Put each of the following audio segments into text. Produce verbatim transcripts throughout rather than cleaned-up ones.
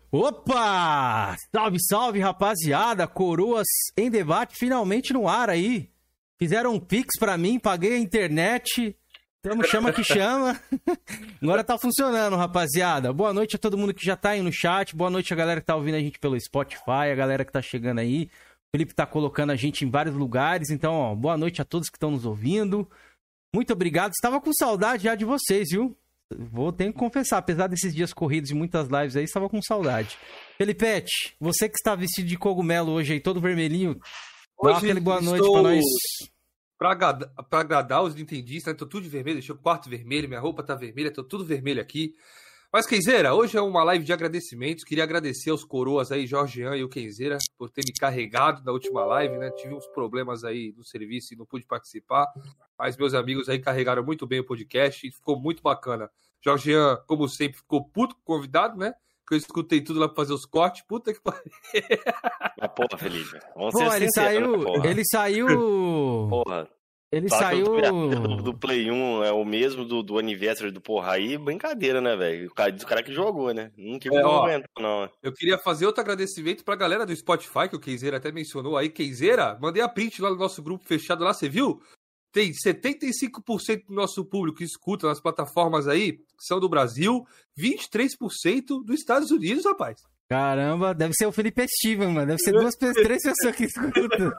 Opa! Salve, salve, rapaziada! Coroas em debate finalmente no ar aí. Fizeram um pix pra mim, paguei a internet. Tamo chama que chama. Agora tá funcionando, rapaziada. Boa noite a todo mundo que já tá aí no chat. Boa noite a galera que tá ouvindo a gente pelo Spotify, a galera que tá chegando aí. O Felipe tá colocando a gente em vários lugares. Então, ó, boa noite a todos que estão nos ouvindo. Muito obrigado. Estava com saudade já de vocês, viu? Vou ter que confessar, apesar desses dias corridos e muitas lives aí, estava com saudade. Felipete, você que está vestido de cogumelo hoje aí, todo vermelhinho, hoje dá aquele boa noite pra nós. Pra agradar, pra agradar os nintendistas, né? Tô tudo de vermelho, deixei o quarto vermelho, minha roupa tá vermelha, tô tudo vermelho aqui. Mas, Kenzeira, hoje é uma live de agradecimentos. Queria agradecer aos coroas aí, Jorgean e o Kenzeira, por ter me carregado na última live, né? Tive uns problemas aí no serviço e não pude participar. Mas meus amigos aí carregaram muito bem o podcast e ficou muito bacana. Jorgean, como sempre, ficou puto com o convidado, né? Que eu escutei tudo lá pra fazer os cortes. Puta que pariu. Mas porra, Felipe. Vamos Pô, ser ele sinceros, saiu. né, porra? Ele saiu. Porra. Ele Fala saiu. que o do, do Play um é o mesmo do, do Anniversary do porra aí, brincadeira, né, velho? O cara, o cara que jogou, né? Não tive É, ó, momento, não. Eu queria fazer outro agradecimento pra galera do Spotify, que o Kenzeira até mencionou aí. Kenzeira, mandei a print lá no nosso grupo fechado lá, você viu? Tem setenta e cinco por cento do nosso público que escuta nas plataformas aí, que são do Brasil, vinte e três por cento dos Estados Unidos, rapaz. Caramba, deve ser o Felipe Steven, mano. Deve ser duas, três pessoas que escutam.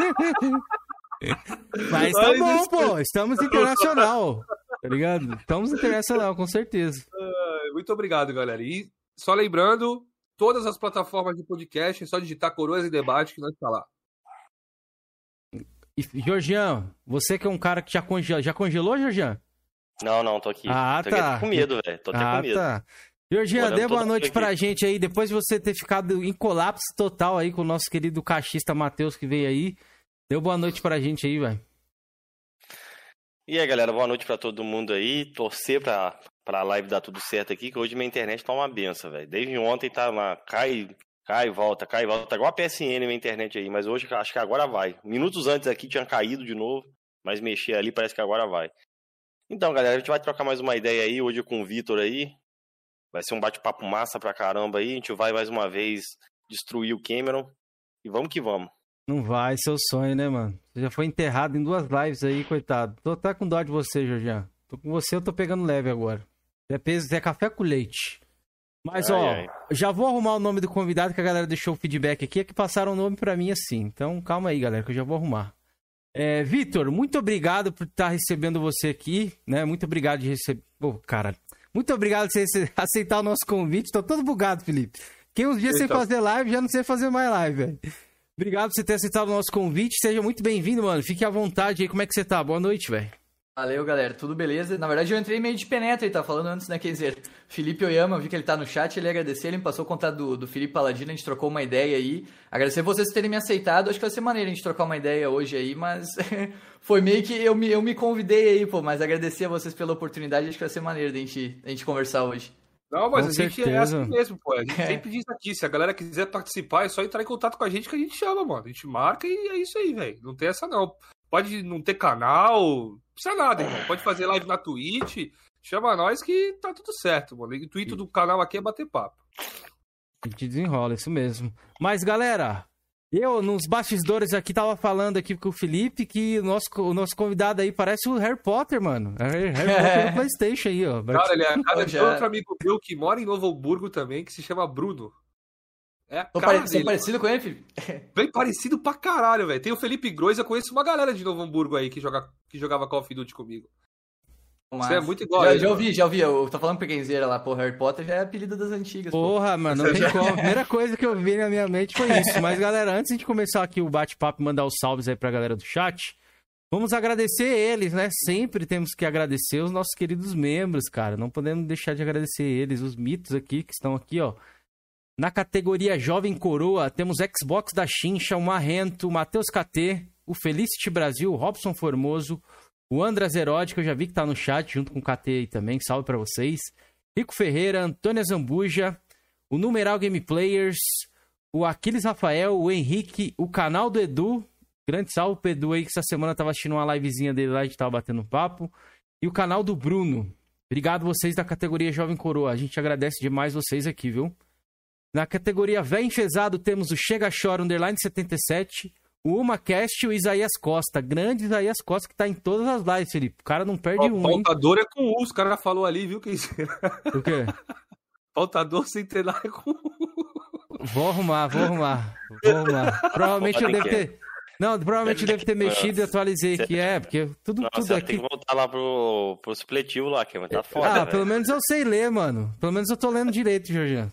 Mas tá Mas bom, isso- pô. Estamos internacional. Tá ligado? Estamos internacional, com certeza. Ah, Muito obrigado, galera. E só lembrando, todas as plataformas de podcast, é só digitar Coroas em Debate que nós tá lá. E, Georgian, você que é um cara que já congelou. Já congelou, Georgian? Não, não, tô aqui. Ah, tô tá. aqui com medo, velho. Tô até Ah, com medo. tá. Georgian, Olhando dê boa todo noite mundo pra aqui. gente aí. Depois de você ter ficado em colapso total aí com o nosso querido caixista Matheus que veio aí. Dê boa noite pra gente aí, velho. E aí, galera, boa noite pra todo mundo aí. Torcer pra, pra live dar tudo certo aqui, que hoje minha internet tá uma benção, velho. Desde ontem tá lá, cai, cai, volta, cai, volta. Tá igual a P S N minha internet aí, mas hoje acho que agora vai. Minutos antes aqui tinha caído de novo, mas mexer ali parece que agora vai. Então, galera, a gente vai trocar mais uma ideia aí, hoje com o Vitor aí. Vai ser um bate-papo massa pra caramba aí. A gente vai mais uma vez destruir o Cameron. E vamos que vamos. Não vai, seu sonho, né, mano? Você já foi enterrado em duas lives aí, coitado. Tô até com dó de você, Georgian. Tô com você, eu tô pegando leve agora. É peso, é café com leite. Mas, Ai, ó, ai. já vou arrumar o nome do convidado que a galera deixou o feedback aqui. É que passaram o nome pra mim assim. Então, calma aí, galera, que eu já vou arrumar. É, Vitor, muito obrigado por estar recebendo você aqui, né? Muito obrigado de receber... Pô, cara, muito obrigado por você aceitar o nosso convite. Tô todo bugado, Felipe. Fiquei uns dias sem Eita. fazer live, já não sei fazer mais live, velho. Obrigado por você ter aceitado o nosso convite. Seja muito bem-vindo, mano. Fique à vontade aí. Como é que você tá? Boa noite, velho. Valeu, galera. Tudo beleza? Na verdade, eu entrei meio de penetra, ele tá falando antes, né? Quer dizer, Felipe Oyama, eu vi que ele tá no chat, ele ia agradecer, ele me passou o contato do, do Felipe Paladino, a gente trocou uma ideia aí. Agradecer vocês por terem me aceitado, acho que vai ser maneiro a gente trocar uma ideia hoje aí, mas foi meio que eu me, eu me convidei aí, pô, mas agradecer a vocês pela oportunidade, acho que vai ser maneiro da gente, da gente conversar hoje. Não, mas Com a gente é certeza. assim mesmo, pô. A gente É. sempre diz aqui, se a galera quiser participar, é só entrar em contato com a gente que a gente chama, mano. A gente marca e é isso aí, velho. Não tem essa não. Pode não ter canal, não precisa nada, irmão. Pode fazer live na Twitch, chama nós que tá tudo certo, mano. O intuito do canal aqui é bater papo. A gente desenrola, isso mesmo. Mas, galera, eu nos bastidores aqui tava falando aqui com o Felipe que o nosso, o nosso convidado aí parece o Harry Potter, mano. É Harry Potter do PlayStation aí, ó. Cara, ele é a cara de Já. outro amigo meu que mora em Novo Hamburgo também, que se chama Bruno. É a Tô cara pare... Você é dele. parecido com ele, Felipe? Bem parecido pra caralho, velho. Tem o Felipe Grois, eu conheço uma galera de Novo Hamburgo aí que, joga... que jogava Call of Duty comigo. Mas... Você é muito igual a Já, ele, já mano. ouvi, já ouvi. Eu tô falando pra Kenzeira lá, pô, Harry Potter já é apelido das antigas, pô. Porra, mano, não tem como. A primeira coisa que eu vi na minha mente foi isso. Mas, galera, antes de começar aqui o bate-papo e mandar os salves aí pra galera do chat, vamos agradecer eles, né? Sempre temos que agradecer os nossos queridos membros, cara. Não podemos deixar de agradecer eles, os mitos aqui, que estão aqui, ó. Na categoria Jovem Coroa, temos Xbox da Chincha, o Marrento, o Matheus K T, o Felicity Brasil, o Robson Formoso, o Andras Herode, que eu já vi que tá no chat, junto com o K T aí também, salve pra vocês. Rico Ferreira, Antônia Zambuja, o Numeral Game Players, o Aquiles Rafael, o Henrique, o canal do Edu, grande salve pro Edu aí, que essa semana tava assistindo uma livezinha dele lá, a gente tava batendo um papo, e o canal do Bruno. Obrigado vocês da categoria Jovem Coroa, a gente agradece demais vocês aqui, viu? Na categoria Véi Enfesado, temos o Chega Chora, underline setenta e sete, o UmaCast e o Isaías Costa. Grande Isaías Costa, que tá em todas as lives, Felipe. O cara não perde O um, hein? pautador é com U, os caras falou ali, viu? Que... O quê? Pautador sem treinar é com U. Vou arrumar, vou arrumar. Vou arrumar. Provavelmente eu devo ter... Não, provavelmente eu devo ter mexido e atualizei aqui. É, porque tudo, Não, tudo você aqui... tem que voltar lá pro, pro supletivo lá, que tá foda, Ah, velho. pelo menos eu sei ler, mano. Pelo menos eu tô lendo direito, Jorginho.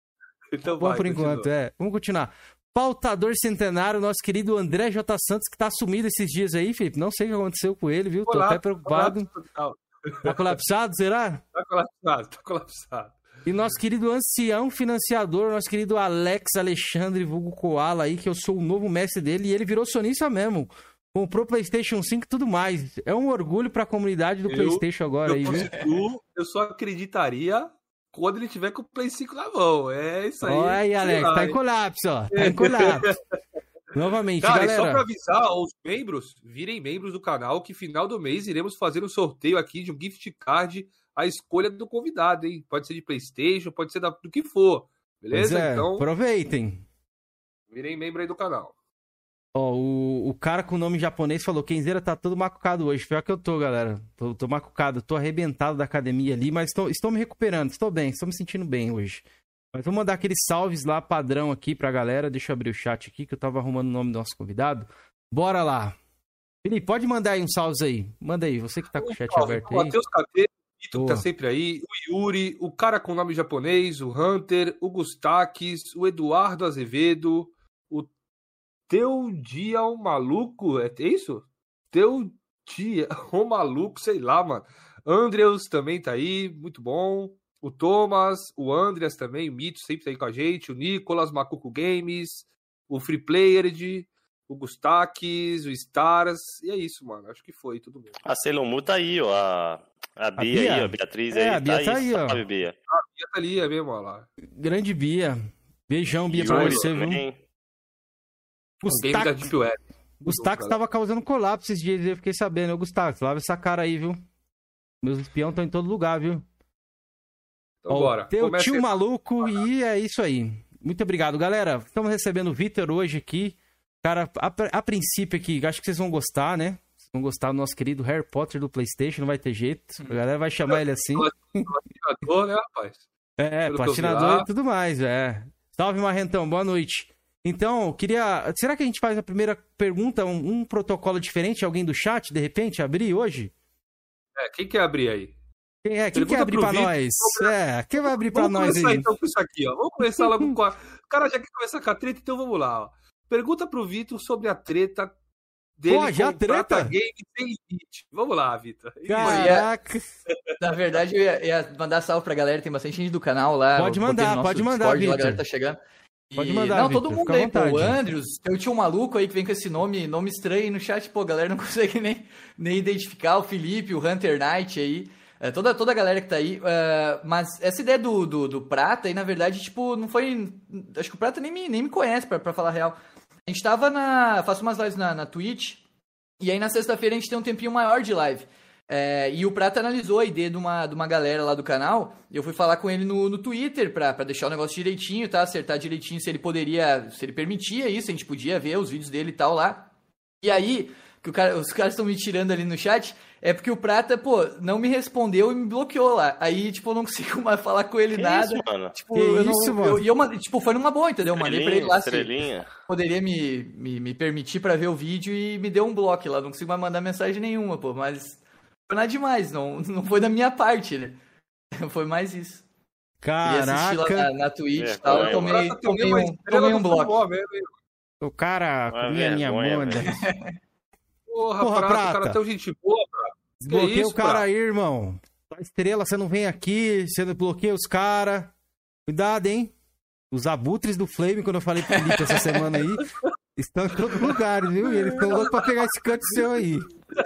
Então Bom vai, por continua. enquanto, é. Vamos continuar. Pautador centenário, nosso querido André J. Santos, que tá sumido esses dias aí, Felipe. Não sei o que aconteceu com ele, viu? Tô Olá, até preocupado. olá, Tá colapsado, será? Tá colapsado, tá colapsado. E nosso querido ancião financiador, nosso querido Alex Alexandre Vulgo Koala aí, que eu sou o novo mestre dele, e ele virou sonista mesmo. Comprou PlayStation cinco e tudo mais. É um orgulho pra comunidade do Eu- PlayStation agora Eu, aí, viu? consigo- eu só acreditaria quando ele tiver com o Play cinco na mão. É isso aí. Olha aí, sei Alex, lá, tá em hein? colapso, ó. Tá em colapso. Novamente, Cara, e só galera. pra avisar aos membros, virem membros do canal, que final do mês iremos fazer um sorteio aqui de um gift card à escolha do convidado, hein? Pode ser de PlayStation, pode ser da- do que for, Pois beleza? é, Então, aproveitem. virem membro aí do canal. Ó, o, o cara com o nome japonês falou, Kenzeira tá todo macucado hoje. Pior que eu tô, galera. Tô, tô macucado, tô arrebentado da academia ali, mas tô, estou me recuperando, estou bem, estou me sentindo bem hoje. Mas vou mandar aqueles salves lá, padrão aqui pra galera. Deixa eu abrir o chat aqui, que eu tava arrumando o nome do nosso convidado. Bora lá. Felipe, pode mandar aí uns salves aí. Manda aí, você que tá com o chat Ó, aberto o aí. Matheus Catê, o Vitor que tá Boa. sempre aí, o Yuri, o cara com nome japonês, o Hunter, o Gustaques, o Eduardo Azevedo, o Teu Dia o Maluco, é isso? Teu Dia o Maluco, sei lá, mano. Andrews também tá aí, muito bom. O Thomas, o Andreas também, o Mito sempre tá aí com a gente, o Nicolas, Macuco Games, o Free Player, o Gustaques, o Stars, e é isso, mano. Acho que foi todo mundo. A Sailor Moon tá aí, ó. A, a Bia, Bia? aí, ó. A Beatriz É, aí. a Bia tá aí, ó. Salve, Bia. Bia tá ali, é mesmo, ó lá. Grande Bia. Beijão, Bia, pra Yuri você, viu? também. Um game da Gustax, Deep Web. Gustax tava causando colapso esses dias, eu fiquei sabendo. Ô, Gustax, lava essa cara aí, viu? Meus espião estão em todo lugar, viu? Então, Ó, bora. Teu Comece tio aí. maluco, e é isso aí. Muito obrigado, galera. Estamos recebendo o Vitor hoje aqui. Cara, a, a princípio aqui, acho que vocês vão gostar, né? Vocês vão gostar do nosso querido Harry Potter do PlayStation, não vai ter jeito. A galera vai chamar ele assim. Platinador, né, rapaz? É, Pelo que eu vi platinador lá. e tudo mais, é. Salve, Marrentão, boa noite. Então, queria... Será que a gente faz a primeira pergunta, um, um protocolo diferente? Alguém do chat, de repente, abrir hoje? É, quem quer abrir aí? Quem, é, quem Pergunta quer abrir pro pra Vitor. nós? É, quem vai abrir pra Vamos nós começar aí? então com isso aqui, ó. Vamos começar logo com a... O cara já quer começar com a treta, então vamos lá, ó. Pergunta pro Vitor sobre a treta dele Pô, já com treta? Prata Game sem limite. Vamos lá, Vitor. Caraca. Na verdade, eu ia, ia mandar salve pra galera, tem bastante gente do canal lá. Pode eu botei mandar, no nosso pode mandar, Discord, lá, Vitor. a galera tá chegando. E- Pode mandar, Não, Vitor, todo mundo fica à aí, pô. O vontade. Andrews, eu tinha um maluco aí que vem com esse nome, nome estranho aí no chat, pô, a galera não consegue nem, nem identificar. O Felipe, o Hunter Knight aí. É, toda, toda a galera que tá aí. é, mas essa ideia do, do, do Prata aí, na verdade, tipo, não foi. Acho que o Prata nem me, nem me conhece, pra, pra falar a real. A gente tava na. Faço umas lives na, na Twitch. E aí na sexta-feira a gente tem um tempinho maior de live. É, e o Prata analisou a ideia de uma, de uma galera lá do canal. Eu fui falar com ele no, no Twitter pra, pra deixar o negócio direitinho, tá? Acertar direitinho se ele poderia, se ele permitia isso, a gente podia ver os vídeos dele e tal lá. E aí, que o cara, os caras estão me tirando ali no chat, é porque o Prata, pô, não me respondeu e me bloqueou lá. Aí, tipo, eu não consigo mais falar com ele Que nada. isso, mano? Tipo, Que eu não- isso, eu- mano? E eu, mandei, tipo, foi numa boa, entendeu? Eu mandei pra ele lá se Estrelinha. poderia me, me, me permitir pra ver o vídeo e me deu um bloco lá. Não consigo mais mandar mensagem nenhuma, pô. Mas foi nada demais, não, não foi da minha parte, né? Foi mais isso. E assisti lá Caraca. na, na Twitch e É, tal, vai, eu tomei, Prata tomei, uma um, estrela tomei um do bloco. futebol mesmo, hein? O cara Uma comia minha vergonha, bunda. velho. Porra, Porra, Prata, Prata. o cara tem gente boa, Prata. Desbloqueia isso, o cara Prata? aí, irmão. Só estrela, você não vem aqui, você bloqueia os caras. Cuidado, hein? Os abutres do Flame, quando eu falei pro Felipe essa semana aí, estão em todo lugar, viu? E eles estão loucos pra pegar esse canto seu aí.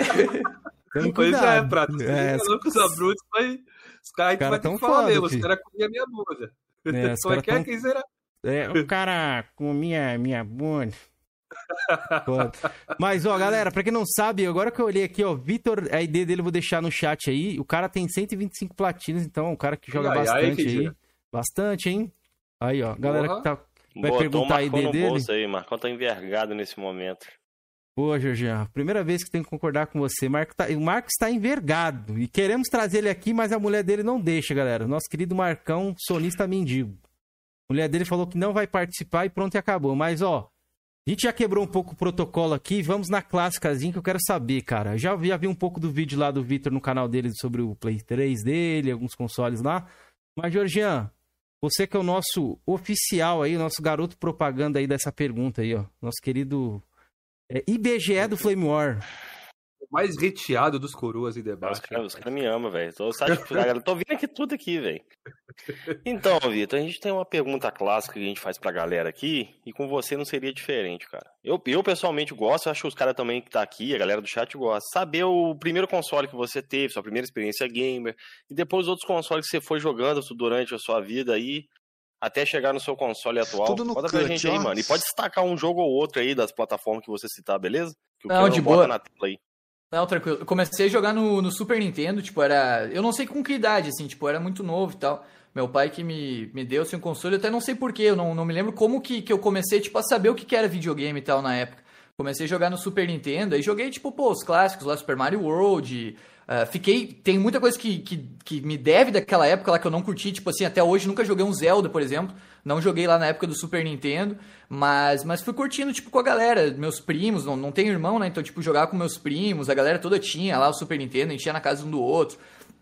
Tome Pois cuidado. é, Prata. Você É, falou com os abrutes, mas os caras aí Cara vai ter tão que falar foda, mesmo. Os filho. caras comiam minha bunda. É, os Como é caras que é? tão- Quem será? É, o cara comia minha bunda. Foda. Mas, ó, galera, pra quem não sabe, agora que eu olhei aqui, ó, Vitor, a I D dele eu vou deixar no chat aí. O cara tem cento e vinte e cinco platinas, então é um cara que joga Ai, ai, bastante que aí. dia. Bastante, hein? Aí, ó, galera que tá... vai Botou perguntar a o I Marcão D no dele. bolso aí, Marcão tá envergado nesse momento. Pô, Jorginho, primeira vez que tenho que concordar com você. Marco tá... O Marcos está envergado. E queremos trazer ele aqui, mas a mulher dele não deixa, galera. Nosso querido Marcão, sonista mendigo. A mulher dele falou que não vai participar e pronto, e acabou. Mas, ó, a gente já quebrou um pouco o protocolo aqui. Vamos na clássicazinha que eu quero saber, cara. Já vi, já vi um pouco do vídeo lá do Vitor no canal dele sobre o Play três dele, alguns consoles lá. Mas, Jorginho, você que é o nosso oficial aí, nosso garoto propaganda aí dessa pergunta aí, ó. Nosso querido é, I B G E do Flame War. O mais reteado dos coroas em Os debate. caras cara me amam, velho. Tô, sabe, tô vendo aqui tudo aqui, velho. Então, Vitor, a gente tem uma pergunta clássica que a gente faz pra galera aqui, e com você não seria diferente, cara. Eu, eu pessoalmente gosto, acho que os caras também que tá aqui, a galera do chat gosta. Saber o primeiro console que você teve, sua primeira experiência gamer, e depois os outros consoles que você foi jogando durante a sua vida aí, até chegar no seu console atual. Tudo no Conta pra cut, gente aí, ó. mano. E pode destacar um jogo ou outro aí das plataformas que você citar, beleza? Que o Não, cara de bota boa. na tela aí. Não, tranquilo. Eu comecei a jogar no, no Super Nintendo, tipo, era... Eu não sei com que idade, assim, tipo, era muito novo e tal. Meu pai que me, me deu, assim, um console, eu até não sei porquê, eu não, não me lembro como que, que eu comecei, tipo, a saber o que, que era videogame e tal na época. Comecei a jogar no Super Nintendo, aí joguei, tipo, pô, os clássicos lá, Super Mario World... Uh, fiquei... Tem muita coisa que, que, que me deve daquela época lá que eu não curti, tipo assim, até hoje nunca joguei um Zelda, por exemplo. Não joguei lá na época do Super Nintendo, mas, mas fui curtindo, tipo, com a galera, meus primos, não, não tenho irmão, né? Então, tipo, jogava com meus primos, a galera toda tinha lá o Super Nintendo, a gente ia na casa um do outro.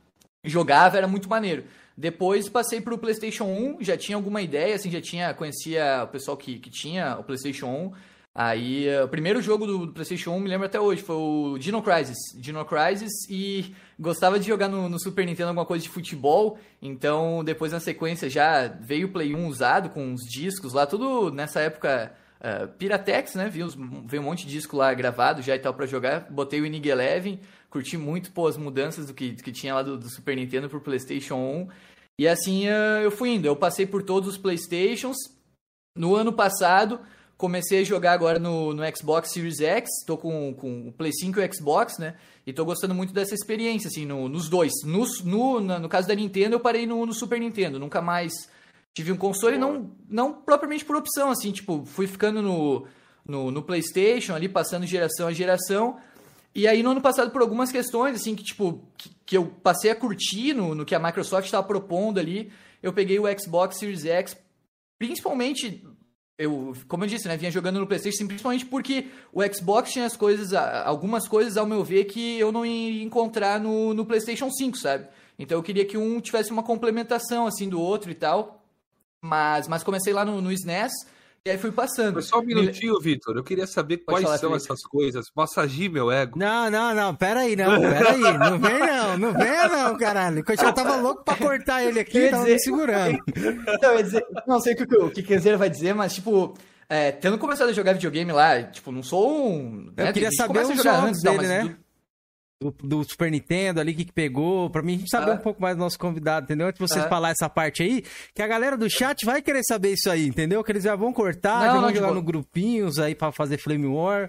Jogava, era muito maneiro. Depois passei pro PlayStation um, já tinha alguma ideia, assim, já tinha, conhecia o pessoal que, que tinha o PlayStation um. Aí, uh, o primeiro jogo do, do PlayStation um, me lembro até hoje, foi o Dino Crisis. Dino Crisis, e gostava de jogar no, no Super Nintendo alguma coisa de futebol. Então, depois na sequência já veio o Play um usado com uns discos lá, tudo nessa época uh, Piratex, né? Veio, veio um monte de disco lá gravado já e tal pra jogar. Botei o Inig Eleven, curti muito, pô, as mudanças do que, do que tinha lá do, do Super Nintendo pro PlayStation um. E assim uh, eu fui indo. Eu passei por todos os PlayStations. No ano passado... Comecei a jogar agora no, no Xbox Series X, tô com, com o Play cinco e o Xbox, né? E tô gostando muito dessa experiência, assim, no, nos dois. No, no, no caso da Nintendo, eu parei no, no Super Nintendo, nunca mais tive um console, não, não propriamente por opção, assim, tipo, fui ficando no, no, no PlayStation, ali, passando geração a geração. E aí, no ano passado, por algumas questões, assim, que, tipo, que, que eu passei a curtir no, no que a Microsoft estava propondo ali, eu peguei o Xbox Series X, principalmente... Eu, como eu disse, né, vinha jogando no PlayStation principalmente porque o Xbox tinha as coisas, algumas coisas, ao meu ver, que eu não ia encontrar no, no PlayStation cinco, sabe? Então eu queria que um tivesse uma complementação, assim, do outro e tal. Mas, mas comecei lá no, no S N E S e aí fui passando. Mas só um minutinho, Vitor. Eu queria saber Pode quais falar, são Felipe. essas coisas. Massageie meu ego. Não, não, não, pera aí, não, pera aí, não vem não, não venha não, caralho, que eu já tava louco pra cortar ele aqui, Eu ia tava dizer- me segurando. Então, eu ia dizer, não sei o que, o que o Kenzeiro vai dizer, mas, tipo, é, tendo começado a jogar videogame lá, tipo, não sou um... Eu né, queria tem gente que saber começa a os jogar jogos antes e tal, dele, mas né? do- Do, do Super Nintendo ali, o que que pegou, pra mim a gente saber Ah. um pouco mais do nosso convidado, entendeu? Antes de vocês Ah. falar essa parte aí, que a galera do chat vai querer saber isso aí, entendeu? Que eles já vão cortar, Não, já não, vão de jogar boa. no grupinhos aí pra fazer Flame War.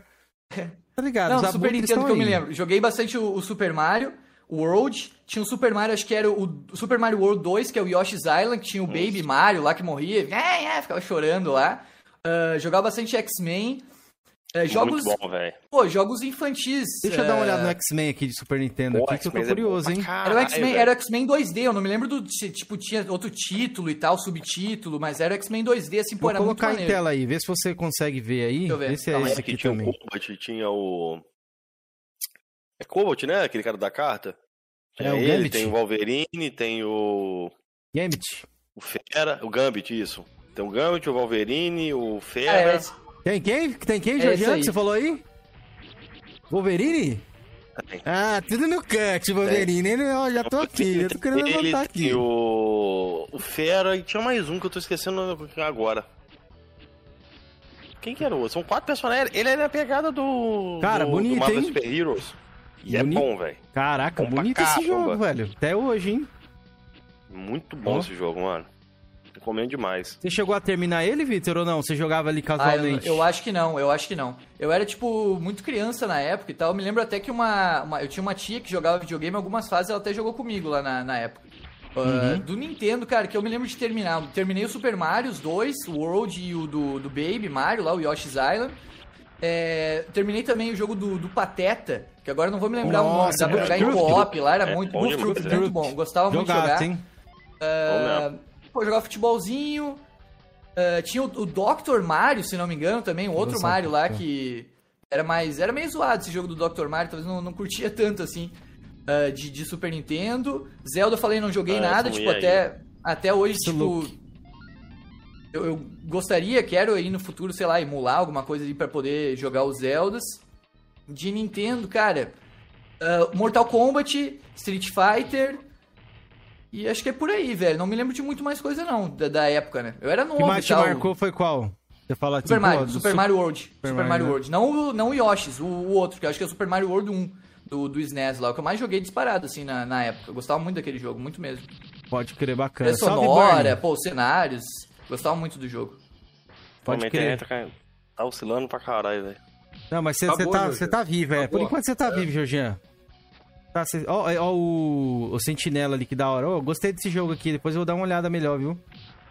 Tá ligado? Não, Os Super abutres Nintendo estão que eu me aí. lembro. Joguei bastante o, o Super Mario, o World. Tinha o Super Mario, acho que era o, o Super Mario World dois, que é o Yoshi's Island, que tinha o Baby Mario lá que morria. É, é, ficava chorando lá. Ah, jogava bastante X-Men. Ah, jogos, Muito bom, velho. pô, jogos infantis. Deixa eu dar uma ah, olhada no X-Men aqui de Super Nintendo, Pô, aqui, que eu tô X-Men é bom curioso, pra hein? caralho, Era o X-Men, velho. era o X-Men dois D, eu não me lembro do, se, tipo, tinha outro título e tal, subtítulo, mas era o X-Men dois D, assim, pô, Vou era muito colocar em maneiro. tela aí, vê se você consegue ver aí. Deixa eu ver, Vê se é calma aí. esse Que aqui tinha também. o Cobalt, tinha o... É Cobalt, né? Aquele cara da carta. É, o ele, Gambit. tem o Wolverine, tem o... Gambit. o Fera, o Gambit, isso. Tem o Gambit, o Wolverine, o Ah, Fera... é, esse- Tem quem? Tem quem, É Jorge? esse aí. Que você falou aí? Wolverine? Tem. Ah, tudo no cut, Wolverine. Ele, ó, já tô aqui, já tô querendo Ele levantar aqui. tem o... o Fera e tinha mais um que eu tô esquecendo agora. Quem que era o outro? São quatro personagens. Ele é na pegada do... Cara, do, bonito, do Marvel hein? Super Heroes. E Bonito. é bom, velho. Caraca, Bom pra bonito esse caramba. jogo, velho. Até hoje, hein? Muito bom Ó. esse jogo, mano. Recomendo demais. Você chegou a terminar ele, Vitor, ou não? Você jogava ali Ah, eu, casualmente? eu acho que não, eu acho que não. Eu era, tipo, muito criança na época e tal. Eu me lembro até que uma, uma- eu tinha uma tia que jogava videogame, algumas fases ela até jogou comigo lá na, na época. Uh, Uhum. Do Nintendo, cara, que eu me lembro de terminar. Terminei o Super Mario, os dois, o World e o do, do Baby Mario, lá, o Yoshi's Island. É, terminei também o jogo do, do Pateta, que agora não vou me lembrar o nome, Nossa, dá pra jogar em Goof co-op lá, era É muito, bom Goof demais, Troop, né? muito bom, gostava muito de Jogaço, jogar. hein? Uh, pô, jogava futebolzinho. Uh, tinha o, o doutor Mario, se não me engano, também, um outro Nossa, Mario lá cara. que era mais. Era meio zoado esse jogo do doutor Mario, talvez não, não curtia tanto assim. uh, de, de Super Nintendo. Zelda eu falei, não joguei Ah, nada, essa tipo, mulher até, até hoje, Esse tipo. look. Eu, eu gostaria, quero aí no futuro, sei lá, emular alguma coisa ali pra poder jogar os Zeldas. De Nintendo, cara. uh, Mortal Kombat, Street Fighter. E acho que é por aí, velho. Não me lembro de muito mais coisa, não, da, da época, né? Eu era O novo que mais e te tal. marcou foi qual? Você fala Super tipo, Mario, ó, do Super Su- Mario World. Super, Mario, Mario né? World. Não, o- não o Yoshi's, o, o outro, que eu acho que é o Super Mario World um do, do S N E S lá. O que eu mais joguei disparado, assim, na, na época. Eu gostava muito daquele jogo, muito mesmo. Pode crer, bacana. Trilha Salve, sonora, Bernie. pô, os cenários. Gostava muito do jogo. Pode Pode crer. Tá, caindo- tá oscilando pra caralho, velho. Não, mas você Tá você boa, tá, Jorginho. você tá vivo, é. Tá Por boa. enquanto você tá vivo, Jorginho. Tá, cê- ó, ó o, o Sentinela ali, que da hora. Ó, gostei desse jogo aqui, depois eu vou dar uma olhada melhor, viu?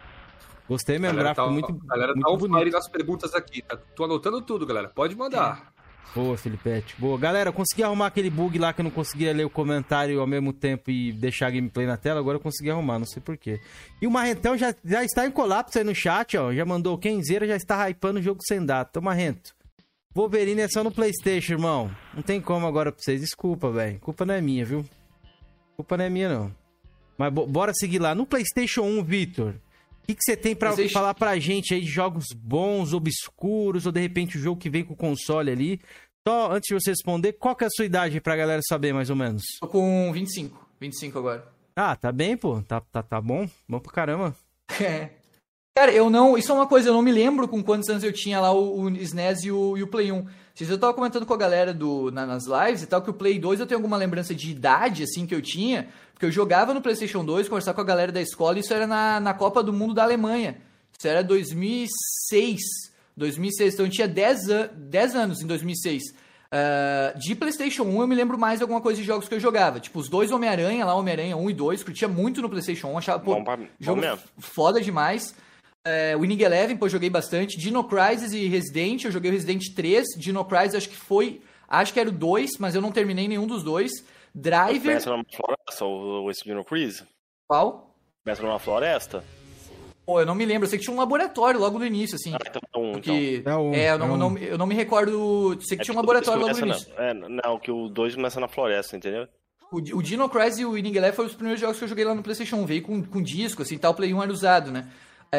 Gostei mesmo, Galera gráfico tá, muito, a galera muito tá on bonito. fire nas perguntas aqui. Tá? Tô anotando tudo, galera. Pode mandar. Boa, Filipete. Boa. Galera, eu consegui arrumar aquele bug lá que eu não conseguia ler o comentário ao mesmo tempo e deixar a gameplay na tela. Agora eu consegui arrumar, não sei porquê. E o Marrentão já, já está em colapso aí no chat, ó. Já mandou quem zera, já está hypando o jogo sem data. Então, Marrento, Wolverine é só no PlayStation, irmão. Não tem como agora pra vocês. Desculpa, velho. Culpa não é minha, viu? Culpa não é minha, não. Mas bo- bora seguir lá. No PlayStation um, Vitor, o que que você tem pra PlayStation- falar pra gente aí de jogos bons, obscuros, ou de repente o jogo que vem com o console ali? Só antes de você responder, qual que é a sua idade pra galera saber, mais ou menos? Tô com vinte e cinco. vinte e cinco agora. Ah, tá bem, pô. Tá, tá, tá bom. Bom pra caramba. É. Cara, eu não. Isso é uma coisa, eu não me lembro com quantos anos eu tinha lá o, o S N E S e o, e o Play um. Vocês eu tava comentando com a galera do, na- nas lives e tal, que o Play dois eu tenho alguma lembrança de idade, assim, que eu tinha, porque eu jogava no PlayStation dois, conversar com a galera da escola, e isso era na, na Copa do Mundo da Alemanha. Isso era dois mil e seis. dois mil e seis, então eu tinha dez, an- dez anos em dois mil e seis. Ah, de PlayStation um eu me lembro mais de alguma coisa de jogos que eu jogava. Tipo, os dois Homem-Aranha lá, Homem-Aranha um e dois, curtia muito no PlayStation um, achava, pô, Bom pra- bom jogo mesmo. foda demais. É, Winning Eleven, pô, eu joguei bastante. Dino Crisis e Resident, eu joguei o Resident três. Dino Crisis acho que foi, acho que era o dois, mas eu não terminei nenhum dos dois. Driver, Começa numa floresta, o, o esse Dino Crisis? qual? Começa numa floresta? Pô, eu não me lembro, eu sei que tinha um laboratório logo no início, assim. Ah, então é um, então. Porque, É um, é, eu não, é um. não- eu não me recordo, sei que É tinha um que o laboratório dois logo no começa início. na- é, não, que o dois começa na floresta, entendeu? O, o Dino Crisis e o Winning Eleven foram os primeiros jogos que eu joguei lá no PlayStation um. Veio com, com disco, assim, tal. O Play um era usado, né?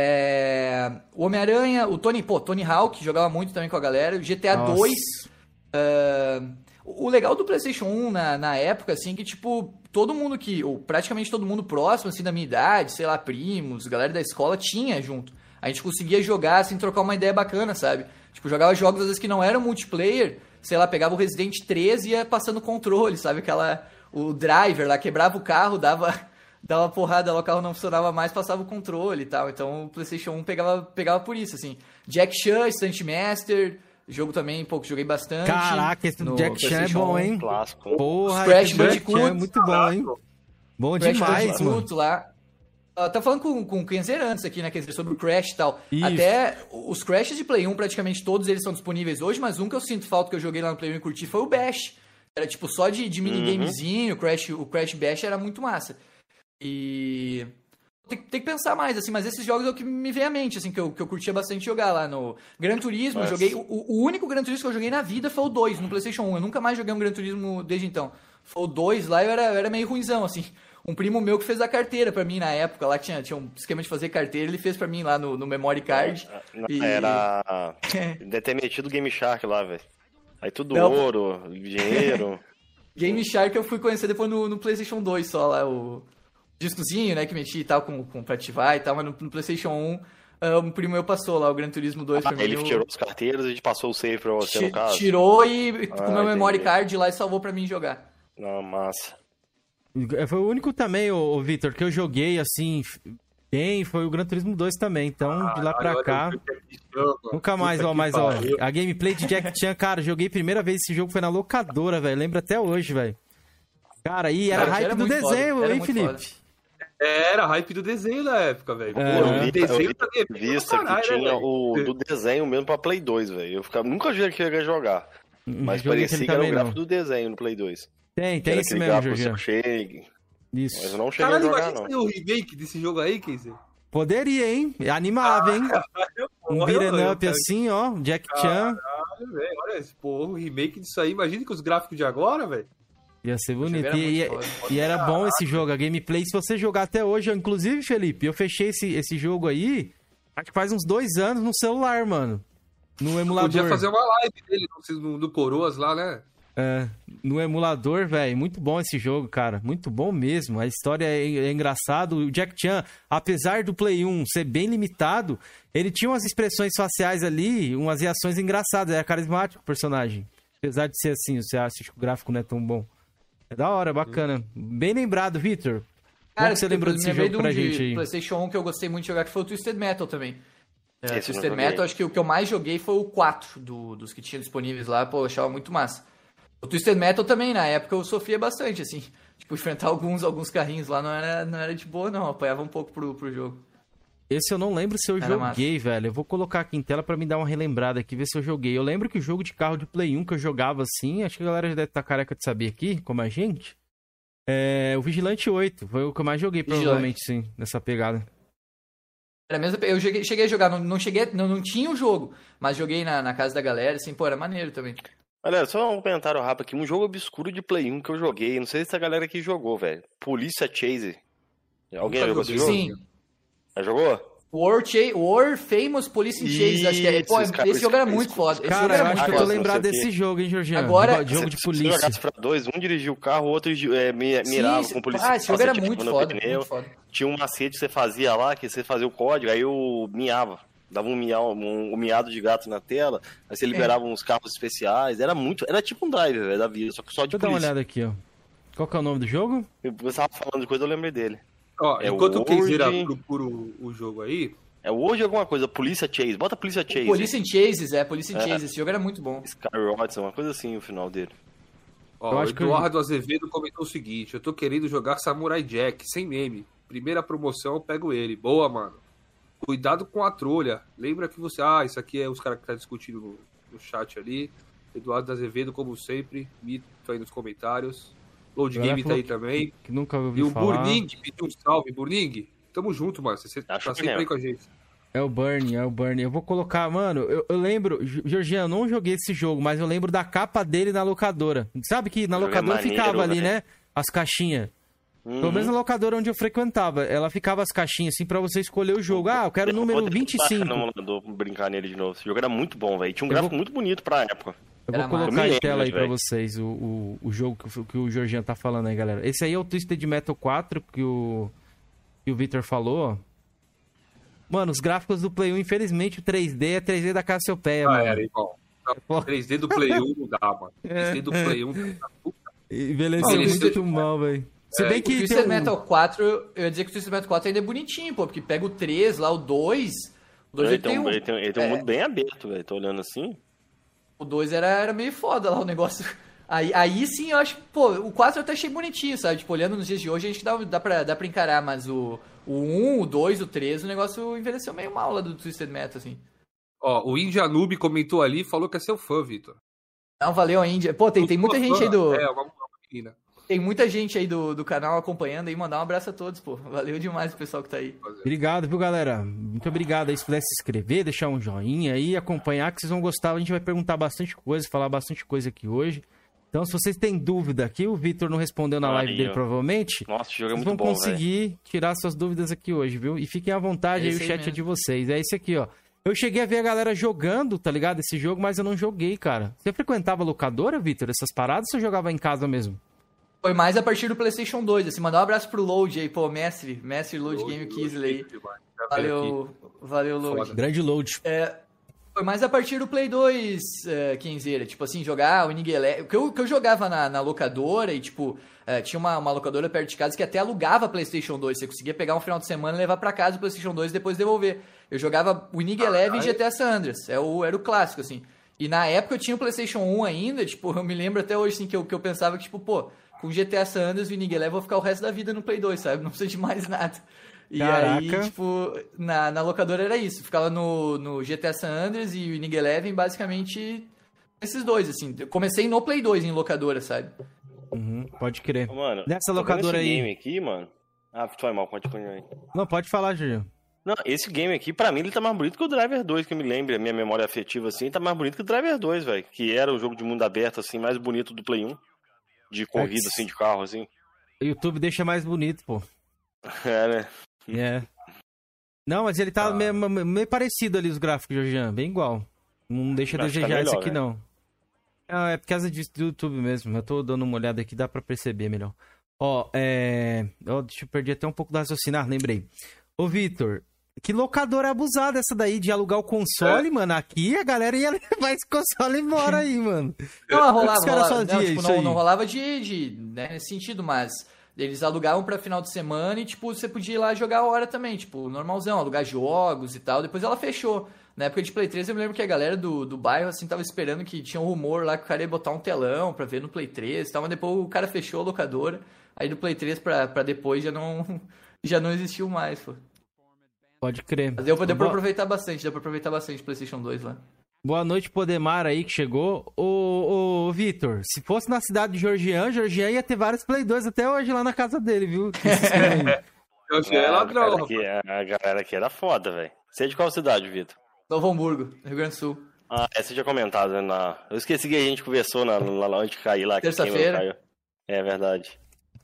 É, o Homem-Aranha, o Tony, pô, Tony Hawk, jogava muito também com a galera. O G T A Nossa. dois. ah, o legal do PlayStation um na, na época, assim, que, tipo, todo mundo que, ou praticamente todo mundo próximo, assim, da minha idade, sei lá, primos, galera da escola, tinha junto. A gente conseguia jogar, assim, trocar uma ideia bacana, sabe? Tipo, jogava jogos, às vezes, que não eram multiplayer, sei lá, pegava o Resident três e ia passando controle, sabe? Aquela, o driver lá, quebrava o carro, dava... Dava porrada lá, o carro não funcionava mais, passava o controle e tal. Então o PlayStation um pegava, pegava por isso, assim. Jack Chan, Stunt Master, jogo também, pô, que joguei bastante. Caraca, esse no Jack Chan é PlayStation bom, um. hein? Clássico. Porra, Crash esse Jack Bandicoot. Chan é muito bom, hein? Bom Crash demais, mano. Bandicoot lá. Uh, tá falando com, com o Kenzer antes aqui, né, Kenzer, sobre o Crash e tal. Isso. Até os Crashes de Play um, praticamente todos eles são disponíveis hoje, mas um que eu sinto falta que eu joguei lá no Play um e curti foi o Bash. Era tipo só de, de minigamezinho, o, Crash, o Crash Bash era muito massa. E... Tem, tem que pensar mais, assim, mas esses jogos é o que me vem à mente, assim, que eu, que eu curtia bastante jogar lá no Gran Turismo. Eu Nossa. joguei... O, o único Gran Turismo que eu joguei na vida foi o dois, no PlayStation um. Eu nunca mais joguei um Gran Turismo desde então. Foi o dois lá, eu era, eu era meio ruinzão, assim. Um primo meu que fez a carteira pra mim na época, lá tinha, tinha um esquema de fazer carteira, ele fez pra mim lá no, no memory card. Não, E- Era. Deve ter metido o Game Shark lá, velho. Aí tudo Não. ouro, dinheiro. Game Shark eu fui conhecer depois no, no PlayStation dois só lá, o discozinho, né, que meti e tal, com, com, pra ativar e tal, mas no, no PlayStation um, ah, um primo meu passou lá, o Gran Turismo dois pra mim. Ele eu- tirou as carteiras e passou o save pra você, ti- no caso. Tirou e com o Ah, meu memory entendi. card lá e salvou pra mim jogar. Não, massa. Foi o único também, ô, ô Vitor, que eu joguei, assim, bem, foi o Gran Turismo dois também. Então, de lá pra Olha, cá... olha, olha, Nunca mais, puta ó, que mas ó, pariu. a gameplay de Jack Chan, cara, joguei primeira vez esse jogo, foi na locadora, velho, lembro até hoje, velho. Cara, e era Cara, hype era do muito foda, desenho, era hein, muito Felipe? foda. Era hype do desenho da época, velho. É. Pô, Eu o vi, desenho eu vi também é bem vista pra caralho, que né, tinha velho? o do desenho mesmo pra Play dois, velho. Eu ficava, nunca cheguei a jogar. Mas Joguei parecia aquele que era o também, gráfico não. do desenho no Play dois. Tem, Que tem era isso aquele mesmo, gráfico Jorginho. cheio. Mas eu Isso. não cheguei Caralho, a jogar, imagina não. se tem um remake desse jogo aí, Casey. Poderia, hein? Animava, hein? Um beat'em up assim, ó. Jack Chan. Caralho, velho. Olha esse porra, o remake disso aí. Imagina com os gráficos de agora, velho. Ia ser bonito. era E, e- muito e era bom esse jogo, a gameplay. Se você jogar até hoje, inclusive, Felipe, eu fechei esse, esse jogo aí, acho que faz uns dois anos no celular, mano. No emulador. Podia fazer uma live dele no, no Coroas lá, né? É, no emulador, velho. Muito bom esse jogo, cara. Muito bom mesmo. A história é, é engraçado. O Jack Chan, apesar do Play um ser bem limitado, ele tinha umas expressões faciais ali, umas reações engraçadas. Era carismático o personagem. Apesar de ser assim, você acha que o gráfico não é tão bom. É da hora, bacana. Bem lembrado, Vitor. Como que você lembrou desse lembrei jogo de um pra de gente aí? PlayStation um que eu gostei muito de jogar, que foi o Twisted Metal também. É, Esse eu não Twisted joguei. Metal, acho que o que eu mais joguei foi o quatro do, dos que tinham disponíveis lá, pô, eu achava muito massa. O Twisted Metal também, na época, eu sofria bastante, assim. Tipo, enfrentar alguns, alguns carrinhos lá não era, não era de boa, não. Eu apanhava um pouco pro, pro jogo. Esse eu não lembro se eu Era joguei, velho. Eu vou colocar aqui em tela pra me dar uma relembrada aqui, ver se eu joguei. Eu lembro que o jogo de carro de Play um que eu jogava assim, acho que a galera já deve estar careca de saber aqui, como a gente. É o Vigilante oito. Foi o que eu mais joguei, Vigilante. provavelmente, sim, nessa pegada. Era mesmo, eu cheguei, cheguei a jogar, não, não cheguei, não, não tinha o jogo, mas joguei na, na casa da galera, assim, pô, era maneiro também. Galera, só um comentário rápido aqui. Um jogo obscuro de Play um que eu joguei. Não sei se a galera aqui jogou, velho. Polícia Chase. Alguém Nunca jogou esse joguei. jogo? Sim, Já jogou? War, Cha- War Famous Police and Chase, acho que é. Pô, Isso, cara, esse jogo era isso, muito isso. foda. Esse jogo Cara, era eu muito acho que eu foda. tô Não lembrado sei o quê. desse jogo, hein, Jorginho? Agora- Jogo de Se você polícia. jogasse pra dois, um dirigia o carro, o outro é, mi- mirava Sim, com o policial. ah, esse jogo era você muito tirava no foda, pneu. muito foda. Tinha um macete que você fazia lá, que você fazia o código, aí eu miava. Dava um, miau, um, um miado de gato na tela, aí você liberava uns carros especiais. Era muito. Era tipo um drive, velho, da vida, só que só de Deixa eu dar uma polícia. olhada aqui, ó. Qual que é o nome do jogo? Você tava falando de coisa, eu lembrei dele. Ó, É enquanto o Casey Word. procura o, o jogo aí, É hoje alguma coisa, Polícia Chase. Bota Polícia Chase. Police and Chases, é, Police and É. Chases, esse jogo era muito bom. Skyrods, uma coisa assim o final dele. ó, Eu o acho que eu- Eduardo Azevedo comentou o seguinte: eu tô querendo jogar Samurai Jack, sem meme. Primeira promoção, eu pego ele. Boa, mano. Cuidado com a trolha. Lembra que você. Ah, isso aqui é os caras que tá discutindo no, no chat ali. Eduardo Azevedo, como sempre. Mito aí nos comentários. Load Galera Game tá aí falou também. Que nunca E ouvi o falar. Burning pediu um salve. Burning, tamo junto, mano. Você tá Acho que sempre não. aí com a gente. É o Burn, é o Burn. Eu vou colocar, mano, eu, eu lembro, J- Jorginho, eu não joguei esse jogo, mas eu lembro da capa dele na locadora. Sabe que na O jogo é locadora maneiro, ficava ali, velho. né? As caixinhas. Uhum. Pelo menos na locadora onde eu frequentava. Ela ficava as caixinhas assim pra você escolher o jogo. Ah, eu quero o número Vou ter que vinte e cinco. baixar no emulador pra brincar nele de novo. Esse jogo era muito bom, velho. Tinha um Eu gráfico vou- muito bonito pra época. Eu vou Era colocar massa. em tela aí pra velho. vocês o, o, o jogo que, o- que o Jorginho tá falando aí, galera. Esse aí é o Twisted Metal quatro que o, que o Victor falou, ó. Mano, os gráficos do Play um, infelizmente, o três D é três D da Cassiopeia, Ah, mano. era, irmão. Pô. três D do Play um não dá, mano. três D do Play um. Envelheceu Envelheceu muito demais. mal, velho. Se É, bem o que O tem Twisted um... Metal quatro, eu ia dizer que o Twisted Metal quatro ainda é bonitinho, pô, porque pega o três lá, o dois. O dois Ele ele tem, tem um, um. ele tem, ele tem um é, mundo bem aberto, velho. Tô olhando assim. O dois era, era meio foda lá o negócio. Aí, aí sim eu acho, pô, o quatro eu até achei bonitinho, sabe? Tipo, olhando nos dias de hoje a gente dá, dá, pra, dá pra encarar, mas o, o um, o dois, o três, o negócio envelheceu meio mal lá do Twisted Metal, assim. Ó, o Índia Noob comentou ali e falou que é seu fã, Vitor. Não, valeu a Índia. Pô, tem, tem muita gente aí do. É, uma, uma menina. Tem muita gente aí do, do canal acompanhando aí, mandar um abraço a todos, pô. Valeu demais o pessoal que tá aí. Obrigado, viu, galera? Muito obrigado aí. Se puder se inscrever, deixar um joinha aí, acompanhar, que vocês vão gostar. A gente vai perguntar bastante coisa, falar bastante coisa aqui hoje. Então, se vocês têm dúvida aqui, o Vitor não respondeu na Aí, live dele, ó. provavelmente. Nossa, esse jogo é Vocês muito vão bom, velho. conseguir tirar suas dúvidas aqui hoje, viu? E fiquem à vontade, É aí o esse aí chat é mesmo. de vocês. É esse aqui, ó. Eu cheguei a ver a galera jogando, tá ligado? Esse jogo, mas eu não joguei, cara. Você frequentava locadora, Vitor, essas paradas, ou você jogava em casa mesmo? Foi mais a partir do PlayStation dois, assim. Mandar um abraço pro Load aí, pô, mestre. Mestre Load Game Kisley aí. Valeu, valeu, Load. Foda. Grande load. É, foi mais a partir do Play dois, é, Kenzeira. Tipo assim, jogar o Inigele... O que eu, que eu jogava na, na locadora e, tipo, é, tinha uma, uma locadora perto de casa que até alugava PlayStation dois. Você conseguia pegar um final de semana e levar pra casa o PlayStation dois e depois devolver. Eu jogava o Winning Eleven e G T A San Andreas. É o, era o clássico, assim. E na época eu tinha o PlayStation um ainda, tipo, eu me lembro até hoje, assim, que eu, que eu pensava que, tipo, pô, com G T A San Andreas e o Winning Eleven eu vou ficar o resto da vida no Play dois, sabe? Não precisa de mais nada. E Caraca. aí, tipo, na, na locadora era isso. Ficava no, no G T A San Andreas e o Winning Eleven, basicamente, esses dois, assim. Eu comecei no Play dois em locadora, sabe? Uhum, pode crer. Mano, Nessa tô locadora vendo esse aí... game aqui, mano... Ah, foi mal, pode continuar aí. Não, pode falar, Júlio. Não, esse game aqui, pra mim, ele tá mais bonito que o Driver dois, que eu me lembro, a minha memória afetiva, assim, tá mais bonito que o Driver dois, velho. Que era o jogo de mundo aberto, assim, mais bonito do Play um. De corrida, É. assim, de carro, assim. O YouTube deixa mais bonito, pô. É, né? É. Não, mas ele tá Ah. meio, meio parecido ali, os gráficos, Jorjan. Bem igual. Não deixa a Acho que tá desejar esse melhor, aqui, né? não. Ah, é por causa disso do YouTube mesmo. Eu tô dando uma olhada aqui, dá pra perceber melhor. Ó, é... Ó, deixa eu perder até um pouco do raciocinar, lembrei. Ô, Vitor, que locadora abusada essa daí de alugar o console, É. mano. Aqui a galera ia levar esse console embora aí, mano. Não, rolava, Os caras rolava. faziam Não, tipo, isso não, aí. não rolava de, de né, nesse sentido, mas eles alugavam pra final de semana e, tipo, você podia ir lá jogar a hora também, tipo, normalzão, alugar jogos e tal. Depois ela fechou. Na época de Play três, eu me lembro que a galera do, do bairro, assim, tava esperando que tinha um rumor lá que o cara ia botar um telão pra ver no Play três e tal, mas depois o cara fechou a locadora. Aí do Play três pra, pra depois já não, já não existiu mais, pô. Pode crer. Mas deu pra, deu pra Boa- aproveitar bastante, deu pra aproveitar bastante o PlayStation dois lá. Boa noite, Podemar aí que chegou. Ô, ô Vitor, se fosse na cidade de Georgian, Georgian ia ter vários Play dois até hoje lá na casa dele, viu? Eu achei é a, ladrão, galera rapaz. aqui, a galera aqui era foda, velho. Você é de qual cidade, Vitor? Novo Hamburgo, Rio Grande do Sul. Ah, essa eu tinha comentado, né? Na... Eu esqueci que a gente conversou na, lá lá onde caí lá. que Terça-feira. quem não caiu. É verdade.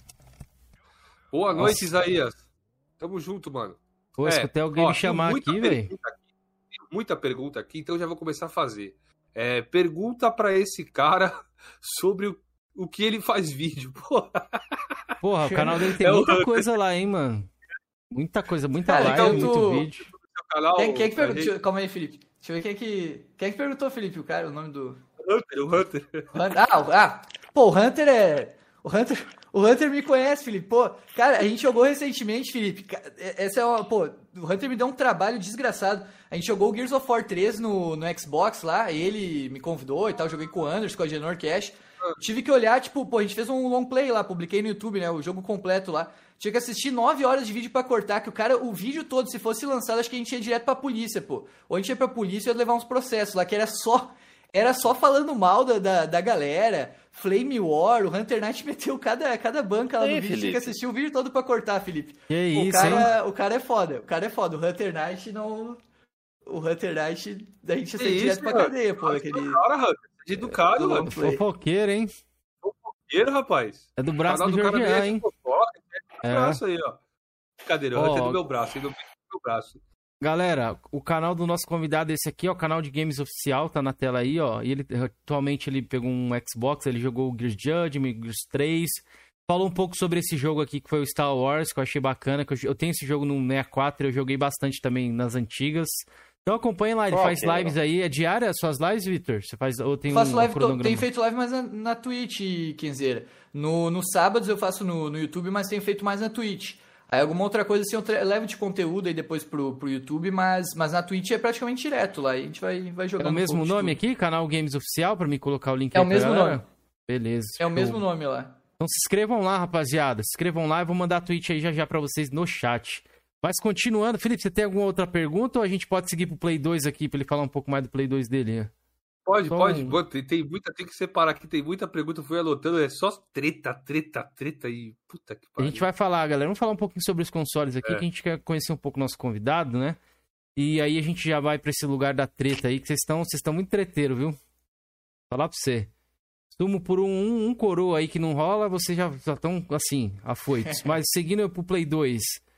Boa Nossa. noite, Isaías. Tamo junto, mano. Pô, escutei alguém ó, me tem chamar muita aqui, velho. pergunta aqui, tem Muita pergunta aqui, então eu já vou começar a fazer. É, pergunta pra esse cara sobre o, o que ele faz vídeo. Pô, Porra, o canal dele tem É o muita Hunter. coisa lá, hein, mano. Muita coisa, muita Cara, live, então tu- muito vídeo. seu canal. Quem, quem é que a perguntou? gente- Calma aí, Felipe. Deixa eu ver quem é que. Quem é que perguntou, Felipe? O cara, o nome do. Hunter, o Hunter. Hunter. Ah, o- ah, pô, o Hunter é. O Hunter. O Hunter me conhece, Felipe. Pô, cara, a gente jogou recentemente, Felipe. Ca- Essa é uma. Pô, o Hunter me deu um trabalho desgraçado. A gente jogou o Gears of War três no, no Xbox lá. Ele me convidou e tal. Joguei com o Anders, com a Genor Cash. Tive que olhar, tipo, pô, a gente fez um long play lá, publiquei no YouTube, né? O jogo completo lá. Tinha que assistir nove horas de vídeo pra cortar, que o cara, o vídeo todo, se fosse lançado, acho que a gente ia direto pra polícia, pô. Ou a gente ia pra polícia e ia levar uns processos lá, que era só. Era só falando mal da, da, da galera. Flame War, o Hunter Knight meteu cada, cada banca lá Ei, no vídeo. Tinha Felipe. que assistir o vídeo todo pra cortar, Felipe. Que o, isso, cara, o cara é foda, o cara é foda. O Hunter Knight não. O Hunter Knight, a gente ia Que sair direto isso, pra mano? cadeia, pô, Nossa, daquele. Cara, Hunter. De educado, do mano. long play. Fofoqueiro, hein? Fofoqueiro, rapaz. É do O braço canal do do cara Georgian, mexe hein? fofoca, é É. do braço aí, ó. Brincadeira, o Ó. Hunter é do meu braço, ele não vem do meu braço. Galera, o canal do nosso convidado é esse aqui, ó, o canal de games oficial, tá na tela aí, ó. E ele atualmente ele pegou um Xbox, ele jogou o Gears Judgment, Gears três. Falou um pouco sobre esse jogo aqui que foi o Star Wars, que eu achei bacana, que eu, eu tenho esse jogo no sessenta e quatro, eu joguei bastante também nas antigas. Então acompanha lá, ele Qual faz que é? lives aí, é diária as suas lives, Vitor? Você faz ou tem Faço um live, to- cronograma? tenho feito live mais na, na Twitch, Kenzeira. No, no sábados eu faço no, no YouTube, mas tenho feito mais na Twitch. Aí alguma outra coisa assim eu tra- levo de conteúdo aí depois pro, pro YouTube, mas, mas na Twitch é praticamente direto lá. E a gente vai, vai É jogando o um mesmo pouco de nome tudo. aqui, canal Games Oficial, pra mim colocar o link É aí o pra mesmo galera? nome. Beleza. É o show. mesmo nome lá. Então se inscrevam lá, rapaziada. Se inscrevam lá, eu vou mandar a Twitch aí já já pra vocês no chat. Mas continuando, Felipe, você tem alguma outra pergunta ou a gente pode seguir pro Play dois aqui pra ele falar um pouco mais do Play dois dele? né? Pode, Só pode. um- Pô, Tem, tem muita, tem que separar aqui, tem muita pergunta, eu fui anotando, é só treta, treta, treta e puta que A pariu. gente vai falar, galera. Vamos falar um pouquinho sobre os consoles aqui, É. que a gente quer conhecer um pouco o nosso convidado, né? E aí a gente já vai pra esse lugar da treta aí, que vocês estão vocês estão muito treteiro, viu? Falar pra você. Sumo por um, um, um coroa aí que não rola, vocês já estão, assim, afoitos. Mas seguindo pro Play dois,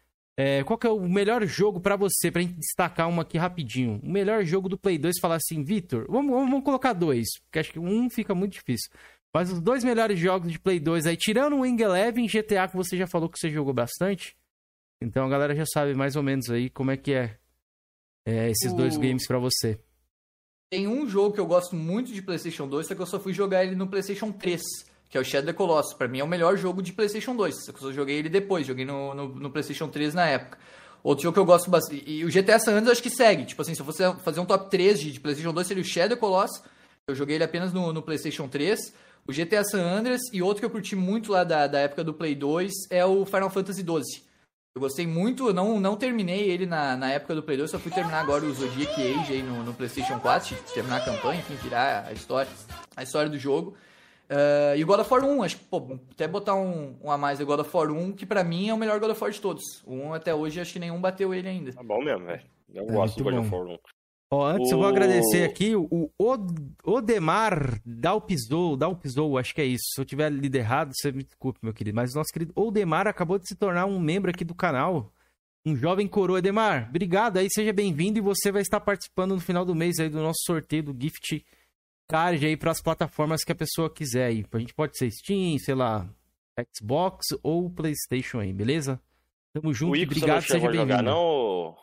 é, qual que é o melhor jogo pra você, pra gente destacar uma aqui rapidinho? O melhor jogo do Play dois, falar assim, Vitor, vamos, vamos, vamos colocar dois, porque acho que um fica muito difícil. Mas os dois melhores jogos de Play dois aí, tirando o Wing Eleven e G T A, que você já falou que você jogou bastante. Então a galera já sabe mais ou menos aí como é que é, é, esses O- dois games pra você. Tem um jogo que eu gosto muito de PlayStation dois, só que eu só fui jogar ele no PlayStation três, que é o Shadow of the Colossus. Pra mim é o melhor jogo de PlayStation dois, só que eu só joguei ele depois, joguei no, no, no PlayStation três na época. Outro jogo que eu gosto bastante, e o G T A San Andreas eu acho que segue, tipo assim, se eu fosse fazer um top três de, de PlayStation dois, seria o Shadow of the Colossus. Eu joguei ele apenas no, no PlayStation três. o G T A San Andreas e outro que eu curti muito lá da, da época do Play dois é o Final Fantasy doze. Eu gostei muito, eu não, não terminei ele na, na época do Play dois, só fui terminar agora o Zodiac Age aí no, no PlayStation quatro, terminar a campanha, enfim, virar a história, a história do jogo. Uh, e o God of War um, acho que, pô, até botar um, um a mais, o God of War um, que pra mim é o melhor God of War de todos. O um até hoje, acho que nenhum bateu ele ainda. Tá bom mesmo, velho. Eu É gosto do muito God of bom. War um. Ó, antes O- eu vou agradecer aqui o Od- Odemar Dalpizou, Dalpizou, acho que é isso. Se eu tiver lido errado, você me desculpe, meu querido. Mas o nosso querido Odemar acabou de se tornar um membro aqui do canal. Um jovem coroa. Odemar, obrigado aí, seja bem-vindo. E você vai estar participando no final do mês aí do nosso sorteio do Gift Card aí para as plataformas que a pessoa quiser aí. A gente pode ser Steam, sei lá, Xbox ou PlayStation aí, beleza? Tamo junto, O Ico você não obrigado, seja chegou a jogar, bem-vindo. não? ou-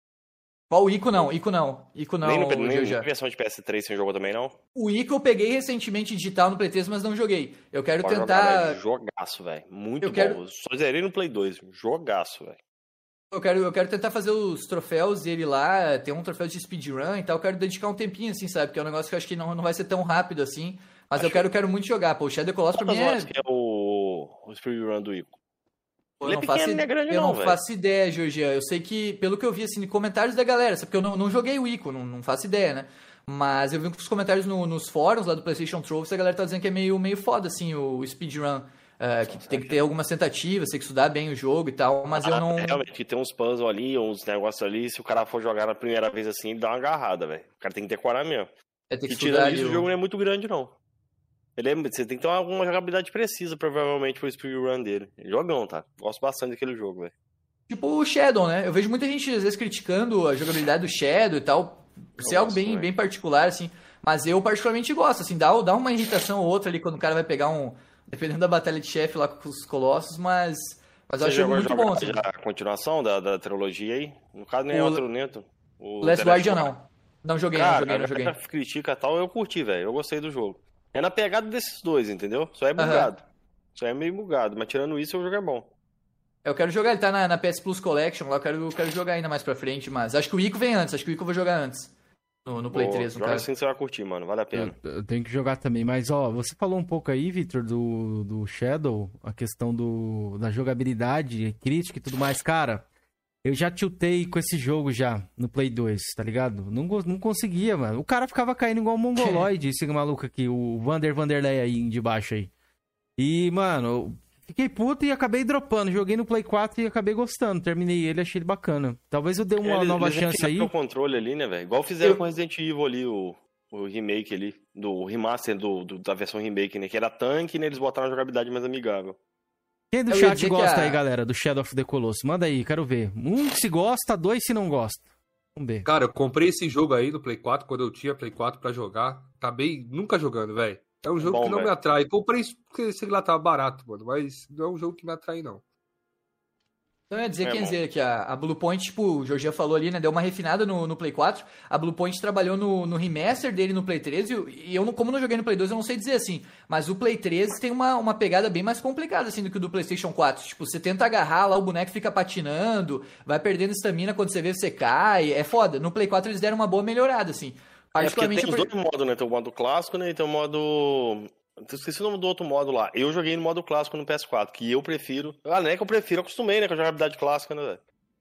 Qual o Ico não, Ico não, Ico não, nem no, nem G G. na versão de P S três você jogou também, não? O Ico eu peguei recentemente digital no Play três, mas não joguei. Eu quero Pode tentar... jogar, velho. Jogaço, velho. Muito Eu bom. quero- Eu só zerei no Play dois. Jogaço, velho. Eu quero, eu quero tentar fazer os troféus dele lá, tem um troféu de speedrun e tal, eu quero dedicar um tempinho assim, sabe? Porque é um negócio que eu acho que não, não vai ser tão rápido assim, mas eu Acho- quero, quero muito jogar, pô, o Shadow Colossus pra Quantas mim é... horas que é o, o speedrun do Ico? Pô, Ele eu é não faço, pequeno, não é grande eu não, não velho. faço ideia, Georgian, eu sei que, pelo que eu vi assim, em comentários da galera, sabe? Porque eu não, não joguei o Ico, não, não faço ideia, né? Mas eu vi que os comentários no- nos fóruns lá do PlayStation Trophies, a galera tá dizendo que é meio, meio foda, assim, o speedrun. Uh, que tem que ter algumas tentativas, tem que estudar bem o jogo e tal, mas eu Ah, não... Realmente, que tem uns puzzles ali, uns negócios ali. Se o cara for jogar na primeira vez assim, ele dá uma agarrada, velho. O cara tem que decorar mesmo. É ter que E estudar tirando ali isso, o- o jogo não é muito grande, não. Ele é, você tem que ter uma, uma jogabilidade precisa, provavelmente, pro speedrun dele. Jogão, tá? Gosto bastante daquele jogo, velho. Tipo o Shadow, né? Eu vejo muita gente, às vezes, criticando a jogabilidade do Shadow e tal, por ser Eu algo gosto, bem, né? bem particular, assim. Mas eu particularmente gosto, assim, dá, dá uma irritação ou outra ali quando o cara vai pegar um... Dependendo da batalha de chefe lá com os colossos, mas... Mas eu Você acho o jogo jogou muito jogar bom, assim. já a continuação da, da trilogia aí? No caso, nem O- outro neto. O Last The Guardian Guard. não. Não joguei, não Cara, joguei, a não joguei. galera critica e tal, eu curti, velho. Eu gostei do jogo. É na pegada desses dois, entendeu? Só é bugado. Só é meio bugado, mas tirando isso, o jogo é bom. Eu quero jogar, ele tá na, na P S Plus Collection, lá eu quero, eu quero jogar ainda mais pra frente, mas acho que o Ico vem antes, acho que o Ico eu vou jogar antes. No, no Play Boa, três, no joga caso. assim que você vai curtir, mano. Vale a pena. Eu, eu tenho que jogar também, mas ó, você falou um pouco aí, Victor, do, do Shadow, a questão do, da jogabilidade, crítica e tudo mais. Cara, eu já tiltei com esse jogo já, no Play dois, tá ligado? Não, go- não conseguia, mano. O cara ficava caindo igual um mongoloide, esse maluco aqui, o Vander Vanderlei aí de baixo aí. E, mano, eu fiquei puto e acabei dropando. Joguei no Play quatro e acabei gostando. Terminei ele, achei ele bacana. Talvez eu dê uma Eles- nova eles chance aí. refinaram o controle ali, né, velho? Igual fizeram Eu- com Resident Evil ali, o, o remake ali, do remaster do, do- da versão remake, né? Que era tanque, né? Eles botaram uma jogabilidade mais amigável. Quem do Eu ia chat dizer que gosta a- aí, galera, do Shadow of the Colossus? Manda aí, quero ver. Um se gosta, dois se não gosta. Vamos ver. Cara, eu comprei esse jogo aí no Play quatro, quando eu tinha Play quatro pra jogar. Acabei nunca jogando, velho. É um jogo bom, que não velho. me atrai. Comprei isso porque, sei lá, tava barato, mano. Mas não é um jogo que me atrai, não. Então eu ia dizer, É quer bom. dizer, que a, a Bluepoint, tipo, o Jorge falou ali, né, deu uma refinada no, no Play quatro, a Bluepoint trabalhou no, no remaster dele no Play três, e eu- e eu, não- como não joguei no Play dois, eu não sei dizer assim, mas o Play três tem uma, uma pegada bem mais complicada, assim, do que o do PlayStation quatro, tipo, você tenta agarrar lá, o boneco fica patinando, vai perdendo estamina, quando você vê, você cai, é foda. No Play quatro eles deram uma boa melhorada, assim, É porque tem particularmente... os eu- dois modos, né? Tem o modo clássico, né? E tem o modo... Eu esqueci o nome do outro modo lá. Eu joguei no modo clássico no P S quatro, que eu prefiro... Ah, não é que eu prefiro, eu acostumei, né? Com a jogabilidade clássica, né, velho?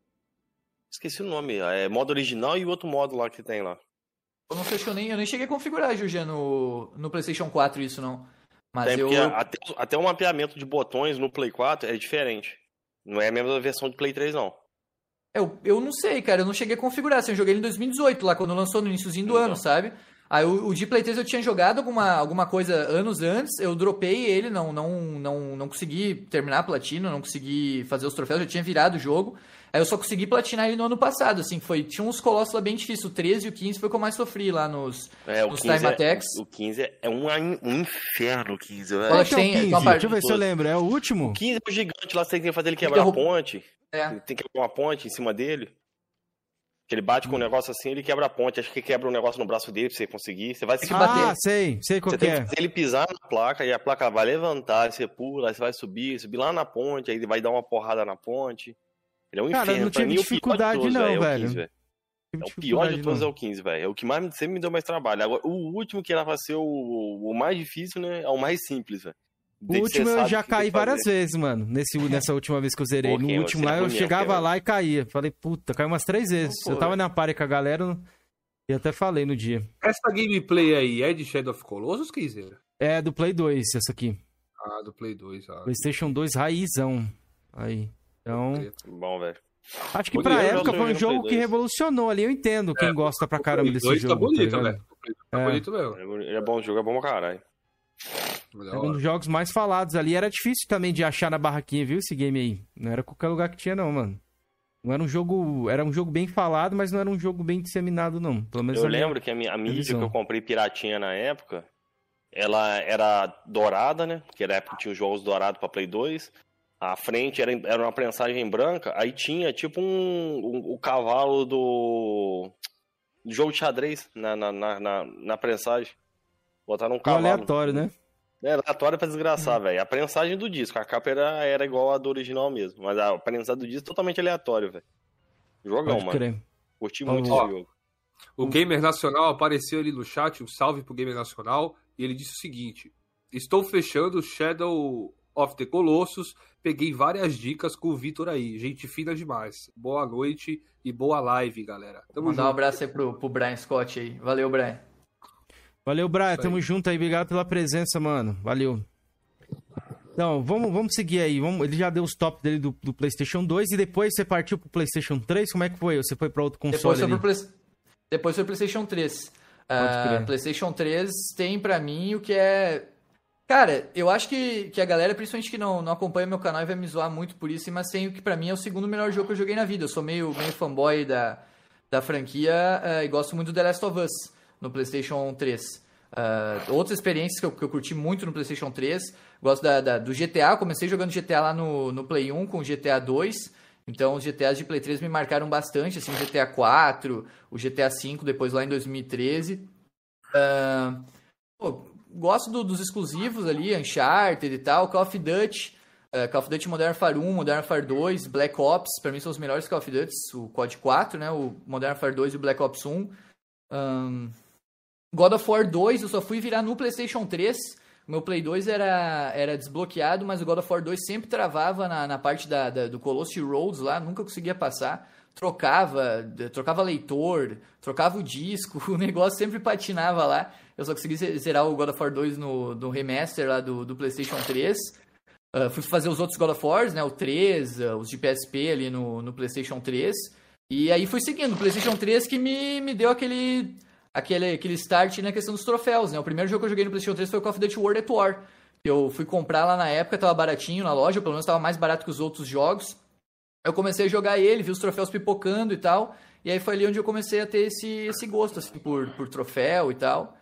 Esqueci o nome. É modo original e o outro modo lá que tem lá. Eu não sei se eu nem, eu nem cheguei a configurar, Jorge, no, no PlayStation quatro isso, não. Mas Tem, eu... porque até, até o mapeamento de botões no Play quatro é diferente. Não é a mesma versão de Play três, não. Eu, eu não sei, cara, eu não cheguei a configurar, assim, eu joguei ele em dois mil e dezoito, lá quando lançou no iniciozinho do Então. ano, sabe? Aí o, o de Play três eu tinha jogado alguma, alguma coisa anos antes, eu dropei ele, não, não, não, não consegui terminar a platina, não consegui fazer os troféus, já tinha virado o jogo. Aí eu só consegui platinar ele no ano passado, assim, foi, tinha uns colossos lá bem difíceis, o treze e o quinze foi o que eu mais sofri lá nos, É, o nos quinze time attacks. é, o quinze é, é um, um inferno, o quinze, velho. Olha, Qual que é o tem- quinze? tem uma parte Deixa eu ver se eu lembro. É o último? O quinze é o gigante lá, você tem que fazer ele quebrar derruba- a ponte. É. Tem que quebrar uma ponte em cima dele. Que ele bate com um negócio assim, ele quebra a ponte. Acho que quebra um negócio no braço dele pra você conseguir. Você vai se que Ah, bater. sei. Sei qual Você que tem que é. fazer ele pisar na placa, e a placa vai levantar, aí você pula, aí você vai subir, subir lá na ponte, aí ele vai dar uma porrada na ponte. Ele é um Cara, inferno. não Pra tive mim, o pior de dificuldade todos, não, é o velho. quinze, velho. É o pior de todos, não. É o quinze, velho. É o que mais sempre me deu mais trabalho. Agora, o último que era pra ser o, o mais difícil, né? É o mais simples, velho. O último eu já caí várias vezes, mano. Nesse, nessa última vez que eu zerei. No último lá eu chegava lá e caía. Falei, puta, caiu umas três vezes. Eu tava na party com a galera e até falei no dia. Essa gameplay aí é de Shadow of Colossus, Keizeira? É, do Play dois, essa aqui. Ah, do Play dois. Ah. PlayStation dois raizão. Aí. Então. Bom, velho. Acho que pra época foi um jogo que revolucionou ali. Eu entendo quem é, gosta pra caramba desse jogo. Tá bonito, tá velho. Tá é. bonito mesmo. Ele é bom jogo, é bom pra caralho. É um dos jogos mais falados ali. Era difícil também de achar na barraquinha, viu? Esse game aí. Não era qualquer lugar que tinha, não, mano. Não era um jogo. Era um jogo bem falado, mas não era um jogo bem disseminado, não. Pelo menos eu lembro que a, minha, a mídia que eu comprei piratinha na época, ela era dourada, né? Porque na época tinha os jogos dourados pra Play dois. A frente era, era uma prensagem branca. Aí tinha tipo um, um, o cavalo do, do jogo de xadrez na, na, na, na, na prensagem. Botaram um cavalo. Aleatório, né? É aleatório pra desgraçar, velho. A prensagem do disco, a capa era, era igual a do original mesmo. Mas a prensagem do disco é totalmente aleatório, velho. Jogão, Pode mano. Crer. Curti muito Ó, esse jogo. O Gamer Nacional apareceu ali no chat, um salve pro Gamer Nacional, e ele disse o seguinte: estou fechando Shadow of the Colossus, peguei várias dicas com o Vitor aí. Gente fina demais. Boa noite e boa live, galera. Tamo Mandar junto. Um abraço aí pro, pro Brian Scott aí. Valeu, Brian. Valeu, Brian. Tamo junto aí. Obrigado pela presença, mano. Valeu. Então, vamos, vamos seguir aí. Vamos... Ele já deu os top dele do, do PlayStation dois e depois você partiu pro PlayStation três? Como é que foi? Ou você foi pra outro console depois foi ali? Pro Play... Depois foi pro PlayStation três. Uh, PlayStation três tem pra mim o que é... Cara, eu acho que, que a galera, principalmente que não, não acompanha meu canal, vai me zoar muito por isso, mas tem o que pra mim é o segundo melhor jogo que eu joguei na vida. Eu sou meio, meio fanboy da, da franquia uh, e gosto muito do The Last of Us no PlayStation três. Uh, outras experiências que eu, que eu curti muito no PlayStation três, gosto da, da, do G T A, comecei jogando G T A lá no, no Play um com o G T A dois, então os G T As de Play três me marcaram bastante, assim, o G T A quatro, o G T A cinco depois lá em dois mil e treze. Uh, pô, gosto do, dos exclusivos ali, Uncharted e tal, Call of Duty, uh, Call of Duty Modern Warfare um, Modern Warfare dois, Black Ops, pra mim são os melhores Call of Duty, o C O D quatro, né, o Modern Warfare dois e o Black Ops um. Um, God of War dois eu só fui virar no PlayStation três, meu Play dois era, era desbloqueado, mas o God of War dois sempre travava na, na parte da, da, do Colossus Roads lá, nunca conseguia passar, trocava, trocava leitor, trocava o disco, o negócio sempre patinava lá, eu só consegui zerar o God of War dois no, no remaster lá do, do PlayStation três, uh, fui fazer os outros God of Wars, né, o três, uh, os de P S P ali no, no PlayStation três, e aí fui seguindo, o PlayStation três que me, me deu aquele... Aquele, aquele start na questão dos troféus, né? O primeiro jogo que eu joguei no PlayStation três foi o Call of Duty World at War. Eu fui comprar lá na época, tava baratinho na loja, pelo menos tava mais barato que os outros jogos. Eu comecei a jogar ele, vi os troféus pipocando e tal. E aí foi ali onde eu comecei a ter esse, esse gosto, assim, por, por troféu e tal.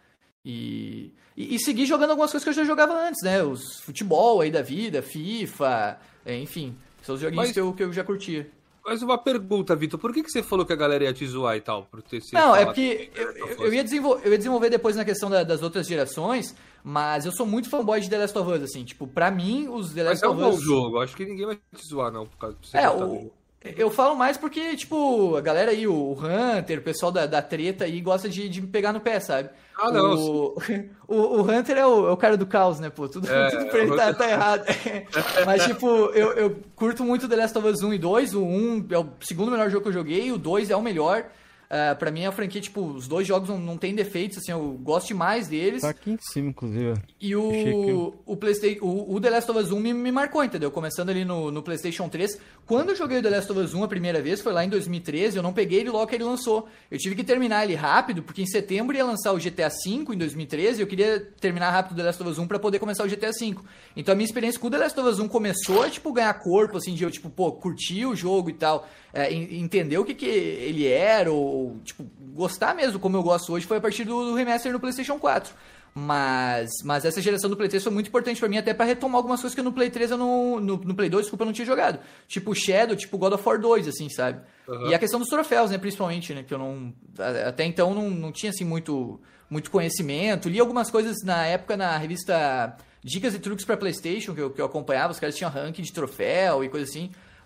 E, e, e segui jogando algumas coisas que eu já jogava antes, né? Os futebol aí da vida, FIFA, enfim. São os joguinhos Mas... que, eu, que eu já curtia. Mas uma pergunta, Vitor, por que, que você falou que a galera ia te zoar e tal? Por ter sido Não, é porque eu, eu, ia desenvolver, eu ia desenvolver depois na questão da, das outras gerações, mas eu sou muito fanboy de The Last of Us, assim, tipo, pra mim, os The Last of Us... Mas é um bom jogo, acho que ninguém vai te zoar, não, por causa de você É, o... eu falo mais porque, tipo, a galera aí, o Hunter, o pessoal da, da treta aí, gosta de, de me pegar no pé, sabe? Ah, não. O, o, o Hunter é o, é o cara do caos, né, pô? Tudo, é, tudo pra ele tá, tá errado. Mas, tipo, eu, eu curto muito The Last of Us um e dois. O um é o segundo melhor jogo que eu joguei, o dois é o melhor. Uh, pra mim, a franquia, tipo, os dois jogos não, não tem defeitos, assim, eu gosto demais deles. Tá aqui em cima, inclusive. E o, eu... o, PlayStation, o, o The Last of Us um me, me marcou, entendeu? Começando ali no, no PlayStation três. Quando eu joguei o The Last of Us um a primeira vez, foi lá em dois mil e treze, eu não peguei ele logo que ele lançou. Eu tive que terminar ele rápido, porque em setembro ia lançar o G T A cinco, em dois mil e treze, e eu queria terminar rápido o The Last of Us um pra poder começar o G T A cinco. Então a minha experiência com o The Last of Us um começou a, tipo, ganhar corpo, assim, de eu, tipo, pô, curtir o jogo e tal, é, entender o que que ele era, ou, tipo, gostar mesmo, como eu gosto hoje, foi a partir do, do remaster no PlayStation quatro. Mas, mas essa geração do Play três foi muito importante pra mim, até pra retomar algumas coisas que no Play três eu não... No, no Play dois, desculpa, eu não tinha jogado. Tipo Shadow, tipo God of War dois, assim, sabe? Uhum. E a questão dos troféus, né, principalmente, né? Que eu não... Até então não, não tinha, assim, muito, muito conhecimento. Li algumas coisas na época na revista Dicas e Truques pra PlayStation, que eu, que eu acompanhava. Os caras tinham ranking de troféu e coisa assim.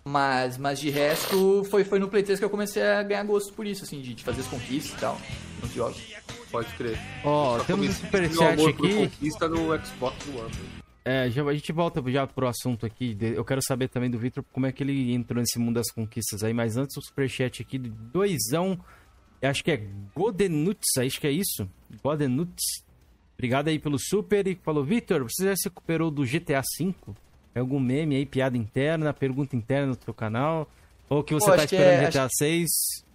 Mas, mas de resto, foi, foi no Play três que eu comecei a ganhar gosto por isso, assim, de, de fazer as conquistas e tal, nos jogos. Pode crer. Ó, Só temos um comecei superchat meu amor por aqui. Conquista no Xbox One. É, já, a gente volta já pro assunto aqui. de- Eu quero saber também do Victor como é que ele entrou nesse mundo das conquistas aí. Mas antes, o superchat aqui de doisão. eu Acho que é Godenuts, acho que é isso. Godenuts. Obrigado aí pelo super. E falou, Victor, você já se recuperou do G T A cinco? É algum meme aí, piada interna, pergunta interna no teu canal? Ou que você Pô, tá acho que esperando é- G T A seis?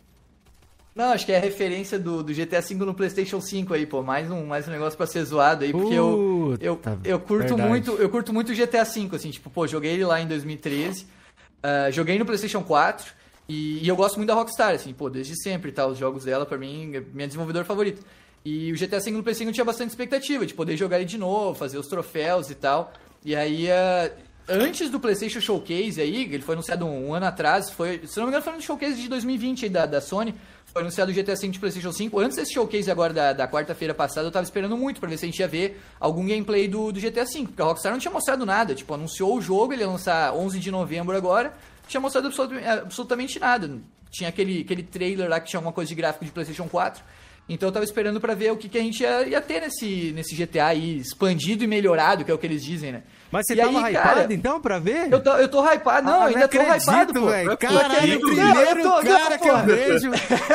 Não, acho que é a referência do, do G T A cinco no PlayStation cinco aí, pô. Mais um, mais um negócio pra ser zoado aí, porque eu, eu, Puta, eu curto verdade. muito, eu curto muito o G T A cinco, assim, tipo, pô, joguei ele lá em dois mil e treze, ah, joguei no PlayStation quatro e, e eu gosto muito da Rockstar, assim, pô, desde sempre, tá? Os jogos dela, pra mim, é minha desenvolvedora favorita. E o G T A cinco no Play cinco eu tinha bastante expectativa de poder jogar ele de novo, fazer os troféus e tal. E aí, ah, antes do PlayStation Showcase aí, ele foi anunciado um, um ano atrás, foi, se não me engano foi no Showcase de dois mil e vinte aí da, da Sony, foi anunciado o G T A cinco de PlayStation cinco. Antes desse Showcase agora da, da quarta-feira passada, eu tava esperando muito pra ver se a gente ia ver algum gameplay do, do G T A cinco, porque a Rockstar não tinha mostrado nada, tipo, anunciou o jogo, ele ia lançar onze de novembro agora, não tinha mostrado absolutamente, absolutamente nada. Tinha aquele, aquele trailer lá que tinha alguma coisa de gráfico de PlayStation quatro. Então eu tava esperando pra ver o que, que a gente ia, ia ter nesse, nesse G T A aí, expandido e melhorado, que é o que eles dizem, né? Mas você E tava aí, hypado cara, então pra ver? Eu tô, eu tô hypado, não, Ah, ainda tô hypado, pô. velho. Não é Cara, possível. é o Não, primeiro eu tô- cara não, que eu porra. vejo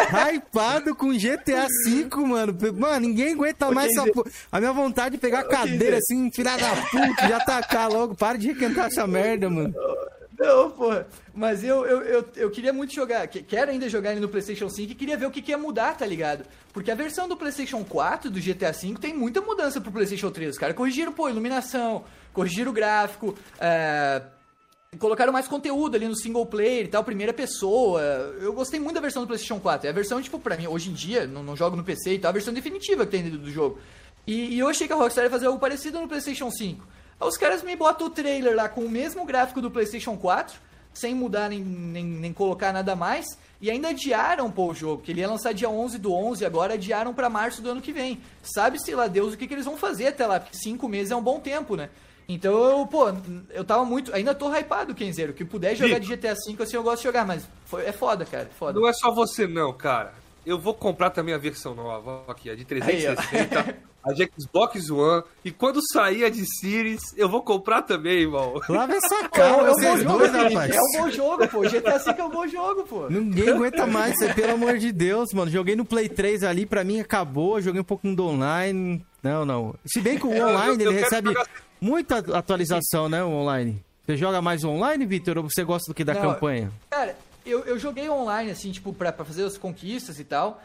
hypado com G T A cinco, mano. Mano, ninguém aguenta mais essa Kenzie. porra. A minha vontade de pegar a Ô, cadeira Kenzie. assim, filha da puta, já tacar logo. Para de requentar essa merda, mano. Não, porra. Mas eu, eu, eu, eu queria muito jogar, que- quero ainda jogar ele no PlayStation cinco e queria ver o que, que ia mudar, tá ligado? Porque a versão do PlayStation quatro do G T A cinco tem muita mudança pro PlayStation três. Os caras corrigiram, pô, iluminação, corrigiram o gráfico, é, colocaram mais conteúdo ali no single player e tal, primeira pessoa. Eu gostei muito da versão do PlayStation quatro. É a versão, tipo, pra mim, hoje em dia, não, não jogo no P C e tal, a versão definitiva que tem dentro do jogo. E, e eu achei que a Rockstar ia fazer algo parecido no PlayStation cinco. Aí os caras me botam o trailer lá com o mesmo gráfico do PlayStation quatro, sem mudar nem, nem, nem colocar nada mais, e ainda adiaram, pô, o jogo, que ele ia lançar dia onze do onze, agora adiaram pra março do ano que vem. Sabe-se lá Deus o que, que eles vão fazer até lá, porque cinco meses é um bom tempo, né? Então, eu, pô, eu tava muito... Ainda tô hypado, Kenzeiro, que puder jogar Vitor. de G T A cinco, assim, eu gosto de jogar, mas foi, é foda, cara, é foda. Não é só você não, cara. Eu vou comprar também a versão nova aqui, a de trezentos e sessenta, a de Xbox One. E quando sair a de Series, eu vou comprar também, irmão. Lava essa É, cara, um- é um bom vocês jogo, dois, Felipe, rapaz. é um bom jogo, pô, G T A cinco é um bom jogo, pô. Ninguém aguenta mais isso aí, pelo amor de Deus, mano. Joguei no Play três ali, pra mim acabou. Joguei um pouquinho do online. Não, não. Se bem que o eu- online, eu ele quero recebe jogar- muita atualização, né, o online. Você joga mais online, Vitor, ou você gosta do que da Não, campanha? Cara, eu, eu joguei online, assim, tipo, pra, pra fazer as conquistas e tal.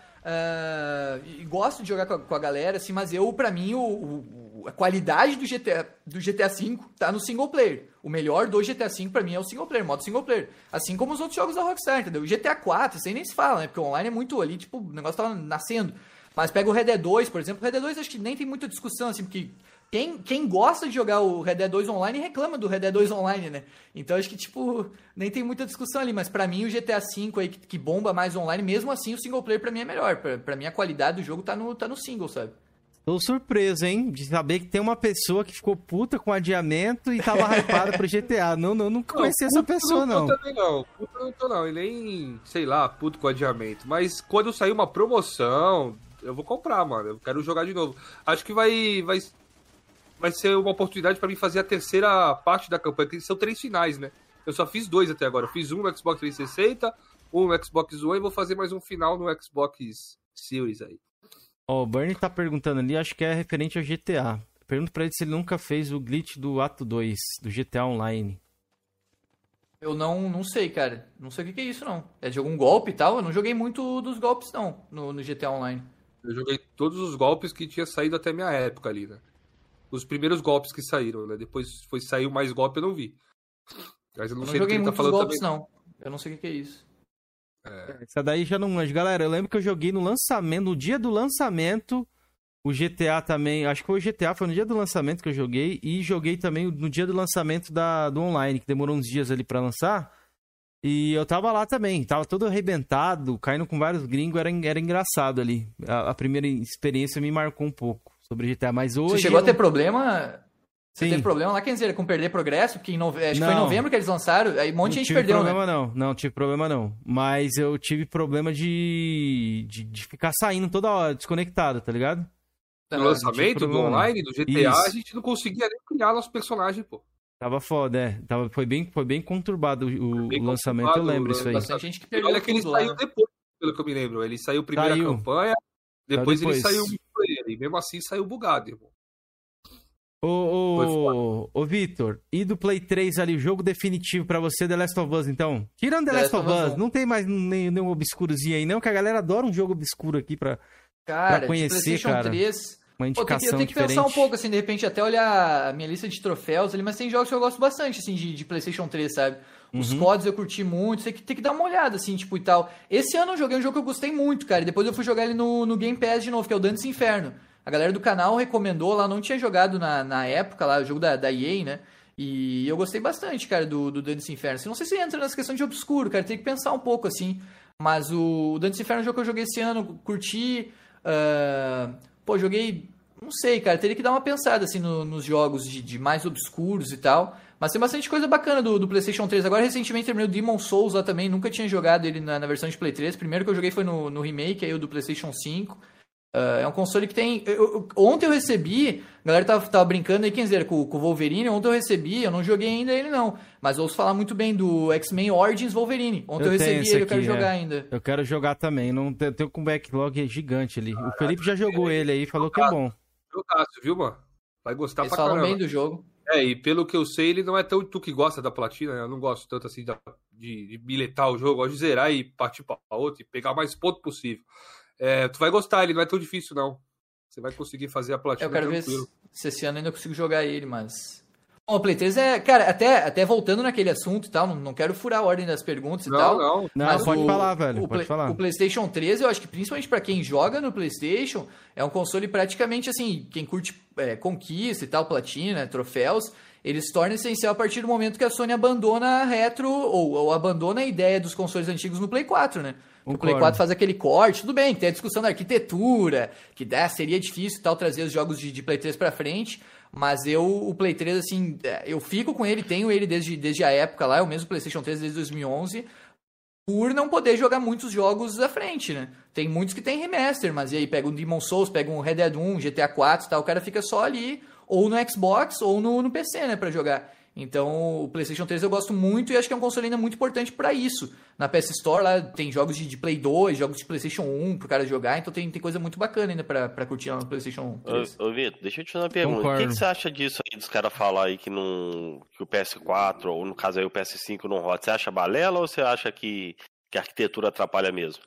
ah, e gosto de jogar com a, com a galera, assim, mas eu, pra mim, o, o- a qualidade do G T A, do G T A cinco tá no single player. O melhor do G T A cinco, pra mim, é o single player, modo single player. Assim como os outros jogos da Rockstar, entendeu? O G T A quatro, isso aí nem se fala, né? Porque o online é muito ali, tipo, o negócio tava nascendo. Mas pega o Red Dead dois, por exemplo. O Red Dead dois acho que nem tem muita discussão, assim, porque quem, quem gosta de jogar o Red Dead dois online reclama do Red Dead dois online, né? Então acho que, tipo, nem tem muita discussão ali. Mas pra mim o G T A cinco aí, que, que bomba mais online, mesmo assim o single player pra mim é melhor. Pra, pra mim a qualidade do jogo tá no, tá no single, sabe? Tô surpreso, hein, de saber que tem uma pessoa que ficou puta com adiamento e tava hypada pro G T A. Não, não, não conheci essa puto pessoa, não. não. Tô também não. Puto não tô não. E nem, sei lá, puto com adiamento. Mas quando sair uma promoção, eu vou comprar, mano. Eu quero jogar de novo. Acho que vai, vai, vai ser uma oportunidade pra mim fazer a terceira parte da campanha, que são três finais, né? Eu só fiz dois até agora. Eu fiz um no Xbox trezentos e sessenta, um no Xbox One e vou fazer mais um final no Xbox Series aí. Ó, o Bernie tá perguntando ali, acho que é referente ao G T A. Pergunto pra ele se ele nunca fez o glitch do Ato dois, do G T A Online. Eu não, não sei, cara. Não sei o que, que é isso, não. É de algum golpe e tal? Eu não joguei muito dos golpes, não, no, no G T A Online. Eu joguei todos os golpes que tinha saído até minha época ali, né? Os primeiros golpes que saíram, né? Depois foi saiu mais golpe, eu não vi. Mas eu não, Eu não sei do que joguei ele tá muitos falando golpes, também. não. Eu não sei o que, que é isso. Essa daí já não manjo. Galera, eu lembro que eu joguei no lançamento, no dia do lançamento, o G T A também. Acho que foi o G T A, foi no dia do lançamento que eu joguei. E joguei também no dia do lançamento da, do online, que demorou uns dias ali pra lançar. E eu tava lá também, tava todo arrebentado, caindo com vários gringos, era, era engraçado ali. A, a primeira experiência me marcou um pouco sobre G T A, mas hoje... Você chegou eu a ter não- problema? Você Sim. teve problema lá, quer dizer, com perder progresso? Porque em nove... acho que Não. foi em novembro que eles lançaram, aí um monte de Não gente tive perdeu, problema, né? não. Não, tive problema não. Mas eu tive problema de, de, de ficar saindo toda hora, desconectado, tá ligado? No Tá. lançamento do problema, não. online, do G T A, a Isso. gente não conseguia nem criar nosso personagem, pô. Tava foda, é. Tava, foi, bem, foi bem conturbado o, Bem o lançamento, eu conturbado lembro o isso aí. Bastante gente que E perdeu olha que ele tudo lá, saiu né? depois, pelo que eu me lembro. Ele saiu primeiro Saiu. a campanha, depois, depois. ele saiu multiplayer. E mesmo assim saiu bugado, irmão. Ô, Foi ô, ô Vitor, e do Play três ali, o jogo definitivo pra você, The Last of Us, então? Tirando The, The Last Last of of Us, Us não tem mais nenhum, nenhum obscurozinho aí, não? Que a galera adora um jogo obscuro aqui pra Cara, pra conhecer, de PlayStation cara. três... uma Pô, tem que, eu indicação tenho que diferente. pensar um pouco, assim, de repente até olhar a minha lista de troféus ali, mas tem jogos que eu gosto bastante, assim, de, de PlayStation três, sabe? Os Uhum. C O Ds eu curti muito, tem que, tem que dar uma olhada, assim, tipo, e tal. Esse ano eu joguei um jogo que eu gostei muito, cara, e depois eu fui jogar ele no, no Game Pass de novo, que é o Dantes Inferno. A galera do canal recomendou lá, não tinha jogado na, na época lá, o jogo da, da E A, né? E eu gostei bastante, cara, do, do Dantes Inferno. Assim, não sei se entra nessa questão de obscuro, cara, tem que pensar um pouco, assim. Mas o, o Dantes Inferno é um jogo que eu joguei esse ano, curti. ah, pô, joguei. Não sei, cara, teria que dar uma pensada, assim, no- nos jogos de, de mais obscuros e tal. Mas tem bastante coisa bacana do, do PlayStation três. Agora, recentemente, terminei o Demon Souls lá também. Nunca tinha jogado ele na, na versão de Play três. Primeiro que eu joguei foi no, no remake, aí o do PlayStation cinco. Ah, é um console que tem... eu- eu- ontem eu recebi... A galera tava, tava brincando aí, quer dizer, com, com o Wolverine. Ontem eu recebi, eu não joguei ainda ele, não. Mas ouço falar muito bem do X-Men Origins Wolverine. Ontem eu, Eu tenho recebi esse ele, eu quero aqui, jogar é. ainda. Eu quero jogar também, não eu tenho com um backlog gigante ali. O Felipe já jogou ele aí, falou que é bom. Jogaço, viu, mano? Vai gostar Eles pra falam caramba. bem do jogo. É, e pelo que eu sei, ele não é tão tu que gosta da platina, né? Eu não gosto tanto assim da- de, de biletar o jogo, eu gosto de zerar e partir pra outro e pegar o mais ponto possível. É, tu vai gostar, ele não é tão difícil, não. Você vai conseguir fazer a platina Eu quero ver tranquilo. se, se esse ano ainda eu consigo jogar ele, mas... Bom, o Play três é... Cara, até, até voltando naquele assunto e tal, não, não quero furar a ordem das perguntas e Não, tal. não. Não, Mas pode o- falar, velho, o pode Play- falar. O PlayStation três, eu acho que principalmente pra quem joga no PlayStation, é um console praticamente assim, quem curte é, conquista e tal, platina, troféus, ele se torna essencial a partir do momento que a Sony abandona a retro, ou, ou abandona a ideia dos consoles antigos no Play quatro, né? O Play Concordo. quatro faz aquele corte, tudo bem, tem a discussão da arquitetura, que dá, seria difícil e tal trazer os jogos de, de Play três pra frente, mas eu, o Play três, assim, é, eu fico com ele, tenho ele desde, desde a época lá, é o mesmo PlayStation três desde dois mil e onze, por não poder jogar muitos jogos à frente, né? Tem muitos que tem remaster, mas e aí pega um Demon Souls, pega um Red Dead um, G T A quatro e tal, o cara fica só ali, ou no Xbox, ou no, no P C, né, pra jogar. Então, o PlayStation três eu gosto muito e acho que é um console ainda muito importante pra isso. Na P S Store lá tem jogos de, de Play dois, jogos de PlayStation um pro cara jogar, então tem, tem coisa muito bacana ainda pra, pra curtir lá no PlayStation três. Ô, ô Vitor, deixa eu te fazer uma pergunta. O que, Concordo. que você acha disso aí, dos caras falar aí que, não, que o P S quatro, ou no caso aí o P S cinco não roda? Você acha balela ou você acha que, que a arquitetura atrapalha mesmo?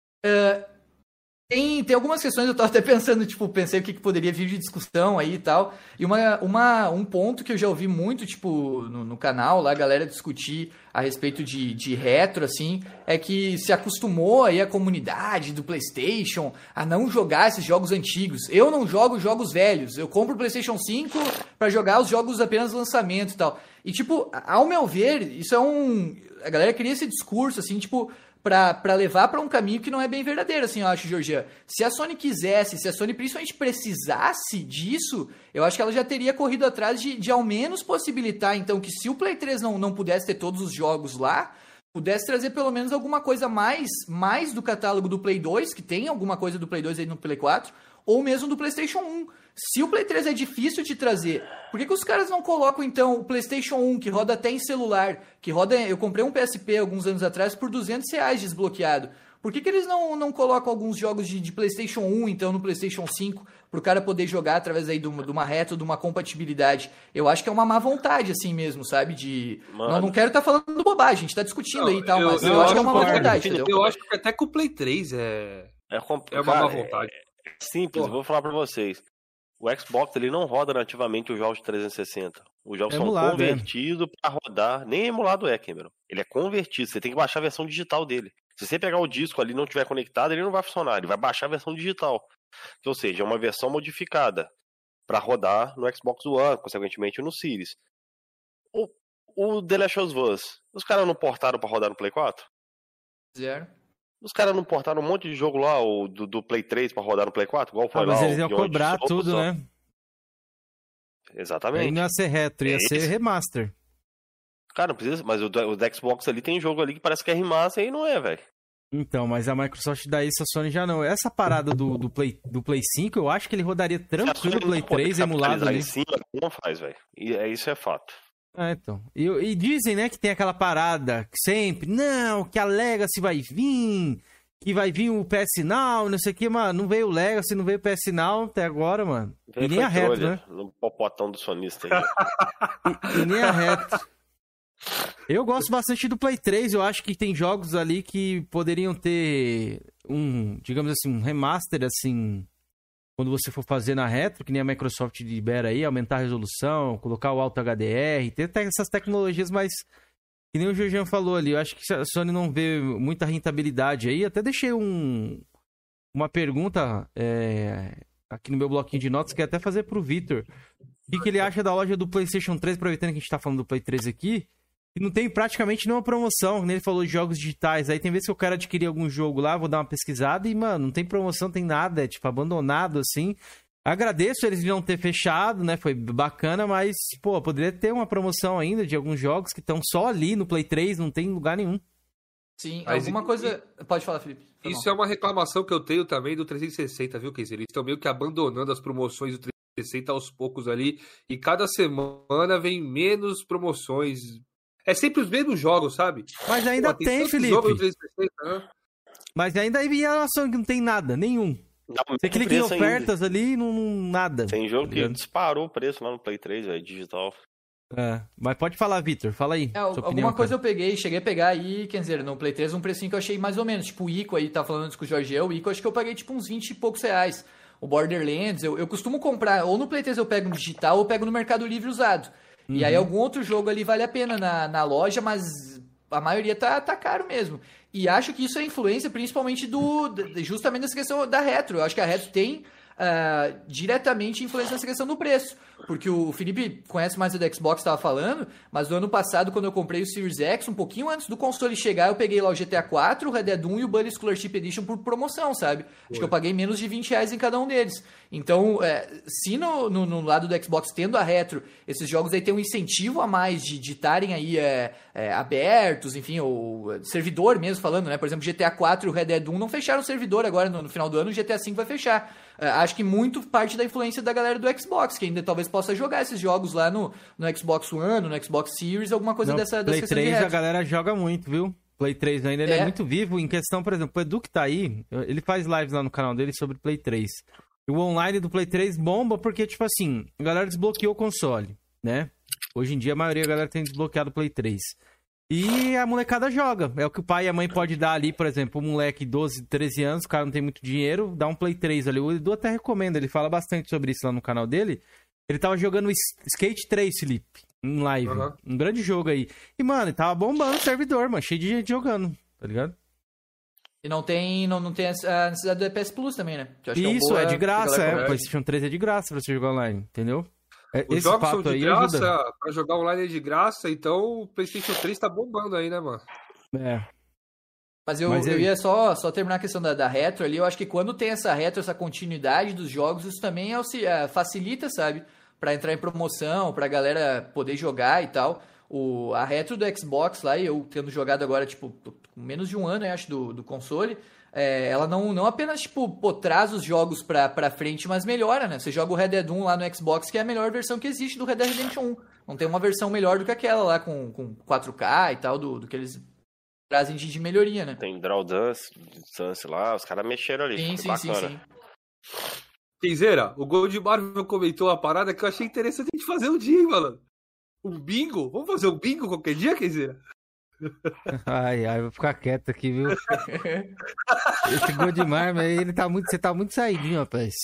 Tem, tem algumas questões, eu tava até pensando, tipo, pensei o que, que poderia vir de discussão aí e tal. E uma, uma, um ponto que eu já ouvi muito, tipo, no, no canal, lá a galera discutir a respeito de, de retro, assim, é que se acostumou aí a comunidade do PlayStation a não jogar esses jogos antigos. Eu não jogo jogos velhos, eu compro o PlayStation cinco pra jogar os jogos apenas lançamento e tal. E, tipo, ao meu ver, isso é um... A galera cria esse discurso, assim, tipo... Pra, pra levar pra um caminho que não é bem verdadeiro, assim, eu acho, Georgian. Se a Sony quisesse, se a Sony principalmente precisasse disso, eu acho que ela já teria corrido atrás de, de ao menos possibilitar, então, que se o Play três não, não pudesse ter todos os jogos lá, pudesse trazer pelo menos alguma coisa mais, mais do catálogo do Play dois, que tem alguma coisa do Play dois aí no Play quatro, ou mesmo do PlayStation um. Se o Play três é difícil de trazer, por que, que os caras não colocam, então, o PlayStation um, que roda até em celular, que roda... Eu comprei um P S P alguns anos atrás por duzentos reais desbloqueado. Por que, que eles não, não colocam alguns jogos de, de PlayStation um, então, no PlayStation cinco, pro cara poder jogar através aí de uma, de uma retro, de uma compatibilidade? Eu acho que é uma má vontade, assim mesmo, sabe? De... Mano. Não, não quero estar falando bobagem, a gente tá discutindo Não, aí e tal, eu- mas eu, eu acho que é uma má concordo. vontade, entendeu? Eu acho que até com o Play três é, É, comp... é uma cara, má vontade. é simples, eu vou falar pra vocês. O Xbox ele não roda nativamente os jogos de trezentos e sessenta. Os jogos É são emulado, é. convertidos pra rodar. Nem emulado é, Cameron. Ele é convertido. Você tem que baixar a versão digital dele. Se você pegar o disco ali e não tiver conectado, ele não vai funcionar. Ele vai baixar a versão digital. Ou seja, é uma versão modificada pra rodar no Xbox One, consequentemente no Series. O, o The Last of Us, os caras não portaram pra rodar no Play quatro? Zero. Os caras não portaram um monte de jogo lá, o do, do Play três pra rodar no Play quatro? Igual foi Ah, lá mas o eles iam Beyond cobrar Souls, tudo, ó. né? Exatamente. Aí não ia ser retro, ia É ser isso. remaster. Cara, não precisa, mas o, do- o do Xbox ali tem jogo ali que parece que é remaster e não é, velho. Então, mas a Microsoft dá isso, a Sony já não. Essa parada do, do, Play, do Play cinco, eu acho que ele rodaria tranquilo no Play três emulado ali. Em cima, não faz, velho. E é, isso é fato. Ah, então. E, e dizem, né, que tem aquela parada que sempre, não, que a Legacy vai vir, que vai vir o P S Now, não sei o que, mano. Não veio o Legacy, não veio o P S Now até agora, mano. E nem a retro, né? No popotão do sonista aí. E, e nem a retro. Eu gosto bastante do Play três, eu acho que tem jogos ali que poderiam ter um, digamos assim, um remaster, assim, quando você for fazer na retro, que nem a Microsoft libera aí, aumentar a resolução, colocar o Alto H D R, ter até essas tecnologias, mas que nem o Jorginho falou ali, eu acho que a Sony não vê muita rentabilidade aí, até deixei um, uma pergunta é, aqui no meu bloquinho de notas, que é até fazer pro Vitor, o que, que ele acha da loja do PlayStation três, aproveitando que a gente tá falando do Play três aqui, e não tem praticamente nenhuma promoção, nem ele falou de jogos digitais. Aí tem vezes que eu quero adquirir algum jogo lá, vou dar uma pesquisada e, mano, não tem promoção, tem nada, é tipo abandonado assim. Agradeço eles de não ter fechado, né? Foi bacana, mas, pô, poderia ter uma promoção ainda de alguns jogos que estão só ali no Play três, não tem lugar nenhum. Sim, Mas alguma e- coisa... Pode falar, Felipe. Foi Isso mal. é uma reclamação que eu tenho também do trezentos e sessenta, viu, Keizer? Eles estão meio que abandonando as promoções do trezentos e sessenta aos poucos ali. E cada semana vem menos promoções. É sempre os mesmos jogos, sabe? Mas ainda Pô, tem, tanto Felipe. jogo no trezentos e sessenta, né? Mas ainda aí vem a relação que não tem nada, nenhum. Dá o Você mesmo clica em preço ainda. ofertas ali e não, não- nada. Tem jogo tá que ligado? disparou o preço lá no Play três, velho, digital. É, mas pode falar, Vitor, fala aí. É, sua alguma opinião, coisa cara. eu peguei, cheguei a pegar aí, quer dizer, no Play três um precinho que eu achei mais ou menos, tipo o Ico aí, tá falando isso com o Jorgel, o Ico acho que eu paguei tipo uns vinte e poucos reais. O Borderlands, eu, eu costumo comprar, ou no Play três eu pego no digital, ou eu pego no Mercado Livre usado. E Uhum. aí algum outro jogo ali vale a pena na, na loja, mas a maioria tá, tá caro mesmo. E acho que isso é influência principalmente do, de- justamente dessa questão da retro. Eu acho que a retro tem ah, diretamente influência nessa questão do preço. Porque o Felipe conhece mais o do Xbox, estava falando, mas no ano passado, quando eu comprei o Series X, um pouquinho antes do console chegar, eu peguei lá o G T A quatro, o Red Dead um e o Bully Scholarship Edition por promoção, sabe? Acho que eu paguei menos de vinte reais em cada um deles. Então, é, se no, no, no lado do Xbox, tendo a retro, esses jogos aí tem um incentivo a mais de estarem aí é, é, abertos, enfim, ou é, servidor mesmo falando, né? Por exemplo, G T A quatro e o Red Dead um não fecharam o servidor agora no, no final do ano, o G T A cinco vai fechar. É, acho que muito parte da influência da galera do Xbox, que ainda talvez possa jogar esses jogos lá no, no Xbox One, no Xbox Series, alguma coisa Não, dessa, dessa Play questão de três a retro. galera joga muito, viu? Play três ainda ele é. É. muito vivo em questão, por exemplo, o Edu que tá aí, ele faz lives lá no canal dele sobre Play três. E o online do Play três bomba porque, tipo assim, a galera desbloqueou o console, né? Hoje em dia a maioria da galera tem desbloqueado o Play três. E a molecada joga. É o que o pai e a mãe pode dar ali, por exemplo, um moleque de doze, treze anos, o cara não tem muito dinheiro, dá um Play três ali. O Edu até recomenda, ele fala bastante sobre isso lá no canal dele. Ele tava jogando Skate três, Felipe, em live. Uhum. Um grande jogo aí. E, mano, ele tava bombando o servidor, mano, cheio de gente jogando, tá ligado? E não tem, não, não tem a necessidade do E P S Plus também, né? Que eu acho que Isso, uma boa é de graça, pra galera é. O conhece. PlayStation três é de graça pra você jogar online, entendeu? É, Os esse jogos são fato de aí graça, ajuda. pra jogar online é de graça, então o PlayStation três tá bombando aí, né, mano? É. Mas eu, Mas eu eu- ia só, só terminar a questão da, da retro ali. Eu acho que quando tem essa retro, essa continuidade dos jogos, isso também auxi- eh, facilita, sabe? Pra entrar em promoção, pra galera poder jogar e tal. O, a retro do Xbox lá, e eu tendo jogado agora, tipo, com menos de um ano, eu acho, do, do console, eh, ela não, não apenas, tipo, pô, traz os jogos pra, pra frente, mas melhora, né? Você joga o Red Dead um lá no Xbox, que é a melhor versão que existe do Red Dead Redemption um. Não tem uma versão melhor do que aquela lá, com, com quatro K e tal, do, do que eles trazem de, de melhoria, né? Tem Draw Dance, Dance lá, os caras mexeram ali. Sim, ficou sim, sim, bacana. sim. Kenzeira, o Gold Marvel comentou uma parada que eu achei interessante a gente fazer um dia, hein, mano? Um bingo? Vamos fazer um bingo qualquer dia, Kenzeira? Ai, ai, vou ficar quieto aqui, viu? Esse Gold Marvel aí, ele tá muito, você tá muito saidinho, rapaz.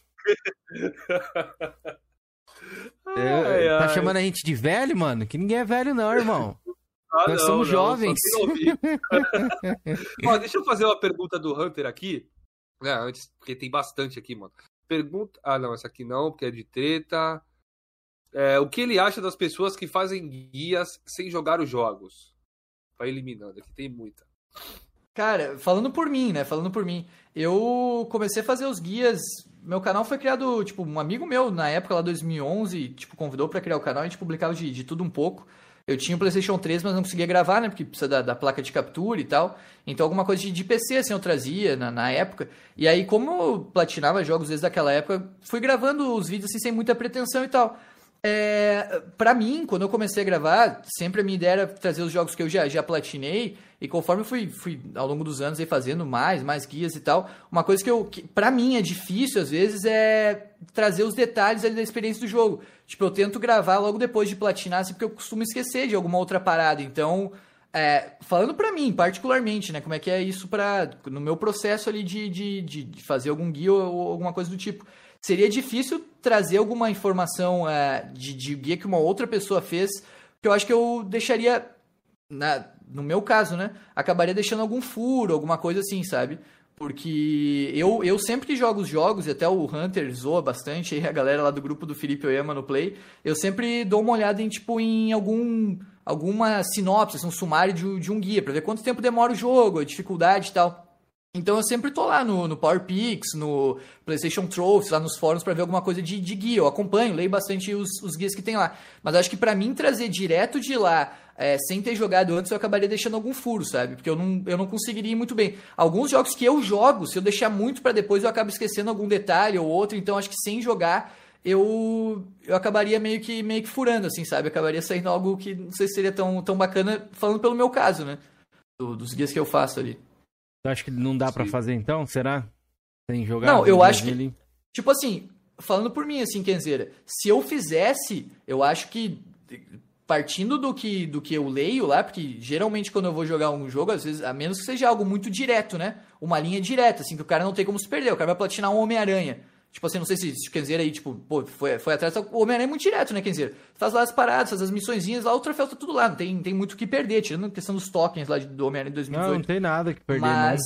É, Ai, tá ai. chamando a gente de velho, mano? Que ninguém é velho não, irmão. Ah, Nós não, somos não, jovens. só tem novinho. Ó, deixa eu fazer uma pergunta do Hunter aqui. Né, antes, porque tem bastante aqui, mano. Pergunta. Ah, não, essa aqui não, porque é de treta. É, o que ele acha das pessoas que fazem guias sem jogar os jogos? Vai eliminando, aqui tem muita. Cara, falando por mim, né? Falando por mim, eu comecei a fazer os guias meu canal foi criado, tipo, um amigo meu, na época, lá dois mil e onze, tipo, convidou pra criar o canal, a gente publicava de, de tudo um pouco. Eu tinha o PlayStation três, mas não conseguia gravar, né, porque precisa da, da placa de captura e tal. Então, alguma coisa de, de P C, assim, eu trazia na, na época. E aí, como eu platinava jogos desde aquela época, fui gravando os vídeos, assim, sem muita pretensão e tal. É, pra mim, quando eu comecei a gravar, sempre a minha ideia era trazer os jogos que eu já, já platinei, e conforme eu fui, fui ao longo dos anos aí fazendo mais, mais guias e tal, uma coisa que, eu, que pra mim é difícil às vezes é trazer os detalhes ali da experiência do jogo. Tipo, eu tento gravar logo depois de platinar, assim, porque eu costumo esquecer de alguma outra parada. Então, é, falando pra mim, particularmente, né, como é que é isso pra, no meu processo ali de, de, de, de fazer algum guia ou, ou alguma coisa do tipo. Seria difícil trazer alguma informação é, de, de guia que uma outra pessoa fez, que eu acho que eu deixaria, na, no meu caso, né? Acabaria deixando algum furo, alguma coisa assim, sabe? Porque eu, eu sempre que jogo os jogos, e até o Hunter zoa bastante, aí a galera lá do grupo do Felipe Oyama no Play, eu sempre dou uma olhada em, tipo, em algum, alguma sinopse, um sumário de, de um guia, pra ver quanto tempo demora o jogo, a dificuldade e tal. Então eu sempre tô lá no, no PowerPix, no PlayStation Trophies, lá nos fóruns pra ver alguma coisa de, de guia. Eu acompanho, leio bastante os, os guias que tem lá. Mas acho que pra mim trazer direto de lá, é, sem ter jogado antes, eu acabaria deixando algum furo, sabe? Porque eu não, eu não conseguiria ir muito bem. Alguns jogos que eu jogo, se eu deixar muito pra depois, eu acabo esquecendo algum detalhe ou outro. Então acho que sem jogar, eu, eu acabaria meio que, meio que furando, assim, sabe? Eu acabaria saindo algo que não sei se seria tão, tão bacana, falando pelo meu caso, né? Do, dos guias que eu faço ali. Tu acha que não dá Sim. pra fazer então? Será? Sem jogar? Não, eu acho que... Ali? Tipo assim, falando por mim, assim, Kenzeira, se eu fizesse, eu acho que... Partindo do que, do que eu leio lá, porque geralmente quando eu vou jogar um jogo, às vezes, a menos que seja algo muito direto, né? Uma linha direta, assim, que o cara não tem como se perder. O cara vai platinar um Homem-Aranha. Tipo assim, não sei se o Kenzeira aí, tipo, pô, foi, foi atrás. O Homem-Aranha é muito direto, né, Kenzeira? Faz lá as paradas, faz as missõezinhas lá, o troféu tá tudo lá. Não tem, tem muito o que perder, tirando a questão dos tokens lá do Homem-Aranha de dois mil e dezoito. Não, não tem nada que perder, Mas...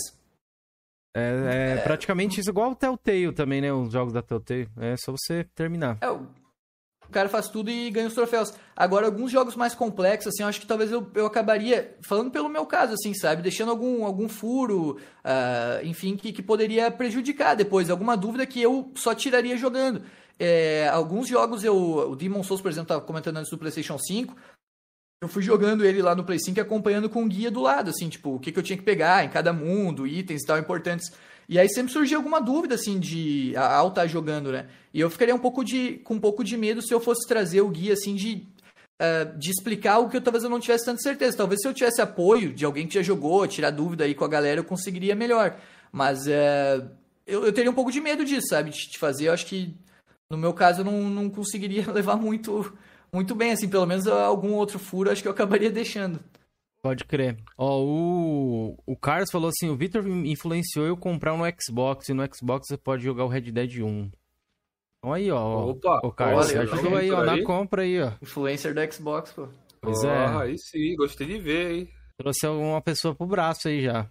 não. É, é, é praticamente isso, igual o Telltale também, né? Os jogos da Telltale. É só você terminar. É, o cara faz tudo e ganha os troféus. Agora, alguns jogos mais complexos, assim, eu acho que talvez eu, eu acabaria, falando pelo meu caso, assim, sabe? Deixando algum, algum furo, uh, enfim, que, que poderia prejudicar depois. Alguma dúvida que eu só tiraria jogando. É, alguns jogos, eu, o Demon's Souls, por exemplo, estava comentando antes do PlayStation cinco. Eu fui jogando ele lá no Play cinco e acompanhando com um guia do lado, assim, tipo, o que, que eu tinha que pegar em cada mundo, itens e tal, importantes. E aí sempre surgia alguma dúvida, assim, de ao estar jogando, né? E eu ficaria um pouco de, com um pouco de medo se eu fosse trazer o guia, assim, de, uh, de explicar o que eu talvez eu não tivesse tanta certeza. Talvez se eu tivesse apoio de alguém que já jogou, tirar dúvida aí com a galera, eu conseguiria melhor. Mas uh, eu, eu teria um pouco de medo disso, sabe? De, de fazer, eu acho que, no meu caso, eu não, não conseguiria levar muito... Muito bem, assim, pelo menos algum outro furo acho que eu acabaria deixando. Pode crer. Ó, o, o Carlos falou assim, o Victor influenciou eu comprar no Xbox, e no Xbox você pode jogar o Red Dead um. Então aí, ó. Opa, o Carlos, olha, ajudou aí, ó, na compra aí, ó. Influencer do Xbox, pô. Pois oh, é. Aí sim, gostei de ver, hein? Trouxe uma pessoa pro braço aí já.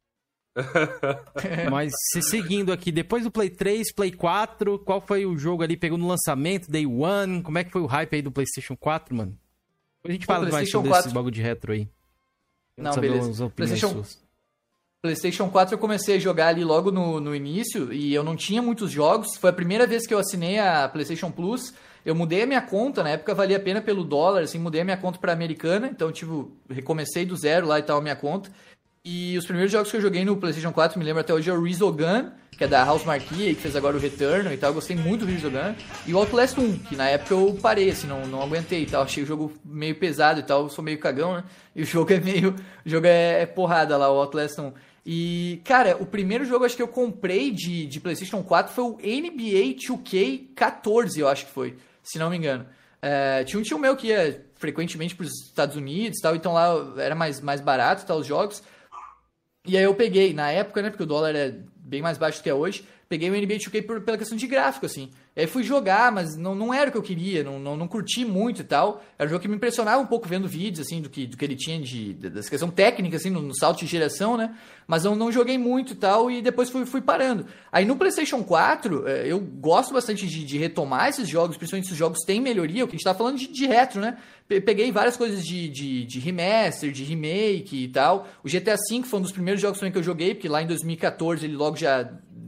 Mas se seguindo aqui, depois do Play três, Play quatro, qual foi o jogo ali? Pegou no lançamento, Day One? Como é que foi o hype aí do PlayStation quatro, mano? Depois a gente fala mais sobre quatro... esse bagulho de retro aí. Não, beleza. PlayStation... PlayStation quatro eu comecei a jogar ali logo no, no início e eu não tinha muitos jogos. Foi a primeira vez que eu assinei a PlayStation Plus. Eu mudei a minha conta, na época valia a pena pelo dólar, assim, mudei a minha conta pra americana. Então, tipo, recomecei do zero lá e tal a minha conta. E os primeiros jogos que eu joguei no PlayStation quatro, me lembro até hoje, é o Resogun, que é da House Marquee, que fez agora o Returnal e tal. Eu gostei muito do Resogun. E o Outlast um, que na época eu parei, assim, não, não aguentei e tal. Achei o jogo meio pesado e tal, eu sou meio cagão, né? E o jogo é meio... O jogo é, é porrada lá, o Outlast um. E, cara, o primeiro jogo acho que eu comprei de, de PlayStation quatro foi o N B A dois K quatorze, eu acho que foi, se não me engano. É, tinha um tio meu que ia frequentemente para os Estados Unidos e tal, então lá era mais, mais barato tal, os jogos. E aí eu peguei, na época, né, porque o dólar é bem mais baixo do que é hoje, peguei o N B A dois K por, pela questão de gráfico, assim. E aí fui jogar, mas não, não era o que eu queria, não, não, não curti muito e tal. Era um jogo que me impressionava um pouco vendo vídeos, assim, do que, do que ele tinha de, de, dessa questão técnica, assim, no, no salto de geração, né? Mas eu não joguei muito e tal, e depois fui, fui parando. Aí no PlayStation quatro, eu gosto bastante de, de retomar esses jogos, principalmente se os jogos têm melhoria, o que a gente tá falando de, de retro, né? Peguei várias coisas de, de, de remaster, de remake e tal. O G T A cinco foi um dos primeiros jogos também que eu joguei, porque lá em dois mil e quatorze ele logo já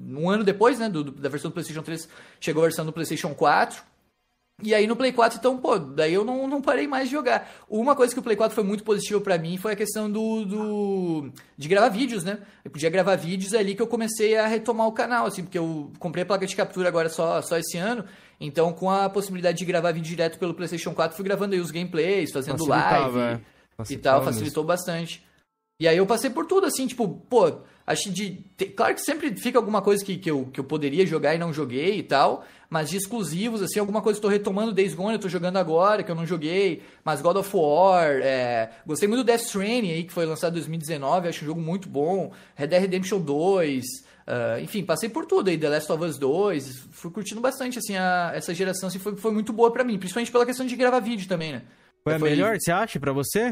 um ano depois, né, do, do, da versão do PlayStation três, chegou a versão do PlayStation quatro. E aí no Play quatro, então, pô, daí eu não, não parei mais de jogar. Uma coisa que o Play quatro foi muito positiva pra mim foi a questão do, do de gravar vídeos, né? Eu podia gravar vídeos ali que eu comecei a retomar o canal, assim, porque eu comprei a placa de captura agora só, só esse ano. Então, com a possibilidade de gravar vídeo direto pelo PlayStation quatro, fui gravando aí os gameplays, fazendo Facilitava, live é. e tal, facilitou bastante. E aí eu passei por tudo, assim, tipo, pô, acho de... Claro que sempre fica alguma coisa que, que, eu, que eu poderia jogar e não joguei e tal, mas de exclusivos, assim, alguma coisa que eu tô retomando Days Gone, eu tô jogando agora, que eu não joguei, mas God of War, é... gostei muito do Death Stranding aí, que foi lançado em dois mil e dezenove, acho um jogo muito bom, Red Dead Redemption dois, uh, enfim, passei por tudo aí, The Last of Us dois, fui curtindo bastante, assim, a, essa geração, assim, foi, foi muito boa pra mim, principalmente pela questão de gravar vídeo também, né? Foi a Foi... melhor, você acha, pra você?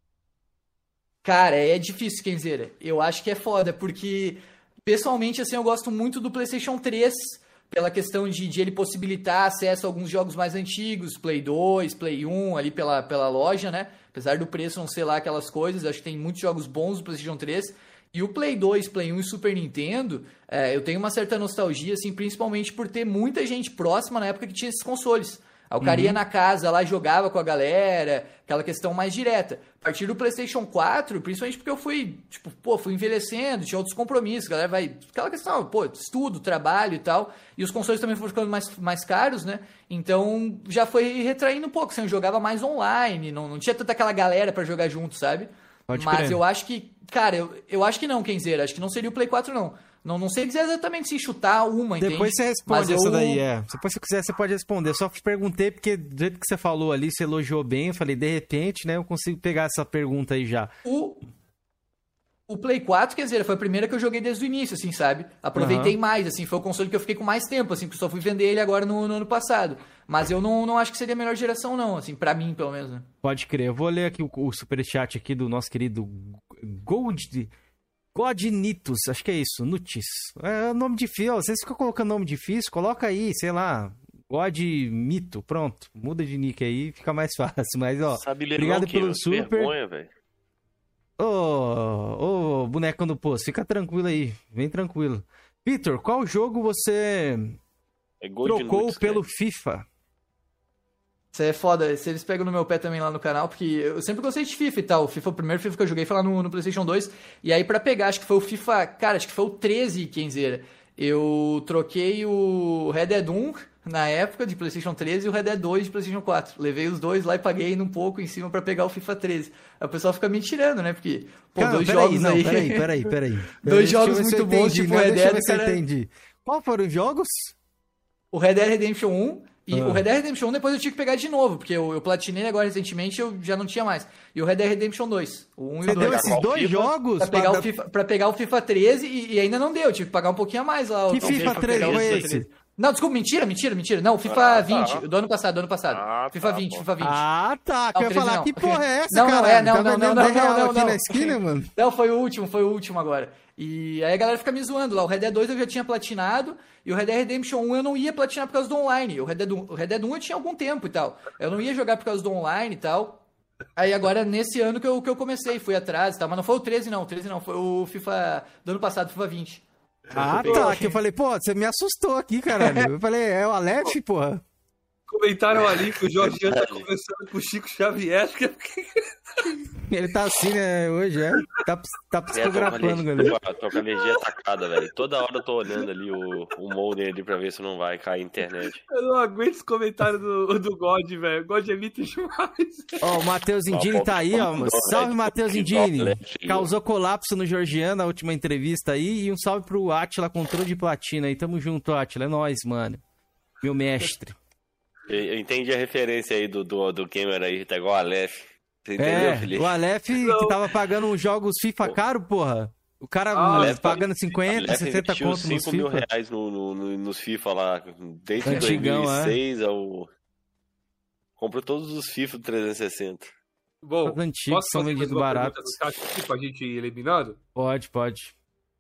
Cara, é difícil, Kenzeira. Eu acho que é foda, porque pessoalmente, assim, eu gosto muito do PlayStation três, pela questão de, de ele possibilitar acesso a alguns jogos mais antigos, Play dois, Play um, ali pela, pela loja, né? Apesar do preço não ser lá aquelas coisas, acho que tem muitos jogos bons do PlayStation três. E o Play dois, Play um e Super Nintendo, é, eu tenho uma certa nostalgia, assim, principalmente por ter muita gente próxima na época que tinha esses consoles. Aí o cara ia na casa lá, jogava com a galera, aquela questão mais direta. A partir do PlayStation quatro, principalmente porque eu fui, tipo, pô, fui envelhecendo, tinha outros compromissos, a galera vai... Aquela questão, pô, estudo, trabalho e tal. E os consoles também foram ficando mais, mais caros, né? Então, já foi retraindo um pouco, assim, eu jogava mais online, não, não tinha tanta aquela galera pra jogar junto, sabe? Pode Mas crer. eu acho que, cara, eu, eu acho que não, Kenzeira, acho que não seria o Play quatro, não. Não, não sei dizer exatamente se chutar uma, entende? Depois você Mas responde essa eu- daí, é. Depois se quiser, você pode responder. Só te perguntei, porque do jeito que você falou ali, você elogiou bem, eu falei, de repente, né, eu consigo pegar essa pergunta aí já. O, o Play quatro, quer dizer, foi a primeira que eu joguei desde o início, assim, sabe? Aproveitei Aham. mais, assim, foi o console que eu fiquei com mais tempo, assim, porque eu só fui vender ele agora no, no ano passado. Mas eu não, não acho que seria a melhor geração, não, assim, pra mim, pelo menos, né? Pode crer. Eu vou ler aqui o, o superchat aqui do nosso querido Gold... Godnitus, acho que é isso, Nutis. É nome difícil, ó, vocês ficam colocando nome difícil, coloca aí, sei lá, God Mito, pronto. Muda de nick aí, fica mais fácil. Mas, ó, Sabe ler obrigado não, que pelo super. vergonha, velho. Ô, ô, boneco no posto, fica tranquilo aí, vem tranquilo. Vitor, qual jogo você É gol de trocou nudes, pelo cara. FIFA? Isso é foda, se eles pegam no meu pé também lá no canal, porque eu sempre gostei de FIFA e tal. O FIFA, o primeiro FIFA que eu joguei foi lá no, no PlayStation dois. E aí, pra pegar, acho que foi o FIFA. Cara, acho que foi o treze, Kenzeira. Eu troquei o Red Dead um na época de PlayStation treze e o Red Dead dois de PlayStation quatro. Levei os dois lá e paguei um pouco em cima pra pegar o FIFA treze. Aí o pessoal fica me tirando, né? Porque, pô, Cara, dois peraí, jogos não, aí. peraí, peraí, peraí. Dois Deixa eu jogos ver se eu muito bons, entendi, tipo não, Red deixa eu Dead, ver se eu cara. entendi. Qual foram os jogos? O Red Dead Redemption um e Ah. o Red Dead Redemption um depois eu tive que pegar de novo, porque eu, eu platinei agora recentemente e eu já não tinha mais. E o Red Dead Redemption dois, o um e Você o deu dois. esses Qual dois FIFA? jogos? Pra pegar, pra- o FIFA, pra pegar o FIFA treze e, e ainda não deu, eu tive que pagar um pouquinho a mais lá. Que o- FIFA pra treze pegar o foi FIFA esse? treze. Não, desculpa, mentira, mentira, mentira. Não, o FIFA Ah, tá. vinte, do ano passado, do ano passado. Ah, FIFA tá, vinte, pô. FIFA vinte. Ah, tá. Que eu Não, ia falar, treze não. que porra é essa, Não, não, caralho? é, não, Tá não, vendendo não, não, dez real não, aqui não. na esquina, mano? Não, foi o último, foi o último agora. E aí a galera fica me zoando lá. O Red Dead dois eu já tinha platinado e o Red Dead Redemption um eu não ia platinar por causa do online. O Red Dead um, o Red Dead um eu tinha algum tempo e tal. Eu não ia jogar por causa do online e tal. Aí agora, nesse ano que eu, que eu comecei, fui atrás e tal. Mas não foi o treze não, o treze não. Foi o FIFA do ano passado, FIFA vinte. Ah, tá. Que eu falei, pô, você me assustou aqui, caralho. Eu falei, é o Aleph, porra? Comentaram ali que o Jorginho tá conversando com o Chico Xavier. Acho que é porque... Ele tá assim, né, hoje, é? Tá, tá É, tô com a psicografando, energia- galera. tô com a- tô com a energia atacada, velho. Toda hora eu tô olhando ali o, o molde ali pra ver se não vai cair a internet. Eu não aguento esse comentário do, do God, velho. God é mito demais. Ó, o Matheus Indini tá aí, ó. Salve, Matheus Indini. Causou colapso no Georgiano na última entrevista aí. E um salve pro Atila, controle de platina aí. Tamo junto, Atila. É nóis, mano. Meu mestre. Eu, eu entendi a referência aí do, do, do gamer aí, tá igual a Aleph. Você entendeu, É, Felipe? o Aleph que tava pagando uns jogos FIFA caro, porra. O cara Ah, Aleph- pagando cinquenta, Aleph sessenta investiu conto nos cinco mil FIFA. reais no, no, no- nos FIFA lá, desde Antigão, dois mil e seis ao... Comprou todos os FIFA do trezentos e sessenta. Bom, Os antigos posso são fazer mais vendidos uma baratos. pergunta no chat aqui pra gente ir eliminando? Pode, pode.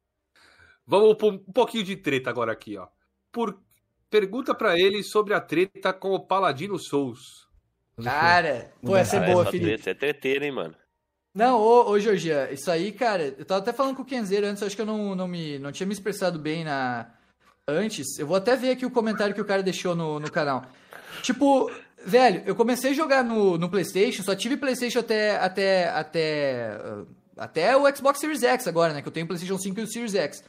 Vamos pôr um pouquinho de treta agora aqui, ó. Por... Pergunta pra ele sobre a treta com o Paladino Souls. Cara, pô, essa é Cara, boa, essa Felipe. treta é treteira, hein, mano? Não, ô, ô Georgia, isso aí, cara, eu tava até falando com o Kenzeiro antes, eu acho que eu não, não, me, não tinha me expressado bem na, antes, eu vou até ver aqui o comentário que o cara deixou no, no canal. Tipo, velho, eu comecei a jogar no, no PlayStation, só tive PlayStation até, até, até, uh, até o Xbox Series X agora, né? Que eu tenho o PlayStation cinco e o Series X.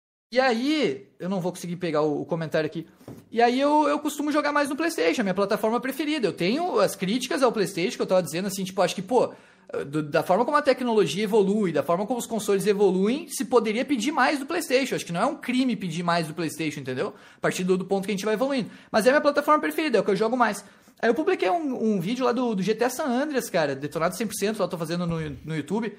E aí, eu não vou conseguir pegar o, o comentário aqui. E aí eu, eu costumo jogar mais no PlayStation, a minha plataforma preferida. Eu tenho as críticas ao PlayStation, que eu tava dizendo assim, tipo, acho que, pô, do, da forma como a tecnologia evolui, da forma como os consoles evoluem, se poderia pedir mais do PlayStation. Acho que não é um crime pedir mais do PlayStation, entendeu? A partir do, do ponto que a gente vai evoluindo. Mas é a minha plataforma preferida, é o que eu jogo mais. Aí eu publiquei um, um vídeo lá do, do G T A San Andreas, cara, detonado cem por cento, lá eu tô fazendo no, no YouTube.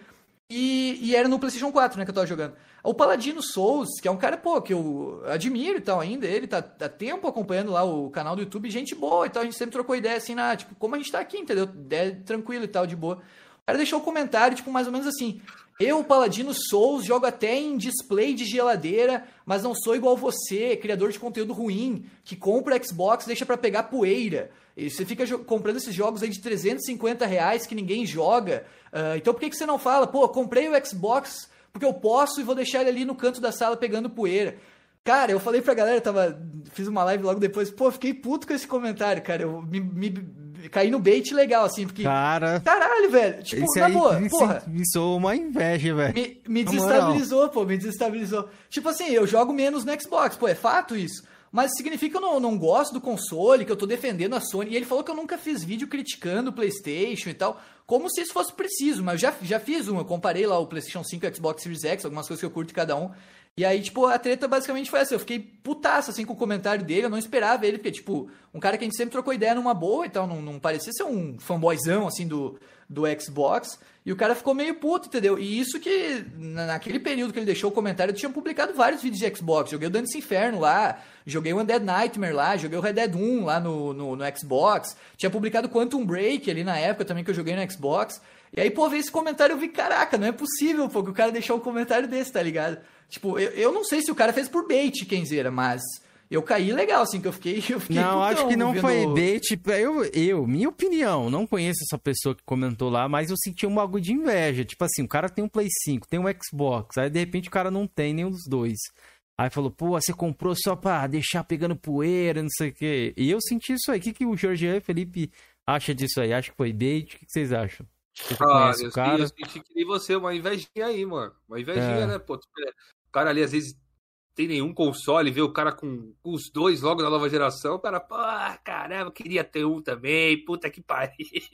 E, e era no PlayStation quatro, né, que eu tava jogando. O Paladino Souls, que é um cara, pô, que eu admiro e tal ainda, ele tá há tempo acompanhando lá o canal do YouTube, gente boa e tal, a gente sempre trocou ideia assim, na, tipo, como a gente tá aqui, entendeu? Ideia tranquilo e tal, de boa. O cara deixou um comentário, tipo, mais ou menos assim, eu, Paladino Souls, jogo até em display de geladeira, mas não sou igual você, criador de conteúdo ruim, que compra Xbox e deixa pra pegar poeira. E você fica comprando esses jogos aí de trezentos e cinquenta reais que ninguém joga. Uh, então por que, que você não fala, pô, comprei o Xbox porque eu posso e vou deixar ele ali no canto da sala pegando poeira? Cara, eu falei pra galera, eu tava, fiz uma live logo depois, pô, fiquei puto com esse comentário, cara. Eu me, me, me caí no bait legal, assim, porque... Cara... Caralho, velho. Tipo, esse na aí boa, me, porra. Me soou uma inveja, velho. Me, me desestabilizou, pô, me desestabilizou. Tipo assim, eu jogo menos no Xbox, pô, é fato isso. Mas significa que eu não, não gosto do console, que eu tô defendendo a Sony. E ele falou que eu nunca fiz vídeo criticando o PlayStation e tal, como se isso fosse preciso. Mas eu já, já fiz um, eu comparei lá o PlayStation cinco e o Xbox Series X, algumas coisas que eu curto de cada um. E aí, tipo, a treta basicamente foi essa. Eu fiquei putaço, assim, com o comentário dele. Eu não esperava ele, porque, tipo, um cara que a gente sempre trocou ideia numa boa e tal, não, não parecia ser um fanboyzão, assim, do, do Xbox. E o cara ficou meio puto, entendeu? E isso que, naquele período que ele deixou o comentário, eu tinha publicado vários vídeos de Xbox. Joguei o Dantes Inferno lá, joguei o Undead Nightmare lá, joguei o Red Dead um lá no, no, no Xbox. Tinha publicado Quantum Break ali na época também, que eu joguei no Xbox. E aí, pô, ver esse comentário, eu vi, caraca, não é possível, pô, que o cara deixou um comentário desse, tá ligado? Tipo, eu, eu não sei se o cara fez por bait, Kenzeira, mas... Eu caí legal, assim, que eu fiquei... Eu fiquei não, putão, acho que não vendo... foi bait. Eu, eu, minha opinião, não conheço essa pessoa que comentou lá, mas eu senti um bagulho de inveja. Tipo assim, o cara tem um Play cinco, tem um Xbox, aí de repente o cara não tem nenhum dos dois. Aí falou, pô, você comprou só pra deixar pegando poeira, não sei o quê. E eu senti isso aí. O que, que o Jorge e o Felipe acham disso aí? Acho que foi bait? O que, que vocês acham? Você ah, conhece eu, o cara? eu senti que nem você, uma invejinha aí, mano. Uma invejinha, é. né, pô? O cara ali, às vezes... tem nenhum console, vê o cara com os dois logo na nova geração, o cara, pô, caramba, queria ter um também, puta que pariu.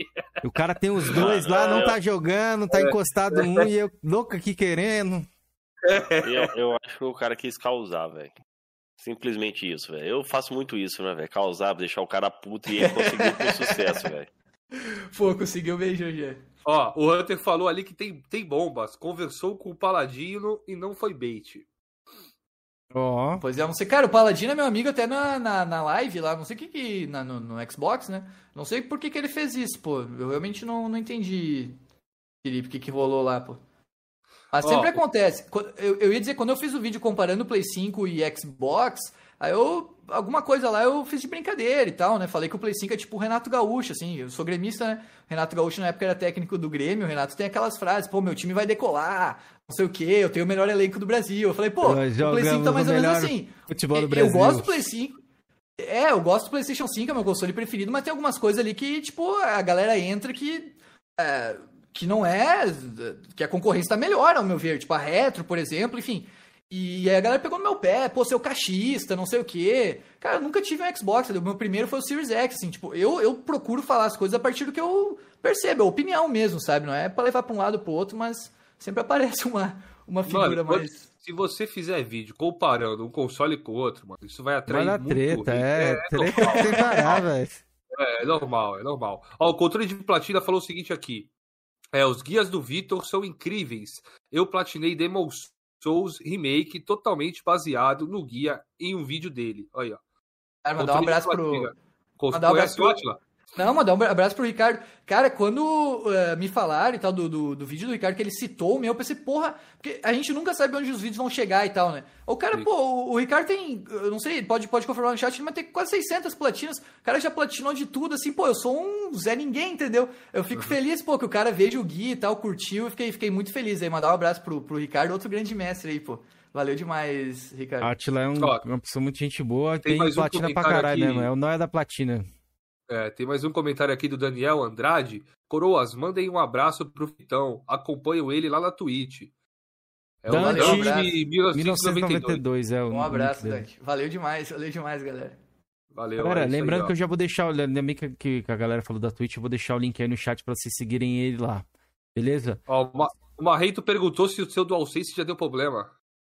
O cara tem os dois lá, não tá jogando, tá encostado um e eu louco aqui querendo. Eu, eu acho que o cara quis causar, velho. Simplesmente isso, velho. Eu faço muito isso, né, velho? Causar, deixar o cara puto e ele conseguir ter sucesso, velho. Pô, conseguiu bem, Jorge. Ó, o Hunter falou ali que tem, tem bombas, conversou com o Paladino e não foi bait. Ó. Oh. Pois é, não sei, cara, o Paladino é meu amigo até na, na, na live lá, não sei o que que, na, no, no Xbox, né, não sei por que que ele fez isso, pô, eu realmente não, não entendi, Felipe, o que que rolou lá, pô. Mas sempre oh. acontece, eu, eu ia dizer, quando eu fiz o vídeo comparando o Play cinco e Xbox, aí eu, alguma coisa lá eu fiz de brincadeira e tal, né, falei que o Play cinco é tipo o Renato Gaúcho, assim, eu sou gremista, né, o Renato Gaúcho na época era técnico do Grêmio, o Renato tem aquelas frases, pô, meu time vai decolar, não sei o que, eu tenho o melhor elenco do Brasil. Eu falei, pô, Nós o Play cinco tá mais ou menos assim. Futebol do eu, Brasil. eu gosto do Play cinco. É, eu gosto do PlayStation cinco, é meu console preferido, mas tem algumas coisas ali que, tipo, a galera entra que. É, que não é. Que a concorrência tá melhor, ao meu ver. Tipo, a Retro, por exemplo, enfim. E aí a galera pegou no meu pé, pô, seu cachista, não sei o quê. Cara, eu nunca tive um Xbox, o meu primeiro foi o Series X, assim, tipo, eu, eu procuro falar as coisas a partir do que eu percebo, é opinião mesmo, sabe? Não é pra levar pra um lado ou pro outro, mas. Sempre aparece uma, uma figura mano, mais... Se você fizer vídeo comparando um console com o outro, mano, isso vai atrair vai muito... treta, é, é treta normal. sem parar, velho. É, é normal, é normal. Ó, o controle de platina falou o seguinte aqui. É, os guias do Vitor são incríveis. Eu platinei Demon's Souls Remake totalmente baseado no guia em um vídeo dele. Olha aí, ó. Cara, mandar um abraço pro... Mandar um abraço pro... Atila? Não, mandar um abraço pro Ricardo. Cara, quando uh, me falaram e tal do, do, do vídeo do Ricardo, que ele citou o meu, eu pensei, porra, porque a gente nunca sabe onde os vídeos vão chegar e tal, né? O cara, Sim. pô, o, o Ricardo tem, eu não sei, pode, pode confirmar no chat, mas tem quase seiscentas platinas. O cara já platinou de tudo, assim, pô, eu sou um Zé Ninguém, entendeu? Eu fico uhum. feliz, pô, que o cara veja o guia e tal, curtiu, e fiquei, fiquei muito feliz aí. Mandar um abraço pro, pro Ricardo, outro grande mestre aí, pô. Valeu demais, Ricardo. Atila é um, Ó, uma pessoa muito gente boa. tem Tem, mais um platina pra comentário caralho, aqui. né, mano? É o nóia da platina. É, tem mais um comentário aqui do Daniel Andrade. Coroas, mandem um abraço pro Fitão. Acompanho ele lá na Twitch. É o Dante, Dante um abraço. de mil novecentos e noventa e dois. mil novecentos e noventa e dois, é o Um abraço, nick dele. Dante. Valeu demais, valeu demais, galera. Valeu. Galera, é isso lembrando aí, que eu já vou deixar, também que, que a galera falou da Twitch, eu vou deixar o link aí no chat pra vocês seguirem ele lá. Beleza? ó. Ó, uma- o Marreito perguntou se o seu DualSense já deu problema.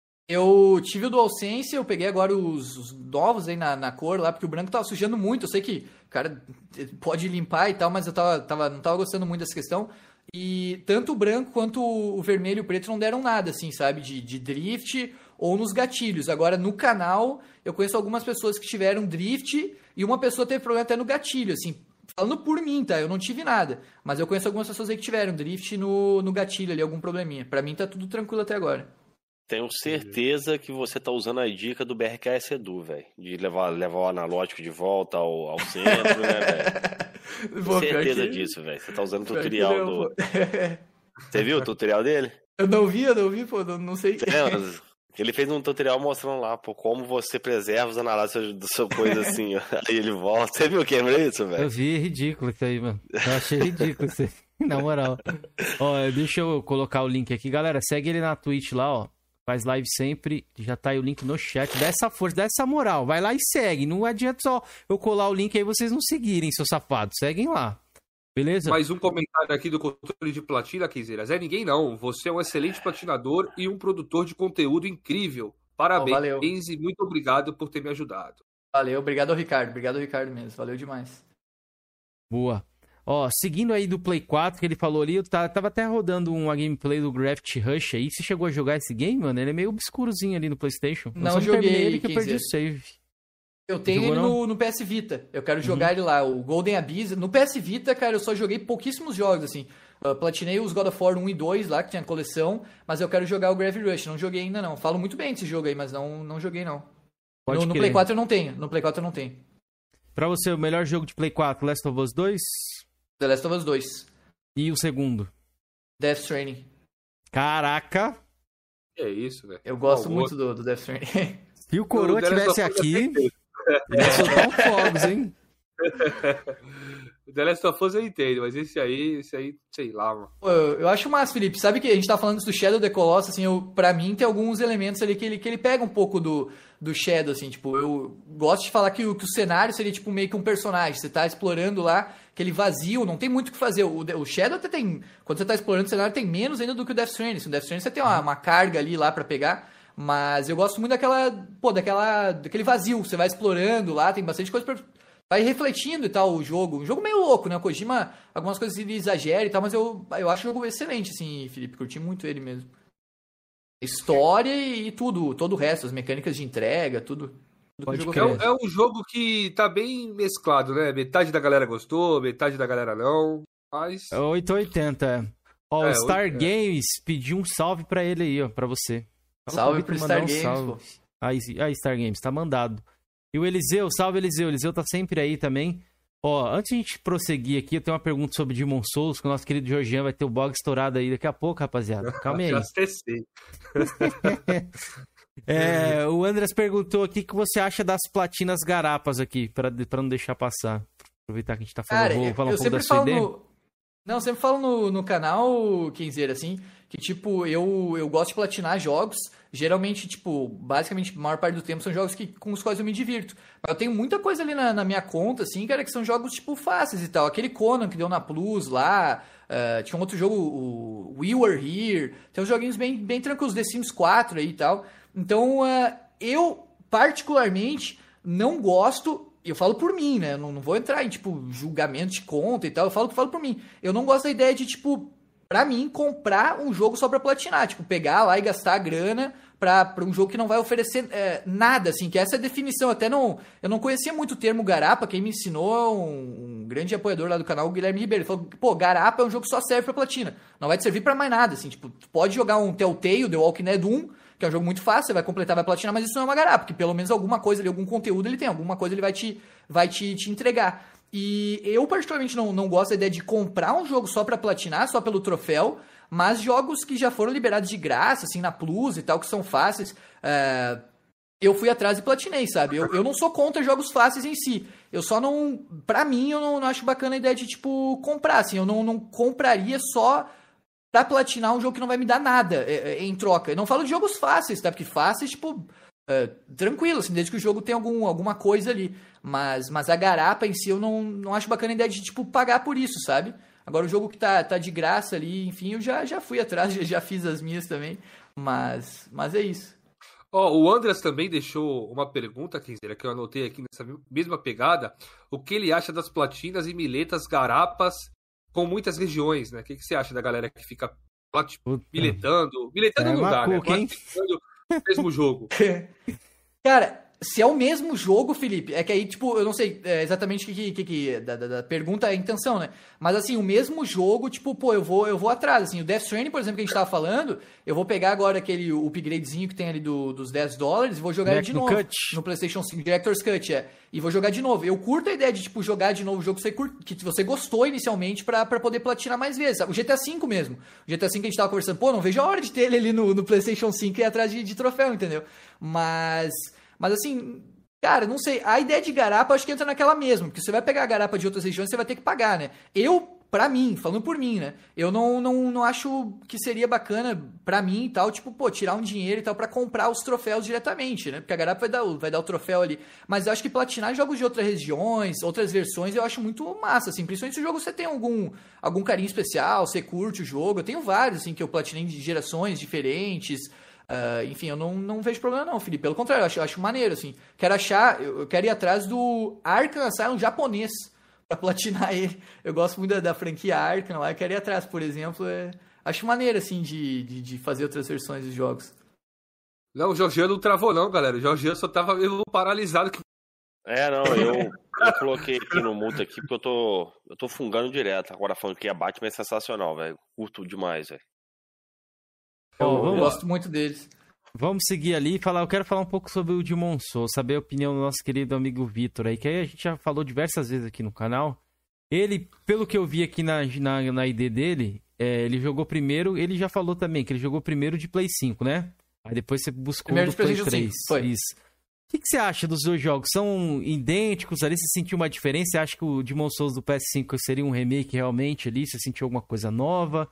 Eu tive o DualSense, eu peguei agora os, os novos aí na, na cor lá, porque o branco tava sujando muito. Eu sei que o cara pode limpar e tal, mas eu tava, tava, não tava gostando muito dessa questão. E tanto o branco quanto o vermelho e o preto não deram nada, assim, sabe? De, de drift ou nos gatilhos. Agora, no canal, eu conheço algumas pessoas que tiveram drift e uma pessoa teve problema até no gatilho, assim. Falando por mim, tá? Eu não tive nada. Mas eu conheço algumas pessoas aí que tiveram drift no, no gatilho ali, algum probleminha. Pra mim tá tudo tranquilo até agora. Tenho certeza que você tá usando a dica do B R K S Edu, velho. De levar, levar o analógico de volta ao, ao centro, né, velho? Tenho Pô, pior certeza que- disso, velho. Você tá usando o pior que tutorial não, do... pô. Você viu o tutorial dele? Eu não vi, eu não vi, pô, não, não sei. É, mas ele fez um tutorial mostrando lá, pô, como você preserva os análises do seu coisa assim, ó. Aí ele volta. Você viu o que é isso, Eu velho? vi, é ridículo isso aí, mano. Eu achei ridículo isso aí. Na moral. Ó, deixa eu colocar o link aqui. Galera, segue ele na Twitch lá, ó. Faz live sempre. Já tá aí o link no chat. Dá essa força, dá essa moral. Vai lá e segue. Não adianta só eu colar o link aí e vocês não seguirem, seus safados. Seguem lá. Beleza? Mais um comentário aqui do controle de platina, Quinzeiras. É ninguém não. Você é um excelente platinador e um produtor de conteúdo incrível. Parabéns Oh, valeu. e muito obrigado por ter me ajudado. Valeu, obrigado ao Ricardo, obrigado ao Ricardo mesmo, valeu demais. Boa. Ó, seguindo aí do Play quatro, que ele falou ali, eu ta- tava até rodando uma gameplay do Gravity Rush aí. Você chegou a jogar esse game, mano? Ele é meio obscurozinho ali no PlayStation. Eu Não só não joguei, terminei ele que eu perdi o Kenzer. save. Eu tenho Jogou ele não? no, no P S Vita, eu quero jogar ele lá, o Golden Abyss. No P S Vita, cara, eu só joguei pouquíssimos jogos, assim. Uh, platinei os God of War um e dois lá, que tinha coleção, mas eu quero jogar o Gravity Rush, não joguei ainda não. Falo muito bem desse jogo aí, mas não, não joguei não. Pode No, no crer. Play quatro eu não tenho, no Play quatro eu não tenho. Pra você, o melhor jogo de Play quatro, Last of Us dois? The Last of Us dois, E o segundo? Death Stranding. Caraca! É isso, velho. Eu gosto Bom, muito do, do Death Stranding. Se o Coroa O The Last tivesse of Us aqui, é ele ia soltar um fogos, hein? O The Last of Us eu entendo, mas esse aí, esse aí, sei lá, mano. Pô, Eu, eu acho massa, Felipe. Sabe que a gente tá falando isso do Shadow of the Colossus, assim, eu, pra mim tem alguns elementos ali que ele, que ele pega um pouco do, do Shadow, assim, tipo, eu gosto de falar que o, que o cenário seria, tipo, meio que um personagem. Você tá explorando lá, aquele vazio, não tem muito o que fazer. O, o Shadow até tem, quando você tá explorando o cenário, tem menos ainda do que o Death Stranding. O Death Stranding você tem uma, uma carga ali lá pra pegar, mas eu gosto muito daquela, pô, daquela, daquele vazio. Você vai explorando lá, tem bastante coisa pra... Vai refletindo e tal o jogo. Um jogo meio louco, né? O Kojima, algumas coisas ele exagera e tal, mas eu, eu acho o jogo excelente, assim, Felipe. Curti muito ele mesmo. História e, e tudo, todo o resto, as mecânicas de entrega, tudo. tudo Pode que o É, jogo crer. um- é um jogo que tá bem mesclado, né? Metade da galera gostou, metade da galera não. Mas. É oito oitenta, é. Ó, É, o Star oito- é. Games pediu um salve pra ele aí, ó, pra você. Fala Salve pro pro Vitor Star mandar um Games, salve. pô. Aí, aí, Star Games, tá mandado. E o Eliseu, salve Eliseu. Eliseu tá sempre aí também. Ó, antes de a gente prosseguir aqui, eu tenho uma pergunta sobre Demon Souls, que o nosso querido Georgian vai ter o blog estourado aí daqui a pouco, rapaziada. Calma aí. Já até sei. É, o Andras perguntou aqui o que você acha das platinas garapas aqui, pra, pra não deixar passar. Aproveitar que a gente tá falando, Cara, vou eu, falar um eu pouco da sempre sua falo ideia. no... Não, eu sempre falo no, no canal, Kenzeira, assim, que, tipo, eu, eu gosto de platinar jogos. Geralmente, tipo, basicamente, a maior parte do tempo são jogos que, com os quais eu me divirto. Mas eu tenho muita coisa ali na, na minha conta, assim, cara, que são jogos, tipo, fáceis e tal. Aquele Conan que deu na Plus lá, uh, tinha um outro jogo, o We Were Here. Tem uns joguinhos bem, bem tranquilos, The Sims quatro aí e tal. Então, uh, eu, particularmente, não gosto... Eu falo por mim, né? Eu não, não vou entrar em, tipo, julgamento de conta e tal. Eu falo que falo por mim. Eu não gosto da ideia de, tipo, pra mim, comprar um jogo só pra platinar. Tipo, pegar lá e gastar a grana pra, pra um jogo que não vai oferecer é, nada, assim. Que essa é a definição. Até não... Eu não conhecia muito o termo garapa. Quem me ensinou, um, um grande apoiador lá do canal, o Guilherme Ribeiro. Ele falou, pô, garapa é um jogo que só serve pra platina. Não vai te servir pra mais nada, assim. Tipo, tu pode jogar um Telltale, The Walking Dead um... que é um jogo muito fácil, você vai completar, vai platinar, mas isso não é uma garapa, porque pelo menos alguma coisa ali, algum conteúdo ele tem, alguma coisa ele vai te, vai te, te entregar. E eu particularmente não, não gosto da ideia de comprar um jogo só pra platinar, só pelo troféu, Mas jogos que já foram liberados de graça, assim, na Plus e tal, que são fáceis, é, eu fui atrás e platinei, sabe? Eu, eu não sou contra jogos fáceis em si. Eu só não... Pra mim, eu não, não acho bacana a ideia de, tipo, comprar, assim. Eu não, não compraria só pra platinar um jogo que não vai me dar nada é, é, em troca. Eu não falo de jogos fáceis, tá? Porque fáceis, tipo... É, tranquilo, assim, desde que o jogo tenha algum, alguma coisa ali. Mas, mas a garapa em si, eu não, não acho bacana a ideia de, tipo, pagar por isso, sabe? Agora, o jogo que tá, tá de graça ali, enfim, eu já, já fui atrás, já, já fiz as minhas também. Mas, mas é isso. Ó, oh, o Andras também deixou uma pergunta, Kenzeira, que eu anotei aqui nessa mesma pegada. O que ele acha das platinas e miletas garapas com muitas regiões, né? O que, que você acha da galera que fica miletando? Miletando é não dá, né? Quem... O mesmo jogo. Cara, se é o mesmo jogo, Felipe, é que aí, tipo, eu não sei é, exatamente o que, que, que da, da, da pergunta é a intenção, né? Mas, assim, o mesmo jogo, tipo, pô, eu vou, eu vou atrás, assim, o Death Stranding, por exemplo, que a gente tava falando, eu vou pegar agora aquele upgradezinho que tem ali do, dos dez dólares e vou jogar ele de novo. Cut. No PlayStation cinco, Director's Cut, é. E vou jogar de novo. Eu curto a ideia de, tipo, jogar de novo o jogo que você, cur... que você gostou inicialmente pra, pra poder platinar mais vezes, sabe? O G T A cinco mesmo. O G T A cinco que a gente tava conversando, pô, não vejo a hora de ter ele ali no, no PlayStation cinco e ir atrás de, de troféu, entendeu? Mas... Mas assim, cara, não sei, a ideia de garapa eu acho que entra naquela mesma, porque você vai pegar a garapa de outras regiões, você vai ter que pagar, né? Eu, pra mim, falando por mim, né? Eu não, não, não acho que seria bacana pra mim e tal, tipo, pô, tirar um dinheiro e tal pra comprar os troféus diretamente, né? Porque a garapa vai dar, vai dar o troféu ali. Mas eu acho que platinar jogos de outras regiões, outras versões, eu acho muito massa, assim. Principalmente se o jogo você tem algum, algum carinho especial, você curte o jogo. Eu tenho vários, assim, que eu platinei de gerações diferentes. Uh, enfim, eu não, não vejo problema não, Felipe. Pelo contrário, eu acho, eu acho maneiro, assim. Quero achar, eu, eu quero ir atrás do Arkham Asylum japonês pra platinar ele. Eu gosto muito da, da franquia Arkham lá, eu quero ir atrás, por exemplo. É, acho maneiro, assim, de, de, de fazer outras versões dos jogos. Não, o Jorgiano não travou não, galera. O Jorgiano só tava meio paralisado. É, não, eu, eu coloquei aqui no mute aqui porque eu tô, eu tô fungando direto. Agora falando que a Batman é sensacional, velho. Curto demais, velho. Eu, eu gosto muito deles. Vamos seguir ali e falar. Eu quero falar um pouco sobre o Demon Souls, saber a opinião do nosso querido amigo Vitor aí, que aí a gente já falou diversas vezes aqui no canal. Ele, pelo que eu vi aqui na, na, na I D dele, é, ele jogou primeiro, ele já falou também que ele jogou primeiro de Play cinco, né? Aí depois você buscou primeiro do Play três. cinco, foi. Isso. O que, que você acha dos dois jogos? São idênticos ali? Você sentiu uma diferença? Você acha que o Demon Souls do P S cinco seria um remake realmente ali? Você sentiu alguma coisa nova?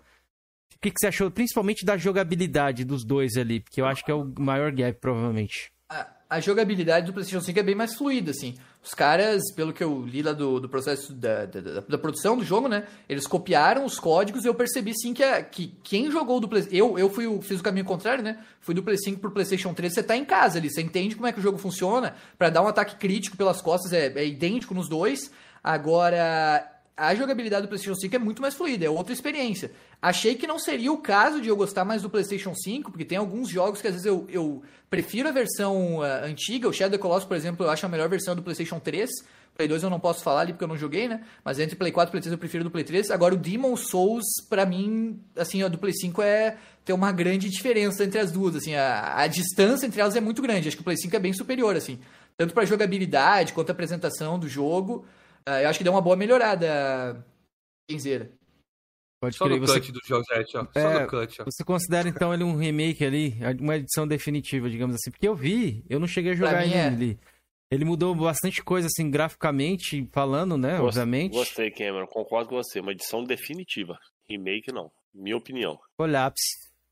O que, que você achou, principalmente da jogabilidade dos dois ali? Porque eu acho que é o maior gap, provavelmente. A, a jogabilidade do PlayStation cinco é bem mais fluida, assim. Os caras, pelo que eu li lá do, do processo da, da, da produção do jogo, né? Eles copiaram os códigos e eu percebi, sim, que, a, que quem jogou do PlayStation... Eu, eu fui, fiz o caminho contrário, né? Fui do Play cinco pro PlayStation três, você tá em casa ali. Você entende como é que o jogo funciona. Pra dar um ataque crítico pelas costas é, é idêntico nos dois. Agora... A jogabilidade do PlayStation cinco é muito mais fluida, é outra experiência. Achei que não seria o caso de eu gostar mais do PlayStation cinco, porque tem alguns jogos que às vezes eu, eu prefiro a versão uh, antiga. O Shadow of the Colossus, por exemplo, eu acho a melhor versão do PlayStation três. Play dois eu não posso falar ali porque eu não joguei, né? Mas entre Play quatro e Play três eu prefiro do Play três. Agora o Demon Souls, pra mim, assim, a do Play cinco é... tem uma grande diferença entre as duas, assim. A, a distância entre elas é muito grande. Acho que o Play cinco é bem superior, assim. Tanto pra jogabilidade quanto a apresentação do jogo... Uh, eu acho que deu uma boa melhorada, Kenzeira. Pode Só crer, no você... cut do Josete, ó. É, Só no cut, ó. Você considera, então, ele um remake ali, uma edição definitiva, digamos assim? Porque eu vi, eu não cheguei a jogar ele é. ali. Ele mudou bastante coisa, assim, graficamente falando, né, Gost, obviamente. Gostei, Cameron. Concordo com você. Uma edição definitiva. Remake, não. Minha opinião. Colapse.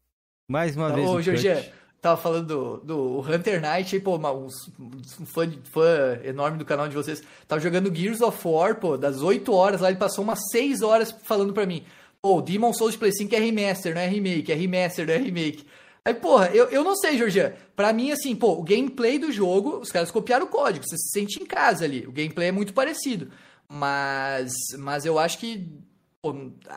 Mais uma Ô, vez Ô, o Jorge, tava falando do, do Hunter Knight aí, pô, uma, um, um fã, fã enorme do canal de vocês. Tava jogando Gears of War, pô, das oito horas lá, ele passou umas seis horas falando pra mim. Pô, Demon Souls de Play cinco é remaster, não é remake, é remaster, não é remake. Aí, porra, eu, eu não sei, Jorge. Pra mim, assim, pô, o gameplay do jogo, os caras copiaram o código, você se sente em casa ali. O gameplay é muito parecido. Mas, mas eu acho que, pô,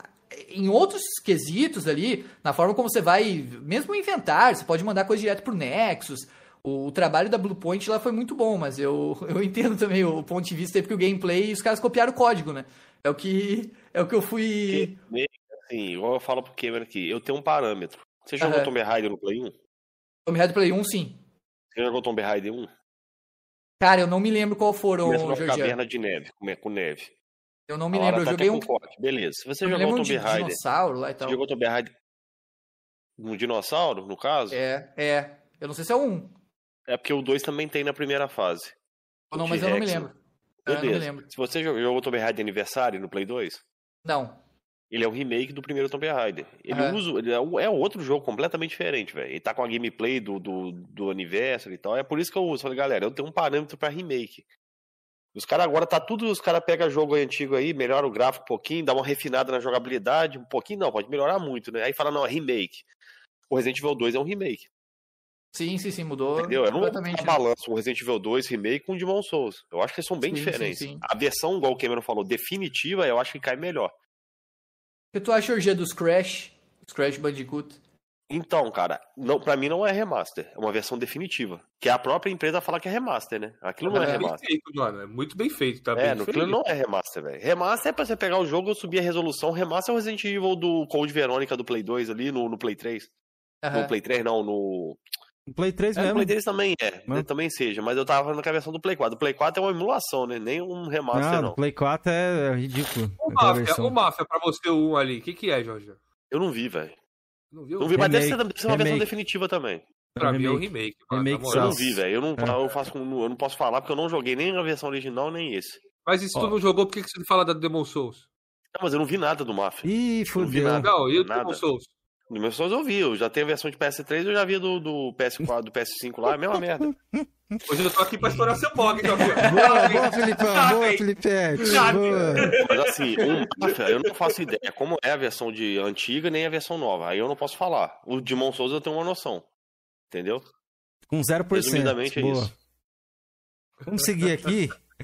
em outros quesitos ali, na forma como você vai, mesmo inventar, você pode mandar coisa direto pro Nexus. O, o trabalho da Bluepoint lá foi muito bom, mas eu, eu entendo também o, o ponto de vista aí, porque o gameplay, os caras copiaram o código, né? É o que, é o que eu fui... Assim, igual eu falo pro Cameron aqui, eu tenho um parâmetro. Você jogou uhum. Tomb Raider no Play um? Tomb Raider Play um, sim. Você jogou Tomb Raider um? Cara, eu não me lembro qual foram, Começa numa Jorge. caverna de neve, com neve. Eu não me lembro, eu joguei um... Beleza, se você eu jogou um Tomb Raider... dinossauro lá e tal. Você jogou Tomb Raider... Um dinossauro, no caso? É, é. Eu não sei se é o um. É porque o dois também tem na primeira fase. Ou não, O mas eu não me T-Rex, lembro. Eu não me Beleza. lembro. Se você jogou jogou Tomb Raider Aniversário no Play dois, Não. ele é um remake do primeiro Tomb Raider. Ele Aham. usa. Ele é, um- é outro jogo completamente diferente, velho. Ele tá com a gameplay do, do, do Anniversary e tal. É por isso que eu uso. Falei, galera, eu tenho um parâmetro pra remake. Os caras agora tá tudo. Os caras pegam jogo antigo aí, melhora o gráfico um pouquinho, dá uma refinada na jogabilidade. Um pouquinho não, pode melhorar muito, né? Aí fala, não, é remake. O Resident Evil dois é um remake. Sim, sim, sim, mudou Entendeu? Eu não completamente. né? balanço o Resident Evil dois remake com o Demon's Souls. Eu acho que eles são bem Sim, sim, diferentes. sim. A versão, igual o Cameron falou, definitiva, eu acho que cai melhor. O que tu acha, Orgia, dos Crash? Os Crash Bandicoot? Então, cara, não, pra mim não é remaster, é uma versão definitiva. Que a própria empresa fala que é remaster, né? Aquilo não é, É bem remaster. feito, mano. É muito bem feito, tá É, bem no feito. aquilo não é remaster, velho. Remaster é pra você pegar o jogo, subir a resolução. Remaster é o Resident Evil do Code Verônica do Play dois ali, no, no Play três. Aham. No Play três não, no... No Play três É, no mesmo. Play três também é, Não. também seja. Mas eu tava falando com a versão do Play quatro. O Play quatro é uma emulação, né? Nem um remaster, Não, não. no Play quatro é ridículo. O aquela Máfia, versão. o Máfia, pra você, o um ali, o que que é, Jorge? Eu não vi, velho. Não viu? Não vi, mas deve ser, Remake, deve ser uma versão remake. definitiva também. Pra mim é o remake. remake, mano. Remake na Eu moral. não Nossa. vi, velho. Eu não, É. eu, faço, eu não posso falar porque eu não joguei nem a versão original, nem esse. Mas e se tu Ó. não jogou, por que que você fala da Demon Souls? Não, mas eu não vi nada do Mafia. Ih, Não vi fudeu. nada. Não, e o Nada. Demon Souls? No meus sonhos eu vi, eu já tenho a versão de P S três, eu já vi do, do P S quatro, do P S cinco lá, é a mesma merda. Hoje eu tô aqui pra estourar seu blog, Jorge. Boa, boa, Filipão. Boa, Filipete. Boa. Mas assim, o Mafia, eu não faço ideia como é a versão de antiga nem a versão nova. Aí eu não posso falar. O Demon Souls eu tenho uma noção. Entendeu? Com zero por cento. Resumidamente é Boa. isso. Vamos seguir aqui.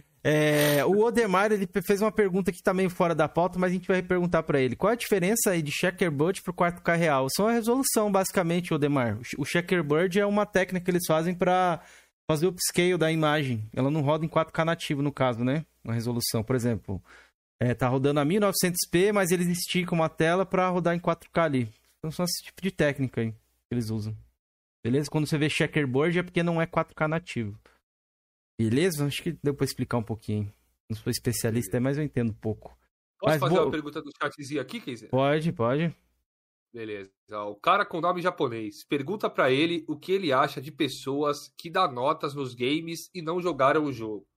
É, o Odemar, ele fez uma pergunta que tá meio fora da pauta, mas a gente vai perguntar pra ele. Qual a diferença aí de checkerbird pro quatro K real? São a resolução, basicamente, Odemar. O checkerbird é uma técnica que eles fazem pra fazer o upscale da imagem. Ela não roda em quatro K nativo, no caso, né? Uma resolução, por exemplo. É, tá rodando a mil e novecentos p, mas eles esticam a tela pra rodar em quatro K ali. Então são esse tipo de técnica aí que eles usam. Beleza? Quando você vê checkerboard é porque não é quatro K nativo. Beleza? Acho que deu pra explicar um pouquinho. Não sou especialista, mas eu entendo um pouco. Posso Mas fazer vou- uma pergunta do chatzinho aqui, Keizer? Pode, pode. Beleza. O cara com nome japonês pergunta pra ele o que ele acha de pessoas que dão notas nos games e não jogaram o jogo.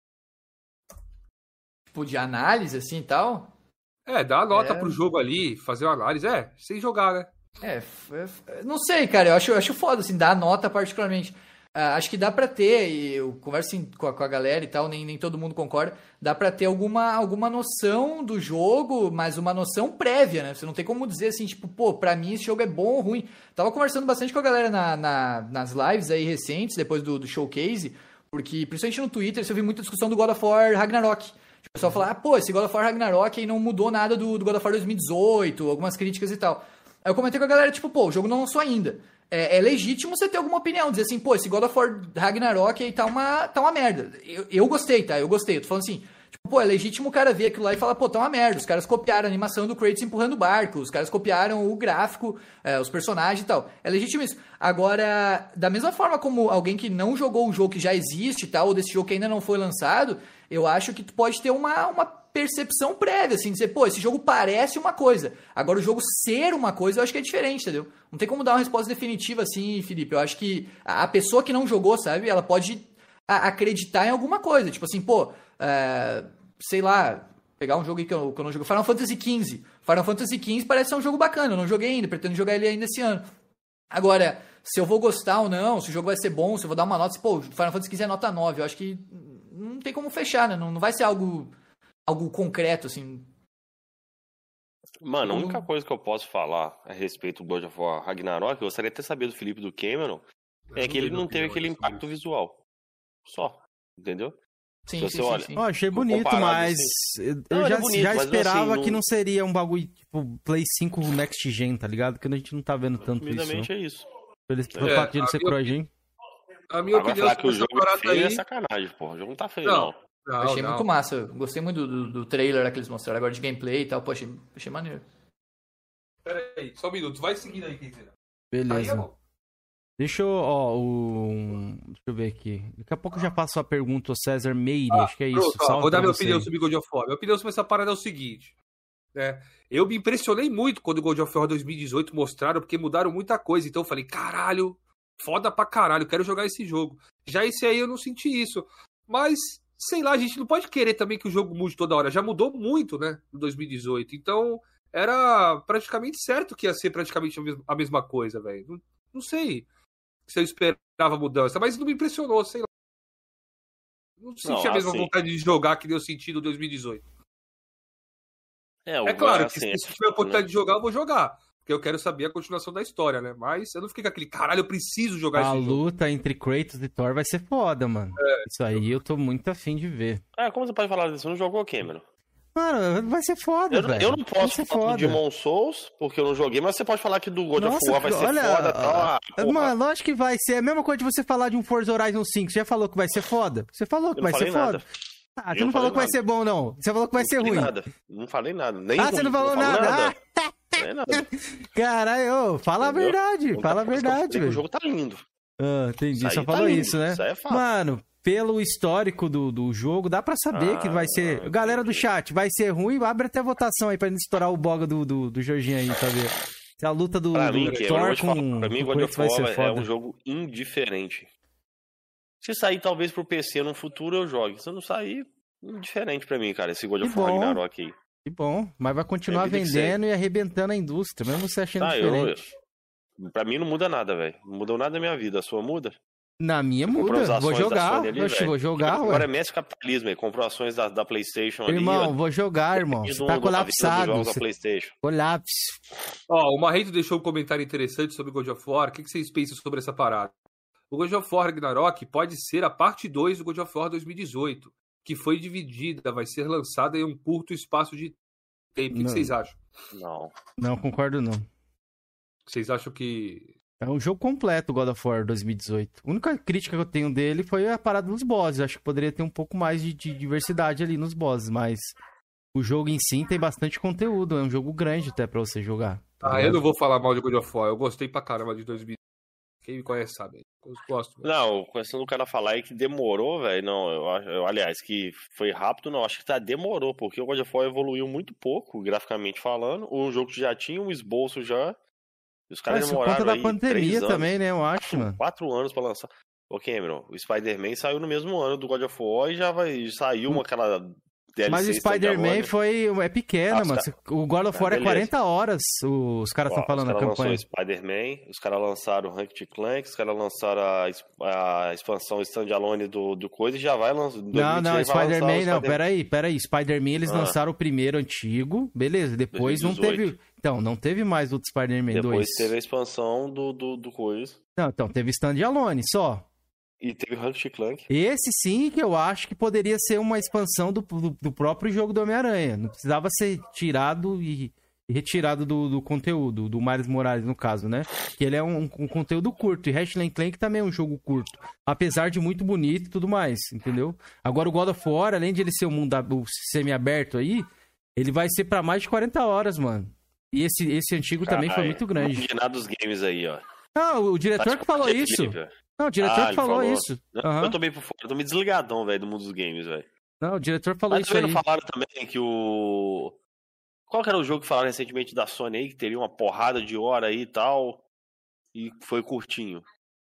Tipo, de análise, assim, e tal? É, dá a nota É. pro jogo ali, fazer uma análise, é, sem jogar, né? É, f- f- não sei, cara, eu acho, eu acho foda, assim, dar nota particularmente. Ah, acho que dá pra ter, e eu converso assim, com, a, com a galera e tal, nem, nem todo mundo concorda, dá pra ter alguma, alguma noção do jogo, mas uma noção prévia, né? Você não tem como dizer assim, tipo, pô, pra mim esse jogo é bom ou ruim. Tava conversando bastante com a galera na, na- nas lives aí recentes, depois do, do showcase, porque principalmente no Twitter você ouviu muita discussão do God of War Ragnarok. O pessoal fala, ah, pô, esse God of War Ragnarok aí não mudou nada do, do God of War dois mil e dezoito, algumas críticas e tal. Aí eu comentei com a galera, tipo, pô, o jogo não lançou ainda. É, é legítimo você ter alguma opinião, dizer assim, pô, esse God of War Ragnarok aí tá uma, tá uma merda. Eu, eu gostei, tá? Eu gostei. Eu tô falando assim, tipo, pô, é legítimo o cara ver aquilo lá e falar, pô, tá uma merda. Os caras copiaram a animação do Kratos empurrando o barco, os caras copiaram o gráfico, é, os personagens e tal. É legítimo isso. Agora, da mesma forma como alguém que não jogou o jogo que já existe e tal, ou desse jogo que ainda não foi lançado, eu acho que tu pode ter uma, uma percepção prévia, assim, dizer, pô, esse jogo parece uma coisa. Agora, o jogo ser uma coisa, eu acho que é diferente, entendeu? Não tem como dar uma resposta definitiva assim, Felipe. Eu acho que a a pessoa que não jogou, sabe, ela pode a- acreditar em alguma coisa. Tipo assim, pô, é, sei lá, pegar um jogo aí que eu, que eu não jogo, Final Fantasy quinze. Final Fantasy quinze parece ser um jogo bacana, eu não joguei ainda, pretendo jogar ele ainda esse ano. Agora, se eu vou gostar ou não, se o jogo vai ser bom, se eu vou dar uma nota, se, pô, Final Fantasy quinze é nota nove, eu acho que não tem como fechar, né? Não, não vai ser algo, algo concreto, assim. Mano, a Como- única coisa que eu posso falar a respeito do God of War Ragnarok, eu gostaria de ter sabido do Felipe do Cameron, é que ele não teve aquele impacto visual. Só. Entendeu? Sim, Se sim, você sim, olha- sim. Ó, achei Vou bonito, comparar, mas assim. eu Não, já, ele é bonito, já mas, esperava assim, que não- não seria um bagulho tipo Play cinco Next Gen, tá ligado? Porque a gente não tá vendo tanto isso. Não. Resumidamente é isso. Pelo, pelo É, fato de ele a ser minha CrossGen. A minha Agora opinião falar que o sobre essa jogo é parada feio é aí... sacanagem, porra. O jogo não tá feio, Não, não. não, Eu achei não. muito massa. Eu gostei muito do, do, do trailer lá que eles mostraram agora de gameplay e tal. Pô, achei, achei maneiro. Pera aí, só um minuto, vai seguindo aí, Keizer. Aí é Beleza. bom. Deixa eu, ó, o... Deixa eu ver aqui. Daqui a pouco eu já faço a pergunta ao César Meire, acho que é isso. Pronto, ó, Salve vou dar pra minha você. opinião sobre God of War. Minha opinião sobre essa parada é o seguinte. né? Eu me impressionei muito quando o God of War dois mil e dezoito mostraram, porque mudaram muita coisa. Então eu falei, caralho, foda pra caralho, quero jogar esse jogo. Já esse aí eu não senti isso. Mas, sei lá, a gente não pode querer também que o jogo mude toda hora. Já mudou muito, né, no dois mil e dezoito. Então, era praticamente certo que ia ser praticamente a mesma coisa, velho. Não, não sei se eu esperava mudança, mas não me impressionou, sei lá. Não senti não, a mesma assim... vontade de jogar que deu sentido em dois mil e dezoito. É, é claro que assim, se eu tiver a oportunidade né? de jogar, eu vou jogar. Porque eu quero saber a continuação da história, né? Mas eu não fiquei com aquele, caralho, eu preciso jogar a esse jogo. A luta entre Kratos e Thor vai ser foda, mano. É, isso aí eu tô muito afim de ver. Ah, como você pode falar disso? Você não jogou o Cameron? Mano, vai ser foda, eu, velho. Eu não posso falar do Demon Souls, porque eu não joguei, mas você pode falar que do God Nossa, of War vai ser olha, foda. Tá, mano, lógico que vai ser. É a mesma coisa de você falar de um Forza Horizon cinco. Você já falou que vai ser foda? Você falou que eu vai ser nada. foda? Ah, você não, não falou que nada. vai ser bom, não. Você falou que vai não ser ruim. Nada. Não falei nada. Nem ah, você não falou não nada? nada. Ah. Não é nada. Caralho, fala Entendeu? a verdade. Não fala tá a verdade, velho. O jogo tá lindo. Ah, entendi. Só tá falou lindo. isso, né? Isso aí é fato. Mano, pelo histórico do, do jogo, dá pra saber ah, que vai ser... Galera do chat, vai ser ruim? Abre até a votação aí pra gente estourar o boga do, do, do Jorginho aí, pra ver. Se a luta do, pra do mim, Thor com... Falar, pra mim, o God of War é foda. um jogo indiferente. Se sair talvez pro P C no futuro, eu jogue. Se não sair, indiferente pra mim, cara, esse God of War Ragnarok aí. Que bom, mas vai continuar é vendendo e arrebentando a indústria, mesmo você achando tá, diferente. Eu, pra mim não muda nada, velho. Não mudou nada na minha vida. A sua muda? Na minha muda. Vou jogar. Ali, Oxi, vou jogar, Agora é mestre capitalismo aí. Comprou ações da, da PlayStation irmão, ali. Irmão, vou jogar, irmão. Você tá colapsado. Você... Colapse. Ó, o Marrento deixou um comentário interessante sobre God of War. O que vocês pensam sobre essa parada? O God of War Ragnarok pode ser a parte dois do God of War dois mil e dezoito, que foi dividida, vai ser lançada em um curto espaço de tempo. O que, que vocês acham? Não. Não, concordo não. Vocês acham que... É um jogo completo, God of War dois mil e dezoito. A única crítica que eu tenho dele foi a parada dos bosses. Acho que poderia ter um pouco mais de, de diversidade ali nos bosses, mas o jogo em si tem bastante conteúdo. É um jogo grande até pra você jogar. Ah, eu não vou falar mal de God of War. Eu gostei pra caramba de dois mil e dezoito. Quem me conhece sabe. Eu gosto. Mesmo. Não, começando o cara falar aí que demorou, velho. Não, eu acho, eu, aliás, que foi rápido, não. Acho que tá demorou, porque o God of War evoluiu muito pouco, graficamente falando. O jogo já tinha um esboço já. E os caras demoraram conta da aí pandemia anos, também, né? Eu acho, quatro, mano. Quatro anos pra lançar. Ô, Cameron, o Spider-Man saiu no mesmo ano do God of War e já vai, saiu uma aquela D L C. Mas o Spider-Man foi, é pequena, ah, mano. Cara... O God of War ah, é quarenta horas, os caras estão falando na campanha. Os caras lançaram o Spider-Man, os caras lançaram o Ratchet Clank, os caras lançaram a, a expansão standalone do, do coisa e já vai lançar... Não, não, Spider-Man, não, peraí, peraí. Spider-Man eles ah. lançaram o primeiro antigo, beleza, depois dois mil e dezoito. Não teve... Então, não teve mais o Spider-Man dois. Depois teve a expansão do, do, do coisa. Não, então, teve standalone só. E teve o Ratchet Clank. Esse sim que eu acho que poderia ser uma expansão do, do, do próprio jogo do Homem-Aranha. Não precisava ser tirado e, e retirado do, do conteúdo, do Miles Morales, no caso, né? Que ele é um, um conteúdo curto. E Ratchet Clank também é um jogo curto. Apesar de muito bonito e tudo mais, entendeu? Agora o God of War, além de ele ser um mundo semi-aberto aí, ele vai ser pra mais de quarenta horas, mano. E esse, esse antigo Caralho, também foi muito grande. Não dos games aí, ó. Não, o diretor tá que falou isso. Felipe, não, o diretor ah, que falou, falou isso. Uhum. Eu tô bem por fora, eu tô meio desligadão, velho, do mundo dos games, velho. Não, o diretor falou Mas isso aí. Mas falaram também que o... Qual que era o jogo que falaram recentemente da Sony aí, que teria uma porrada de hora aí e tal, e foi curtinho?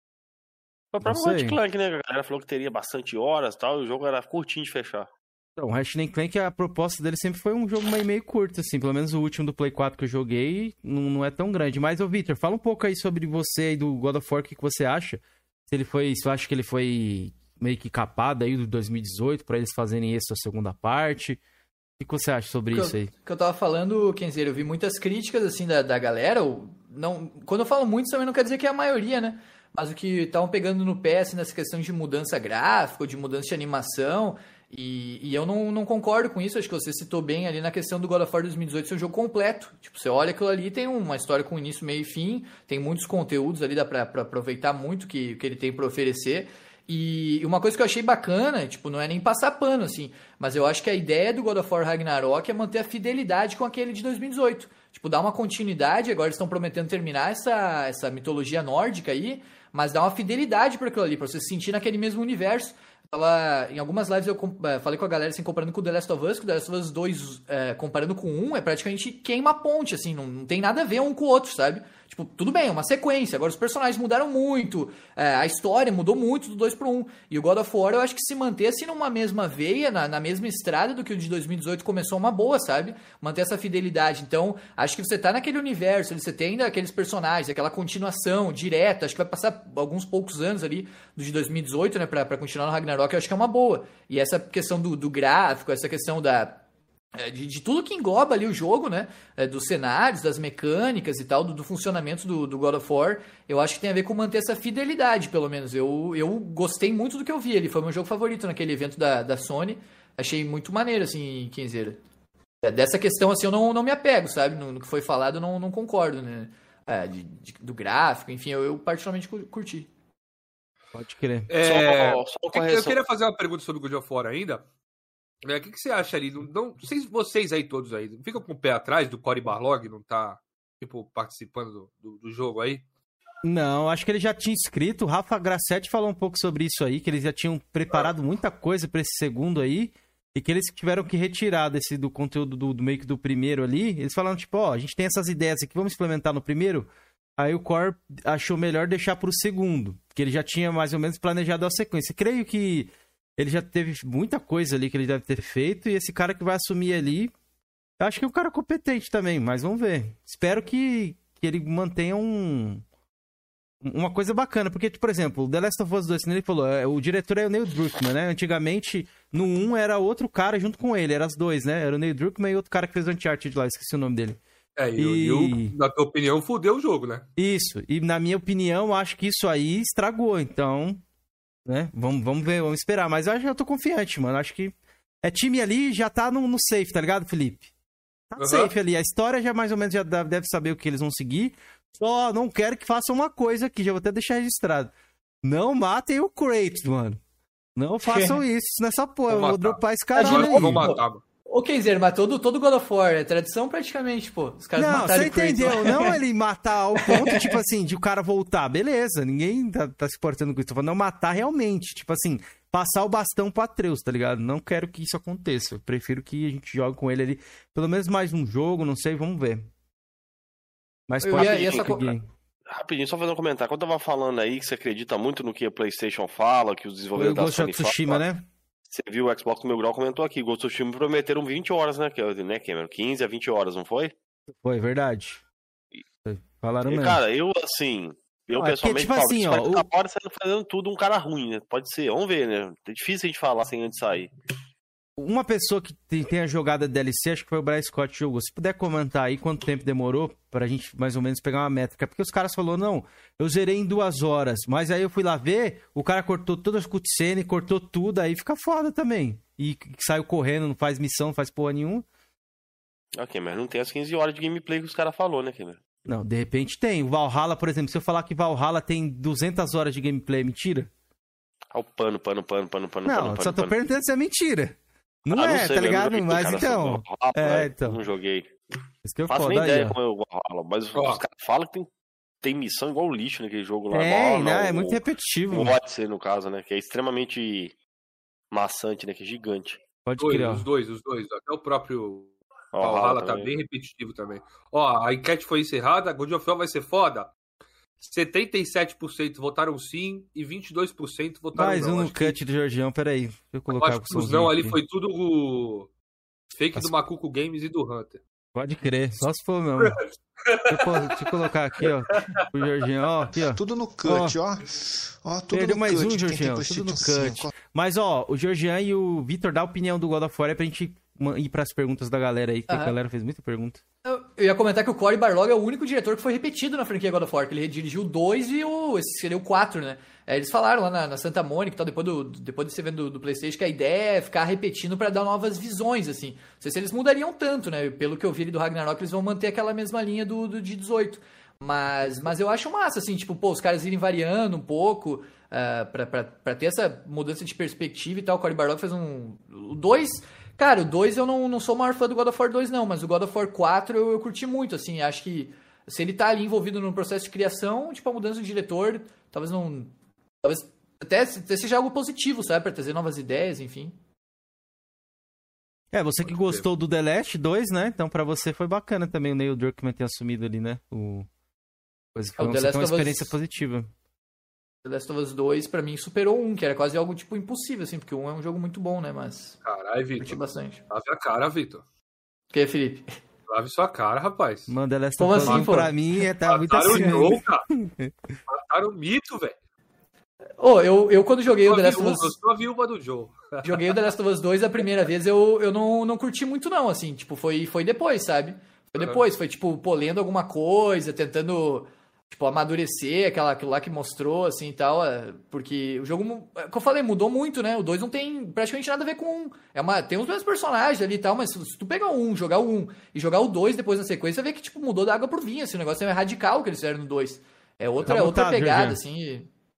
Foi pra Ratchet Clank, né? A galera falou que teria bastante horas e tal, e o jogo era curtinho de fechar. Então, o Ratchet Clank, a proposta dele sempre foi um jogo meio, meio curto, assim. Pelo menos o último do Play quatro que eu joguei não, não é tão grande. Mas, ô, Victor, fala um pouco aí sobre você aí do God of War, o que, que você acha? Se ele foi, se eu acho que ele foi meio que capado aí do dois mil e dezoito pra eles fazerem essa segunda parte. O que, que você acha sobre que isso eu, aí? que eu tava falando, Kenzer, eu vi muitas críticas, assim, da, da galera. Não, quando eu falo muitos, também não quer dizer que é a maioria, né? Mas o que estavam pegando no pé, assim, nessa questão de mudança gráfica, ou de mudança de animação... E, e eu não, não concordo com isso, acho que você citou bem ali na questão do God of War dois mil e dezoito ser um jogo completo. Tipo, você olha aquilo ali, tem uma história com início, meio e fim, tem muitos conteúdos ali, dá pra, pra aproveitar muito o que, que ele tem pra oferecer. E uma coisa que eu achei bacana, tipo, não é nem passar pano, assim, mas eu acho que a ideia do God of War Ragnarok é manter a fidelidade com aquele de dois mil e dezoito. Tipo, dar uma continuidade, agora eles estão prometendo terminar essa, essa mitologia nórdica aí, mas dar uma fidelidade para aquilo ali, pra você se sentir naquele mesmo universo. Tava, em algumas lives eu com- eh, falei com a galera, assim, comparando com o The Last of Us, que o The Last of Us dois, eh, comparando com o um, é praticamente queima a ponte, assim, não, não tem nada a ver um com o outro, sabe? Tipo, tudo bem, é uma sequência, agora os personagens mudaram muito, eh, a história mudou muito do dois pro um, e o God of War eu acho que se manter, assim, numa mesma veia, na, na mesma estrada do que o de dois mil e dezoito começou uma boa, sabe? Manter essa fidelidade, então, acho que você tá naquele universo, você tem ainda aqueles personagens, aquela continuação direta, acho que vai passar alguns poucos anos ali do de dois mil e dezoito, né, pra, pra continuar no Ragnarok, eu acho que é uma boa. E essa questão do, do gráfico, essa questão da, é, de, de tudo que engloba ali o jogo, né, é, dos cenários, das mecânicas e tal, do, do funcionamento do, do God of War, eu acho que tem a ver com manter essa fidelidade, pelo menos. Eu, eu gostei muito do que eu vi, ele foi meu jogo favorito naquele evento da, da Sony, achei muito maneiro, assim, Kenzeira. É, dessa questão, assim, eu não, não me apego, sabe, no, no que foi falado eu não, não concordo, né, é, de, de, do gráfico, enfim, eu, eu particularmente curti. Pode crer. É, Só- só uma eu correção. queria fazer uma pergunta sobre o God of War ainda. É, o que, que você acha ali? Não, não, vocês, vocês aí todos aí, não ficam com o pé atrás do Cory Barlog não tá tipo, participando do, do, do jogo aí? Não, acho que ele já tinha escrito. O Rafa Grassetti falou um pouco sobre isso aí, que eles já tinham preparado muita coisa pra esse segundo aí, e que eles tiveram que retirar desse, do conteúdo do, do meio que do primeiro ali. Eles falaram, tipo, ó, a gente tem essas ideias aqui, vamos implementar no primeiro. Aí o Core achou melhor deixar pro segundo, porque ele já tinha mais ou menos planejado a sequência. Creio que ele já teve muita coisa ali que ele deve ter feito, e esse cara que vai assumir ali, eu acho que é um cara competente também, mas vamos ver. Espero que, que ele mantenha um... uma coisa bacana, porque, por exemplo, o The Last of Us dois, como ele falou, o diretor é o Neil Druckmann, né? Antigamente, no um era outro cara junto com ele, eram os dois, né? Era o Neil Druckmann e outro cara que fez o Uncharted lá, esqueci o nome dele. É, e, E- e o- na tua opinião, fudeu o jogo, né? Isso, e na minha opinião, acho que isso aí estragou, então, né? Vamos, vamos ver, vamos esperar, mas eu acho que eu tô confiante, mano, acho que é time ali já tá no, no safe, tá ligado, Felipe? Tá Uhum. safe ali, a história já mais ou menos já dá- deve saber o que eles vão seguir, só não quero que façam uma coisa aqui, já vou até deixar registrado. Não matem o Kratos, mano. Não façam isso nessa porra, eu Vou vou matar. dropar esse Agora caralho eu aí. vou matar, mano. Ô, Kenzer, mas todo, todo God of War é tradição praticamente, pô. Os caras Não, mataram você o Kratos. entendeu? Não ele matar ao ponto, tipo assim, de o cara voltar. Beleza, ninguém tá, tá se portando com isso. Tô falando, não matar realmente. Tipo assim, passar o bastão pro Atreus, tá ligado? Não quero que isso aconteça. Eu prefiro que a gente jogue com ele ali. Pelo menos mais um jogo, não sei, vamos ver. Mas Eu pode ia- ir, essa co- Gui. Rapidinho, só fazer um comentário. Quando eu tava falando aí que você acredita muito no que a PlayStation fala, que os Foi o desenvolvedores da Ghost Sony of Tsushima, falam, né? você viu o Xbox do Meu Grau comentou aqui, Ghost of Tsushima prometeram vinte horas, né, que- né Cameron? quinze a vinte horas, não foi? Foi, verdade. Falaram E, mesmo. cara, eu, assim, eu Ah, é pessoalmente porque, tipo falo, assim, isso ó, vai o- ficar fora sendo fazendo tudo um cara ruim, né? Pode ser, vamos ver, né? É difícil a gente falar sem antes sair. Uma pessoa que tem, tem a jogada D L C, acho que foi o Brian Scott que jogou. Se puder comentar aí quanto tempo demorou pra gente mais ou menos pegar uma métrica. Porque os caras falaram, não, eu zerei em duas horas. Mas aí eu fui lá ver, o cara cortou todas as cutscenes, cortou tudo, aí fica foda também. E que saiu correndo, não faz missão, não faz porra nenhuma. Ok, mas não tem as quinze horas de gameplay que os caras falaram, né, Cameron? Não, de repente tem. O Valhalla, por exemplo, se eu falar que Valhalla tem duzentas horas de gameplay, é mentira? Ah, o pano, pano, pano, pano, pano, Não, pano, pano, só tô pano. perguntando se é mentira. Não Ah, é, sei, tá eu não ligado? joguei, Mas cara, então... sobre o Valhalla, É, né? então. Não joguei. Isso que eu Faço falo, nem daí, ideia ó. como é o Valhalla, mas Ó. os caras falam que tem, tem missão igual lixo naquele jogo lá. É, Não, né? não, É muito o- repetitivo. O Odyssey, no caso, né? Que é extremamente maçante, né? Que é gigante. Pode Dois, crer, ó. os dois, os dois. Até o próprio Ó, Valhalla tá também. bem repetitivo também. Ó, a enquete foi encerrada. God of War vai ser foda? setenta e sete por cento votaram sim e vinte e dois por cento votaram Mais não. um no Acho que- cut do Jorgião, peraí. Deixa eu Eu colocar acho o que os somzinho não ali aqui. foi tudo o fake As- do Macuco Games e do Hunter. Pode crer, só se for mesmo. Deixa eu, pô- deixa eu colocar aqui, ó. O Jorginho, ó, aqui, ó. Tudo no cut, ó. Ó, tudo Perdeu no mais cut. um, quem tem Jorginho, tudo no PlayStation cut. cinco, Mas, ó, o Jorgian e o Vitor dá a opinião do God of War aí pra gente ma- ir pras perguntas da galera aí, que a Aham. galera fez muita pergunta. Eu, eu ia comentar que o Cory Barlog é o único diretor que foi repetido na franquia God of War, que ele dirigiu o dois e o, esse seria o quatro, né? É, eles falaram lá na, na Santa Mônica e tal, depois, do, depois desse evento do, do PlayStation, que a ideia é ficar repetindo pra dar novas visões, assim. Não sei se eles mudariam tanto, né? Pelo que eu vi ali do Ragnarok, eles vão manter aquela mesma linha do, do de dezoito. Mas, mas eu acho massa, assim, tipo, pô, os caras irem variando um pouco, uh, pra, pra, pra ter essa mudança de perspectiva e tal. O Cory Barlog fez um... O dois... Cara, o dois eu não, não sou o maior fã do God of War dois, não, mas o God of War quatro eu, eu curti muito, assim, acho que se ele tá ali envolvido no processo de criação, tipo, a mudança de diretor, talvez não... Talvez até, até seja algo positivo, sabe? Pra trazer novas ideias, enfim. É, você que gostou do The Last dois, né? Então pra você foi bacana também o Neil Druckmann ter assumido ali, né? O... Coisa foi É, o uma, The Last uma of Us- experiência positiva. The Last of Us dois, pra mim, superou um, que era quase algo, tipo, impossível, assim, porque o um é um jogo muito bom, né? Mas Caralho, curti Vitor. bastante. Lave a cara, Vitor. O que, Felipe? Lave sua cara, rapaz. Mano, The Last Como of Us assim, um pô? pra mim é, tá muito Mataram o assim. Joe, cara. Mataram o mito, velho. Ô, eu, eu quando joguei o Sou The a Last of viúva, Us... eu sou a viúva do Joe. Joguei o The Last of Us dois a primeira vez, eu, eu não, não curti muito não, assim, tipo, foi, foi depois, sabe? Foi Uhum. depois, foi tipo, pô, lendo alguma coisa, tentando, tipo, amadurecer aquela, aquilo lá que mostrou, assim, e tal, é, porque o jogo, mu- é o que eu falei, mudou muito, né? O dois não tem praticamente nada a ver com um. É uma, tem os mesmos personagens ali e tal, mas se, se tu pegar um, jogar o um e jogar o dois depois na sequência, você vê que, tipo, mudou da água pro vinho, assim, o negócio é radical que eles fizeram no dois. É outra, Tá outra mutado, pegada, Jorginho. assim, e-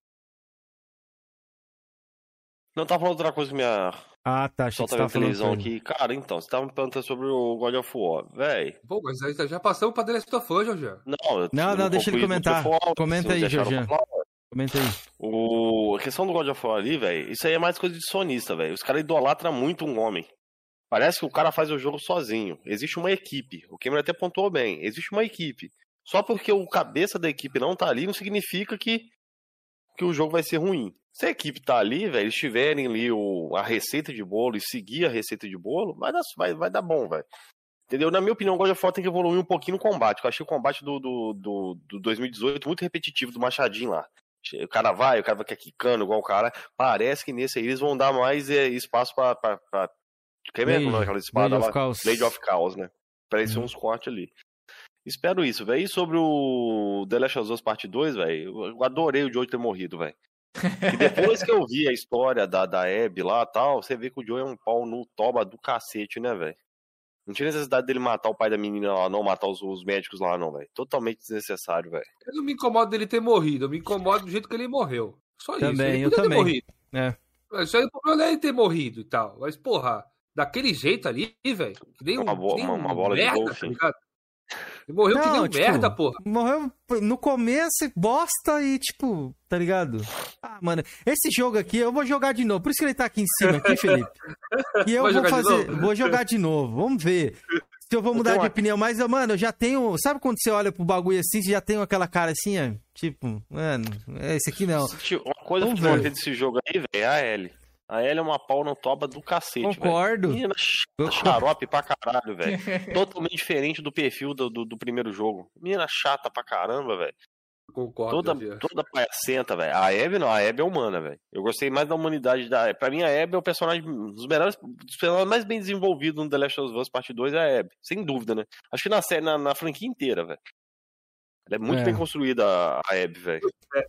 Não, tava falando outra coisa que minha Ah, tá. Achei que solta você minha tava falando televisão coisa. aqui. Cara, então, você tava me perguntando sobre o God of War. Véi, Pô, mas aí já passamos pra The Last of Us, Jorge. não, eu Não, não, deixa ele concluí do God comentar. of War, Comenta vocês aí, deixaram Jorginho. falar. Comenta aí. O... A questão do God of War ali, velho, isso aí é mais coisa de sonista, velho. Os caras idolatram muito um homem. Parece que o cara faz o jogo sozinho. Existe uma equipe. O Cameron até pontuou bem. Existe uma equipe. Só porque o cabeça da equipe não tá ali, não significa que, que o jogo vai ser ruim. Se a equipe tá ali, velho, eles tiverem ali o... a receita de bolo e seguir a receita de bolo, vai dar, vai, vai dar bom, velho. Entendeu? Na minha opinião, o God of War tem que evoluir um pouquinho no combate. Eu achei o combate do, do, do, do dois mil e dezoito muito repetitivo do Machadinho lá. O cara vai, o cara vai quicando igual o cara. Parece que nesse aí eles vão dar mais é, espaço pra. pra, pra... Quem mesmo Blade- não, aquela espada Blade lá? of Chaos. Blade of Chaos, né? Pra isso Uhum. uns cortes ali. Espero isso, velho. E sobre o The Last of Us Parte dois, velho, eu adorei o Joe ter morrido, velho. E depois que eu vi a história da, da Abby lá e tal, você vê que o Joe é um pau no toba do cacete, né, velho? Não tinha necessidade dele matar o pai da menina lá, não matar os, os médicos lá, não, velho. Totalmente desnecessário, velho. Eu não me incomodo dele ter morrido, eu me incomodo do jeito que ele morreu. Só isso. Também, Ele eu podia ter também. morrido. É. Mas Isso aí, o problema não é ele ter morrido e tal. Mas, porra, daquele jeito ali, velho. Que nem um, Uma bo- que nem uma- um uma bola de merda, golfe. tá ligado? Ele morreu que nem Não, um tipo, merda, porra. Morreu no começo, bosta e tipo, tá ligado? Ah, mano, esse jogo aqui eu vou jogar de novo. Por isso que ele tá aqui em cima, aqui, Felipe. E eu Vai vou jogar de fazer, novo? vou jogar de novo. Vamos ver se eu vou mudar tenho de uma- opinião. Mas, eu, mano, eu já tenho. Sabe quando você olha pro bagulho assim, você já tem aquela cara assim, ó, tipo, mano, é esse aqui não. Uma coisa Vamos que eu ver. gostei desse jogo aí, velho, é a Ellie. A Ellie é uma pau no toba do cacete, velho. Concordo. Menina Eu- chata, xarope pra caralho, velho. Totalmente diferente do perfil do, do, do primeiro jogo. Menina chata pra caramba, velho. Concordo. Toda, Jorge. toda palhacenta, velho. A Abby não, a Abby é humana, velho. Eu gostei mais da humanidade da Abby. Pra mim, a Abby é o personagem, um dos melhores, dos personagens mais bem desenvolvidos no The Last of Us Parte dois é a Abby. Sem dúvida, né? Acho que na série, na, na franquia inteira, velho. Ela é muito É. bem construída, a a Abby, velho.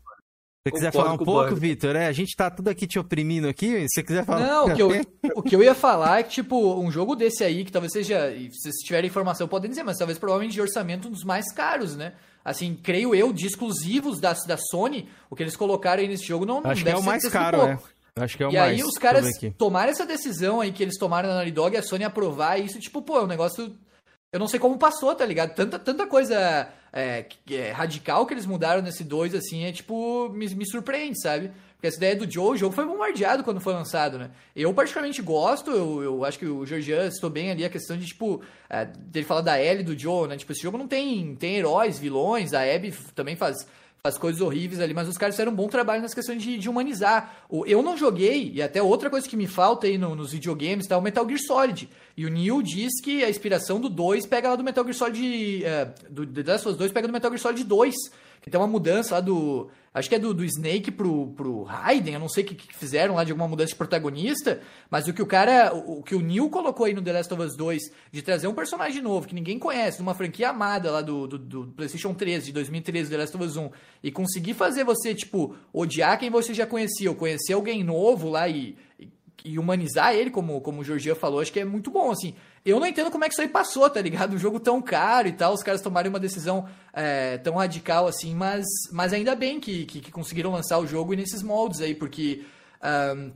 Se você quiser Concordo falar um com o pouco, Burger. Vitor, é, a gente tá tudo aqui te oprimindo aqui. Se você quiser falar. Não, o que, eu, o que eu ia falar é que, tipo, um jogo desse aí, que talvez seja, e se vocês tiverem informação podem dizer, mas talvez provavelmente de orçamento um dos mais caros, né? Assim, creio eu, de exclusivos da, da Sony, o que eles colocaram aí nesse jogo não Acho que deve é o ser mais desse caro, pouco. né? Acho que é o E mais. aí os Deixa eu caras ver aqui. tomaram essa decisão aí que eles tomaram na Naughty Dog e a Sony aprovar isso, tipo, pô, é um negócio... Eu não sei como passou, tá ligado? Tanta, tanta coisa é, que- é, radical que eles mudaram nesse dois, assim, é tipo, me, me surpreende, sabe? Porque essa ideia do Joe, o jogo foi bombardeado quando foi lançado, né? Eu particularmente gosto, eu, eu acho que o Georgian citou bem ali a questão de, tipo, é, dele falar da Ellie e do Joe, né? Tipo, esse jogo não tem, tem heróis, vilões, a Abby também faz... faz coisas horríveis ali, mas os caras fizeram um bom trabalho nas questões de, de humanizar. O, eu não joguei, e até outra coisa que me falta aí no- nos videogames, tá o Metal Gear Solid. E o Neil diz que a inspiração do dois pega lá do Metal Gear Solid... É, do The Last of Us dois pega do Metal Gear Solid dois. Que tem uma mudança lá do... Acho que é do, do Snake pro, pro Raiden, eu não sei o que, que fizeram lá de alguma mudança de protagonista, mas o que o cara, o, o que o Neil colocou aí no The Last of Us dois, de trazer um personagem novo, que ninguém conhece, de uma franquia amada lá do, do, do PlayStation três, de dois mil e treze, The Last of Us um, e conseguir fazer você, tipo, odiar quem você já conhecia, ou conhecer alguém novo lá e... e e humanizar ele, como, como o Georgia falou, acho que é muito bom, assim. Eu não entendo como é que isso aí passou, tá ligado? Um jogo tão caro e tal, os caras tomaram uma decisão é, tão radical assim, mas, mas ainda bem que, que, que conseguiram lançar o jogo nesses moldes aí, porque um,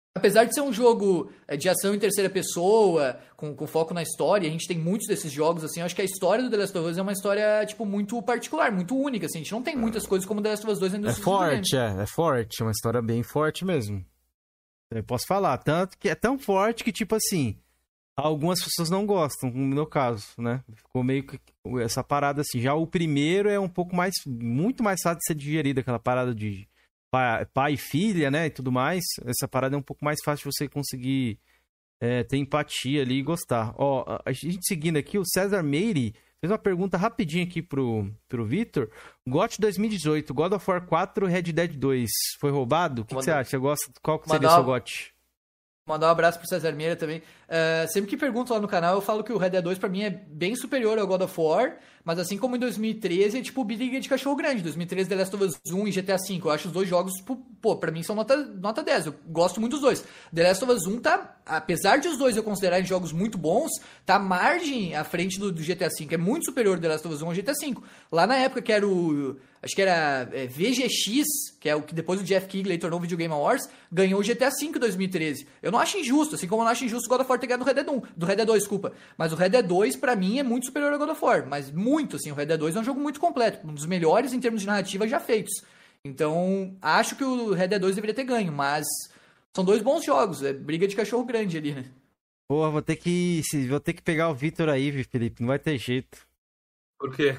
Apesar de ser um jogo de ação em terceira pessoa, com, com foco na história, a gente tem muitos desses jogos, assim, eu acho que a história do The Last of Us é uma história, tipo, muito particular, muito única, assim, a gente não tem muitas coisas como The Last of Us dois ainda. É forte, é, é forte, é uma história bem forte mesmo. Eu posso falar, tanto que é tão forte que, tipo assim, algumas pessoas não gostam, no meu caso, né? Ficou meio que essa parada assim, já o primeiro é um pouco mais, muito mais fácil de ser digerido, aquela parada de pai, pai e filha, né, e tudo mais, essa parada é um pouco mais fácil de você conseguir é, ter empatia ali e gostar. Ó, a gente seguindo aqui, o César Meire fez uma pergunta rapidinho aqui pro, pro Vitor. G O T dois mil e dezoito, God of War quatro, Red Dead dois, foi roubado? O que, que você acha? Gosta, qual que seria o seu G O T? Mandar um abraço pro César Meira também. Uh, sempre que pergunto lá no canal, eu falo que o Red Dead dois pra mim é bem superior ao God of War, mas assim como em dois mil e treze é tipo briga de cachorro grande. dois mil e treze The Last of Us um e G T A cinco. Eu acho os dois jogos, pô, pra mim são nota, nota dez. Eu gosto muito dos dois. The Last of Us um tá, apesar de os dois eu considerarem jogos muito bons, tá à margem à frente do, do G T A cinco. É muito superior The Last of Us um ao G T A cinco. Lá na época que era o... Acho que era é, V G X, que é o que depois o Jeff Keighley tornou o Video Game Awards, ganhou o G T A cinco em dois mil e treze. Eu não acho injusto, assim como eu não acho injusto o God of War ter ganhado do Red Dead um, do Red Dead dois, desculpa. Mas o Red Dead dois, pra mim, é muito superior ao God of War. Mas muito, assim, o Red Dead dois é um jogo muito completo, um dos melhores em termos de narrativa já feitos. Então, acho que o Red Dead dois deveria ter ganho, mas são dois bons jogos, é briga de cachorro grande ali, né? Porra, vou ter que, vou ter que pegar o Vitor aí, Felipe, não vai ter jeito. Por quê?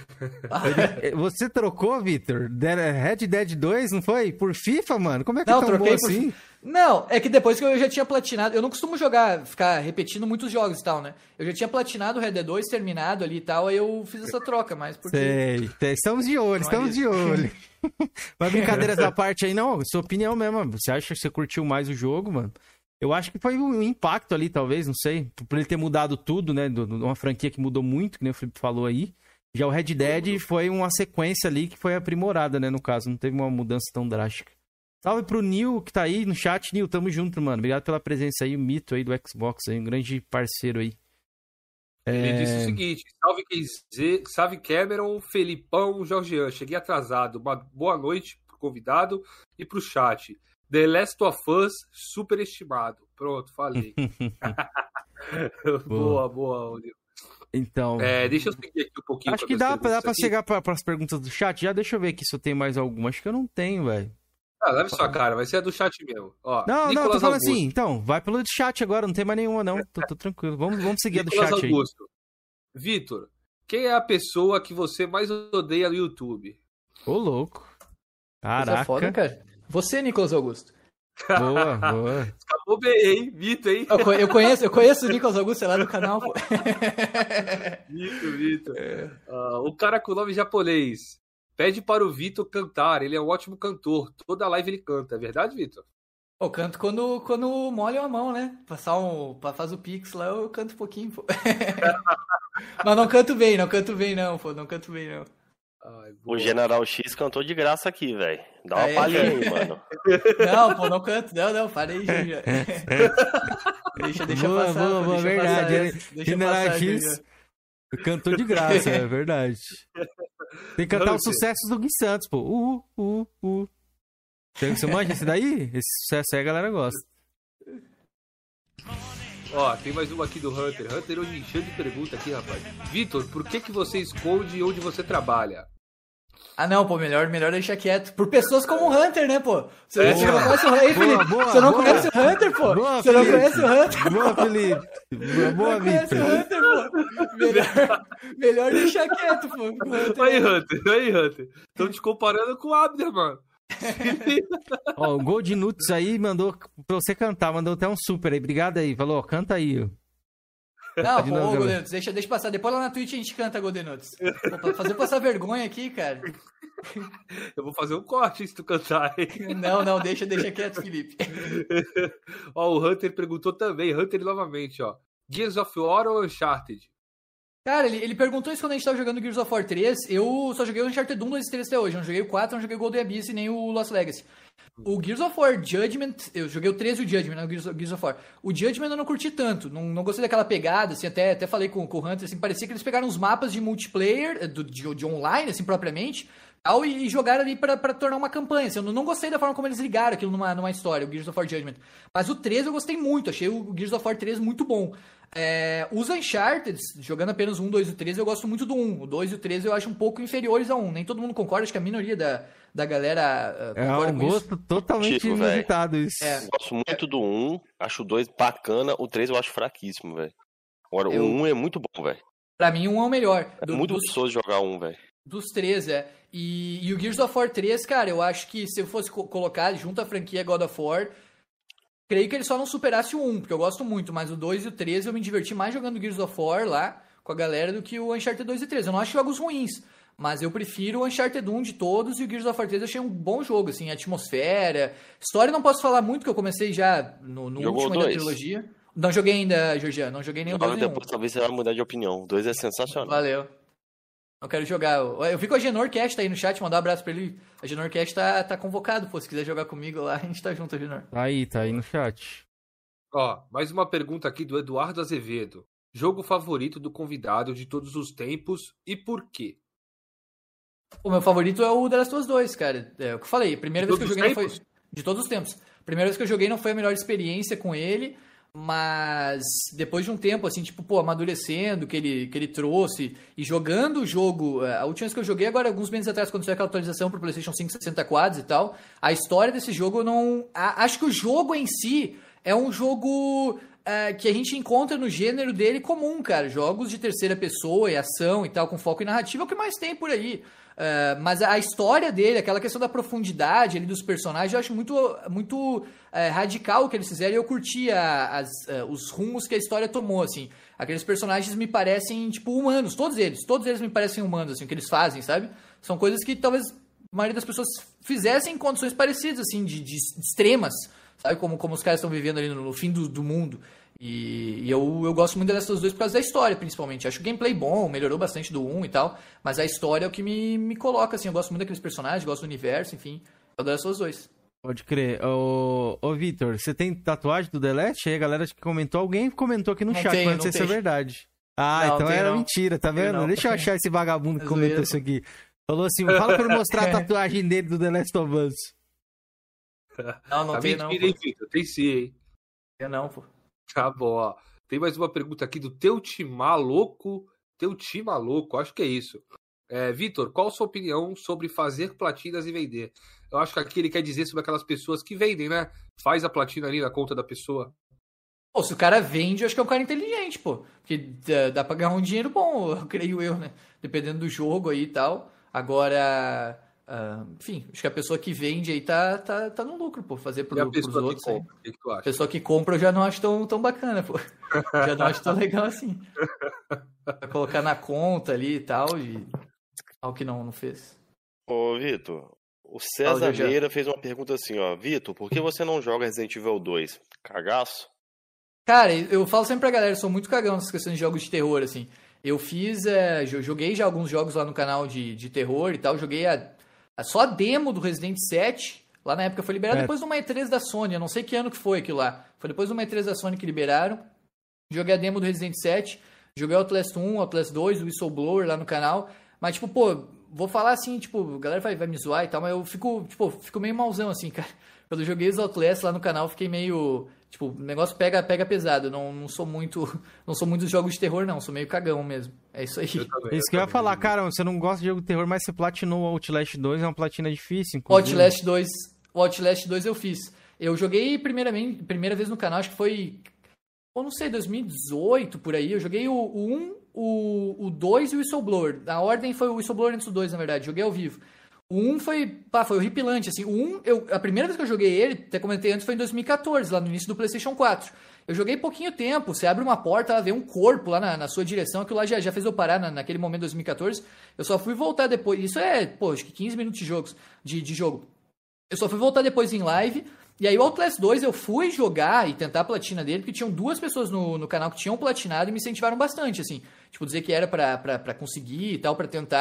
Você trocou, Vitor? Red Dead dois, não foi? Por FIFA, mano? Como é que não, é tão troquei bom assim? Por... Não, é que depois que eu já tinha platinado... Eu não costumo jogar, ficar repetindo muitos jogos e tal, né? Eu já tinha platinado o Red Dead dois, terminado ali e tal, aí eu fiz essa troca, mas porque... Sei, sei. Estamos de olho, estamos de olho. Mas brincadeiras da parte aí, não, sua opinião mesmo. Você acha que você curtiu mais o jogo, mano? Eu acho que foi um impacto ali, talvez, não sei. Por ele ter mudado tudo, né? De uma franquia que mudou muito, que nem o Felipe falou aí. Já o Red Dead foi uma sequência ali que foi aprimorada, né, no caso. Não teve uma mudança tão drástica. Salve pro Nil, que tá aí no chat. Nil, tamo junto, mano. Obrigado pela presença aí, o mito aí do Xbox aí, um grande parceiro aí. Ele é... disse o seguinte, salve K Z, salve Cameron, Felipão, Jorgean. Cheguei atrasado. Uma boa noite pro convidado e pro chat. The Last of Us, superestimado. Pronto, falei. boa, boa, Nil. Então... É, deixa eu seguir aqui um pouquinho. Acho que dá, dá pra chegar pra, pras perguntas do chat. Já deixa eu ver aqui se eu tenho mais alguma. Acho que eu não tenho, velho. Ah, leve sua cara, vai ser a do chat mesmo. Ó, não, Nicolas não, tô falando Augusto. assim. Então, vai pelo chat agora, não tem mais nenhuma, não. Tô, tô tranquilo. Vamos, vamos seguir Nicolas a do chat Augusto. aí. Vitor, quem é a pessoa que você mais odeia no YouTube? Ô, louco. Caraca. Coisa foda, cara. Você, Nicolas Augusto. Boa, boa. Escapou bem, hein? Vitor, hein? Eu, eu, conheço, eu conheço o Nicolas Augusto, é lá do canal, pô. Vitor, Vitor. Uh, o cara com nome japonês. Pede para o Vitor cantar, ele é um ótimo cantor. Toda live ele canta, é verdade, Vitor? Eu canto quando, quando molham a mão, né? Passar um, faz o pix lá, eu canto um pouquinho, pô. Mas não canto bem, não canto bem não, pô, não canto bem não. Ai, o General X cantou de graça aqui, velho. Dá uma ah, é? palhinha aí, mano. Não, pô, não canto, não, não, parei já. já. deixa, deixa boa, passar, boa, pô, boa, deixa verdade. passar, deixa General passar, X já. Cantou de graça, é verdade. Tem que cantar Não, os sucessos do Gui Santos, pô. Uh, uh, uh. Você manja esse daí? Esse sucesso aí a galera gosta. Ó, tem mais uma aqui do Hunter. Hunter hoje encheu de pergunta aqui, rapaz. Vitor, por que que você esconde onde você trabalha? Ah, não, pô, melhor, melhor deixar quieto. Por pessoas como o Hunter, né, pô? Você, É, você não conhece o Hunter, Felipe? boa, Você não boa. conhece o Hunter, pô? Boa, você não Felipe. conhece o Hunter? Boa, Felipe. Boa, boa, Não conhece Vitor. o Hunter, pô? Melhor, melhor deixar quieto, pô. O Hunter, Aí, Hunter, aí, Hunter. Estão te comparando com o Abner, mano. Ó, o Gold Nuts aí mandou pra você cantar, mandou até um super aí. Obrigado aí. Falou, ó, canta aí. Ó. Não, De pô, novo, ô, galera. Goldenuts, deixa, deixa passar. Depois lá na Twitch a gente canta Goldenuts. Pô, pra fazer passar vergonha aqui, cara. Eu vou fazer um corte se tu cantar, hein? Não, não, deixa, deixa quieto, Felipe. Ó, o Hunter perguntou também. Hunter novamente, ó. Gears of War ou Uncharted? Cara, ele, ele perguntou isso quando a gente tava jogando Gears of War três. Eu só joguei o Uncharted um, dois e três até hoje. Eu não joguei o quatro, não joguei o Golden Abyss e nem o Lost Legacy. O Gears of War Judgment, eu joguei o três e o Judgment, né, o Gears, Gears of War. O Judgment eu não curti tanto, não, não gostei daquela pegada, assim, até, até falei com, com o Hunter, assim, parecia que eles pegaram os mapas de multiplayer, do, de, de online, assim, propriamente, tal, e, e jogaram ali pra, pra tornar uma campanha. Assim, eu não gostei da forma como eles ligaram aquilo numa, numa história, o Gears of War Judgment. Mas o três eu gostei muito, achei o Gears of War três muito bom. É, os Uncharted, jogando apenas o um, dois e o três, eu gosto muito do um. O dois e o três eu acho um pouco inferiores ao um. Nem todo mundo concorda, acho que a minoria da, da galera uh, É concorda um com gosto isso. totalmente Tipo, inusitado isso. É. Eu gosto muito do um, acho o dois bacana, o três eu acho fraquíssimo, velho. Agora, Eu- o um é muito bom, velho. Pra mim, um é o melhor. É Do- muito dos, gostoso jogar um, velho. dos três, é. E, e o Gears of War três, cara, eu acho que se eu fosse co- colocar junto à franquia God of War, creio que ele só não superasse o um, porque eu gosto muito, mas o dois e o três eu me diverti mais jogando Gears of War lá com a galera do que o Uncharted dois e três. Eu não acho jogos ruins, mas eu prefiro o Uncharted um de todos e o Gears of War três eu achei um bom jogo, assim, atmosfera. História não posso falar muito, que eu comecei já no, no Jogou último o aí da dois? trilogia. Não joguei ainda, Georgian, não joguei nem o dois Joga nem o um. depois, talvez você vai mudar de opinião. O dois é sensacional. Valeu. Eu quero jogar. Eu vi que o Genor Cast tá aí no chat, mandar um abraço pra ele. A Genor Cast tá, tá convocado, pô. Se quiser jogar comigo lá, a gente tá junto, Genor. Tá aí, tá aí no chat. Ó, mais uma pergunta aqui do Eduardo Azevedo. Jogo favorito do convidado de todos os tempos e por quê? O meu favorito é o The Last of Us dois, cara. É o que eu falei. A primeira De vez que eu todos joguei os não foi. De todos os tempos. A primeira vez que eu joguei não foi a melhor experiência com ele. Mas depois de um tempo, assim, tipo, pô, amadurecendo, que ele, que ele trouxe e jogando o jogo. A última vez que eu joguei, agora, alguns meses atrás, quando saiu aquela atualização pro PlayStation cinco sessenta quadros e tal, a história desse jogo eu não. a- acho que o jogo em si é um jogo é, que a gente encontra no gênero dele comum, cara. Jogos de terceira pessoa e ação e tal, com foco em narrativa, é o que mais tem por aí. É, mas a história dele, aquela questão da profundidade ali dos personagens, eu acho muito, muito é, radical o que eles fizeram e eu curti a- as, é, os rumos que a história tomou, assim. Aqueles personagens me parecem, tipo, humanos, todos eles. Todos eles me parecem humanos, assim, o que eles fazem, sabe? São coisas que talvez a maioria das pessoas fizessem em condições parecidas, assim, de, de extremas, sabe? Como, como os caras estão vivendo ali no, no fim do, do mundo. E, e eu, eu gosto muito dessas dois por causa da história, principalmente. Acho o gameplay bom, melhorou bastante do um e tal, mas a história é o que me, me coloca, assim. Eu gosto muito daqueles personagens, gosto do universo, enfim. Eu adoro essas dois. Pode crer. Ô, ô Vitor, você tem tatuagem do The Last? Aí a galera que comentou, alguém comentou aqui no Não chat, tenho, mas não não sei se é tenho. verdade. Ah, Não, então tenho era não. mentira, tá Tenho vendo? não. Deixa eu achar esse vagabundo que É comentou zoeira. isso aqui. Falou assim, fala pra ele mostrar a tatuagem dele do The Last of Us. Não, não Tá tem não, mentindo, hein, pô. Vitor? Tem sim, hein? Tem não, pô. Tá bom, ó. Tem mais uma pergunta aqui do Teu Timá Louco. Teu Timá Louco, acho que é isso. É, Vitor, qual a sua opinião sobre fazer platinas e vender? Eu acho que aqui ele quer dizer sobre aquelas pessoas que vendem, né? Faz a platina ali na conta da pessoa. Pô, se o cara vende, eu acho que é um cara inteligente, pô. Porque dá, dá pra ganhar um dinheiro bom, eu creio eu, né? Dependendo do jogo aí e tal. Agora, ah, enfim, acho que a pessoa que vende aí tá, tá, tá no lucro, pô. Fazer pro, E a pros pessoa que outros aí. compra, o que, que tu A acha? pessoa que compra eu já não acho tão, tão bacana, pô. Já não acho tão legal assim. Pra colocar na conta ali e tal, e algo que não, não fez. Ô, Vitor, o César Fala, Jorge. Meira fez uma pergunta assim, ó. Vitor, por que você não joga Resident Evil dois? Cagaço? Cara, eu falo sempre pra galera, eu sou muito cagão nessas questões de jogos de terror, assim. Eu fiz, é, jo- joguei já alguns jogos lá no canal de, de terror e tal, joguei a, a- só a demo do Resident sete, lá na época foi liberado É. depois de uma E três da Sony, eu não sei que ano que foi aquilo lá. Foi depois de uma E três da Sony que liberaram. Joguei a demo do Resident sete, joguei o Outlast um, o Outlast dois, o Whistleblower lá no canal, mas tipo, pô, vou falar assim, tipo, a galera vai, vai me zoar e tal, mas eu fico, tipo, fico meio mauzão assim, cara. Quando eu joguei os Outlast lá no canal, eu fiquei meio, tipo, o negócio pega, pega pesado, eu não, não sou muito, não sou muito dos jogos de terror não, sou meio cagão mesmo. É isso aí. Eu também, Isso que eu ia também. falar, cara, você não gosta de jogo de terror, mas você platinou o Outlast dois, é uma platina difícil, O inclusive. Outlast dois, o Outlast dois eu fiz. Eu joguei primeiramente, primeira vez no canal, acho que foi, eu não sei, dois mil e dezoito, por aí. Eu joguei o, o um, o, o dois e o Whistleblower. A ordem foi o Whistleblower antes do dois, na verdade. Joguei ao vivo. O um foi, pá, foi horripilante, assim. O um, eu, a primeira vez que eu joguei ele, até comentei antes, foi em dois mil e quatorze, lá no início do PlayStation quatro. Eu joguei pouquinho tempo, você abre uma porta, ela vê um corpo lá na, na sua direção, aquilo lá já, já fez eu parar na, naquele momento, dois mil e quatorze. Eu só fui voltar depois, isso é, pô, acho que quinze minutos de, jogos, de, de jogo. Eu só fui voltar depois em live, e aí o Outlast dois eu fui jogar e tentar a platina dele, porque tinham duas pessoas no, no canal que tinham platinado e me incentivaram bastante, assim. Tipo, dizer que era pra, pra, pra conseguir e tal, pra tentar.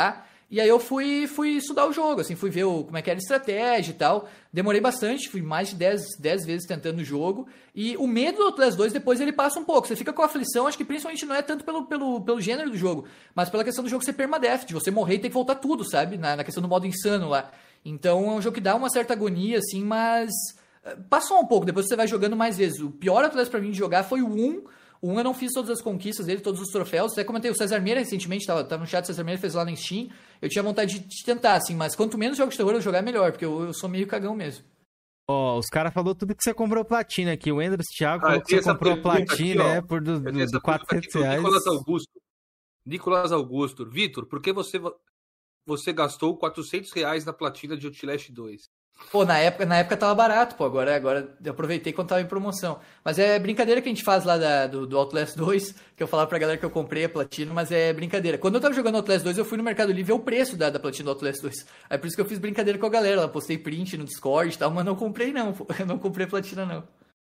E aí eu fui, fui estudar o jogo, assim, fui ver o, como é que era a estratégia e tal. Demorei bastante, fui mais de dez vezes tentando o jogo. E o medo do Outlast dois, depois ele passa um pouco. Você fica com aflição, acho que principalmente não é tanto pelo, pelo, pelo gênero do jogo, mas pela questão do jogo ser permadeath, de você morrer e ter que voltar tudo, sabe? Na, na questão do modo insano lá. Então é um jogo que dá uma certa agonia, assim, mas passou um pouco, depois você vai jogando mais vezes. O pior Outlast pra mim de jogar foi o um. O um eu não fiz todas as conquistas dele, todos os troféus. Até comentei, o César Meira recentemente, tava, tava no chat, o César Meira fez lá no Steam. Eu tinha vontade de, de tentar, assim, mas quanto menos jogos de terror eu jogar, melhor, porque eu, eu sou meio cagão mesmo. Ó, oh, os caras falaram tudo que você comprou platina aqui. O Endres Thiago falou ah, que você comprou a platina, aqui, é, por do, do, do quatrocentos reais. Nicolas Augusto. Nicolas Augusto. Vitor, por que você, você gastou quatrocentos reais na platina de Outlast dois? Pô, na época, na época tava barato, pô, agora, agora eu aproveitei quando tava em promoção. Mas é brincadeira que a gente faz lá da, do, do Outlast dois, que eu falava pra galera que eu comprei a platina, mas é brincadeira. Quando eu tava jogando Outlast dois, eu fui no Mercado Livre ver o preço da, da platina do Outlast dois. Aí por isso que eu fiz brincadeira com a galera, eu postei print no Discord e tal, mas não comprei não, pô. Eu não comprei a platina não.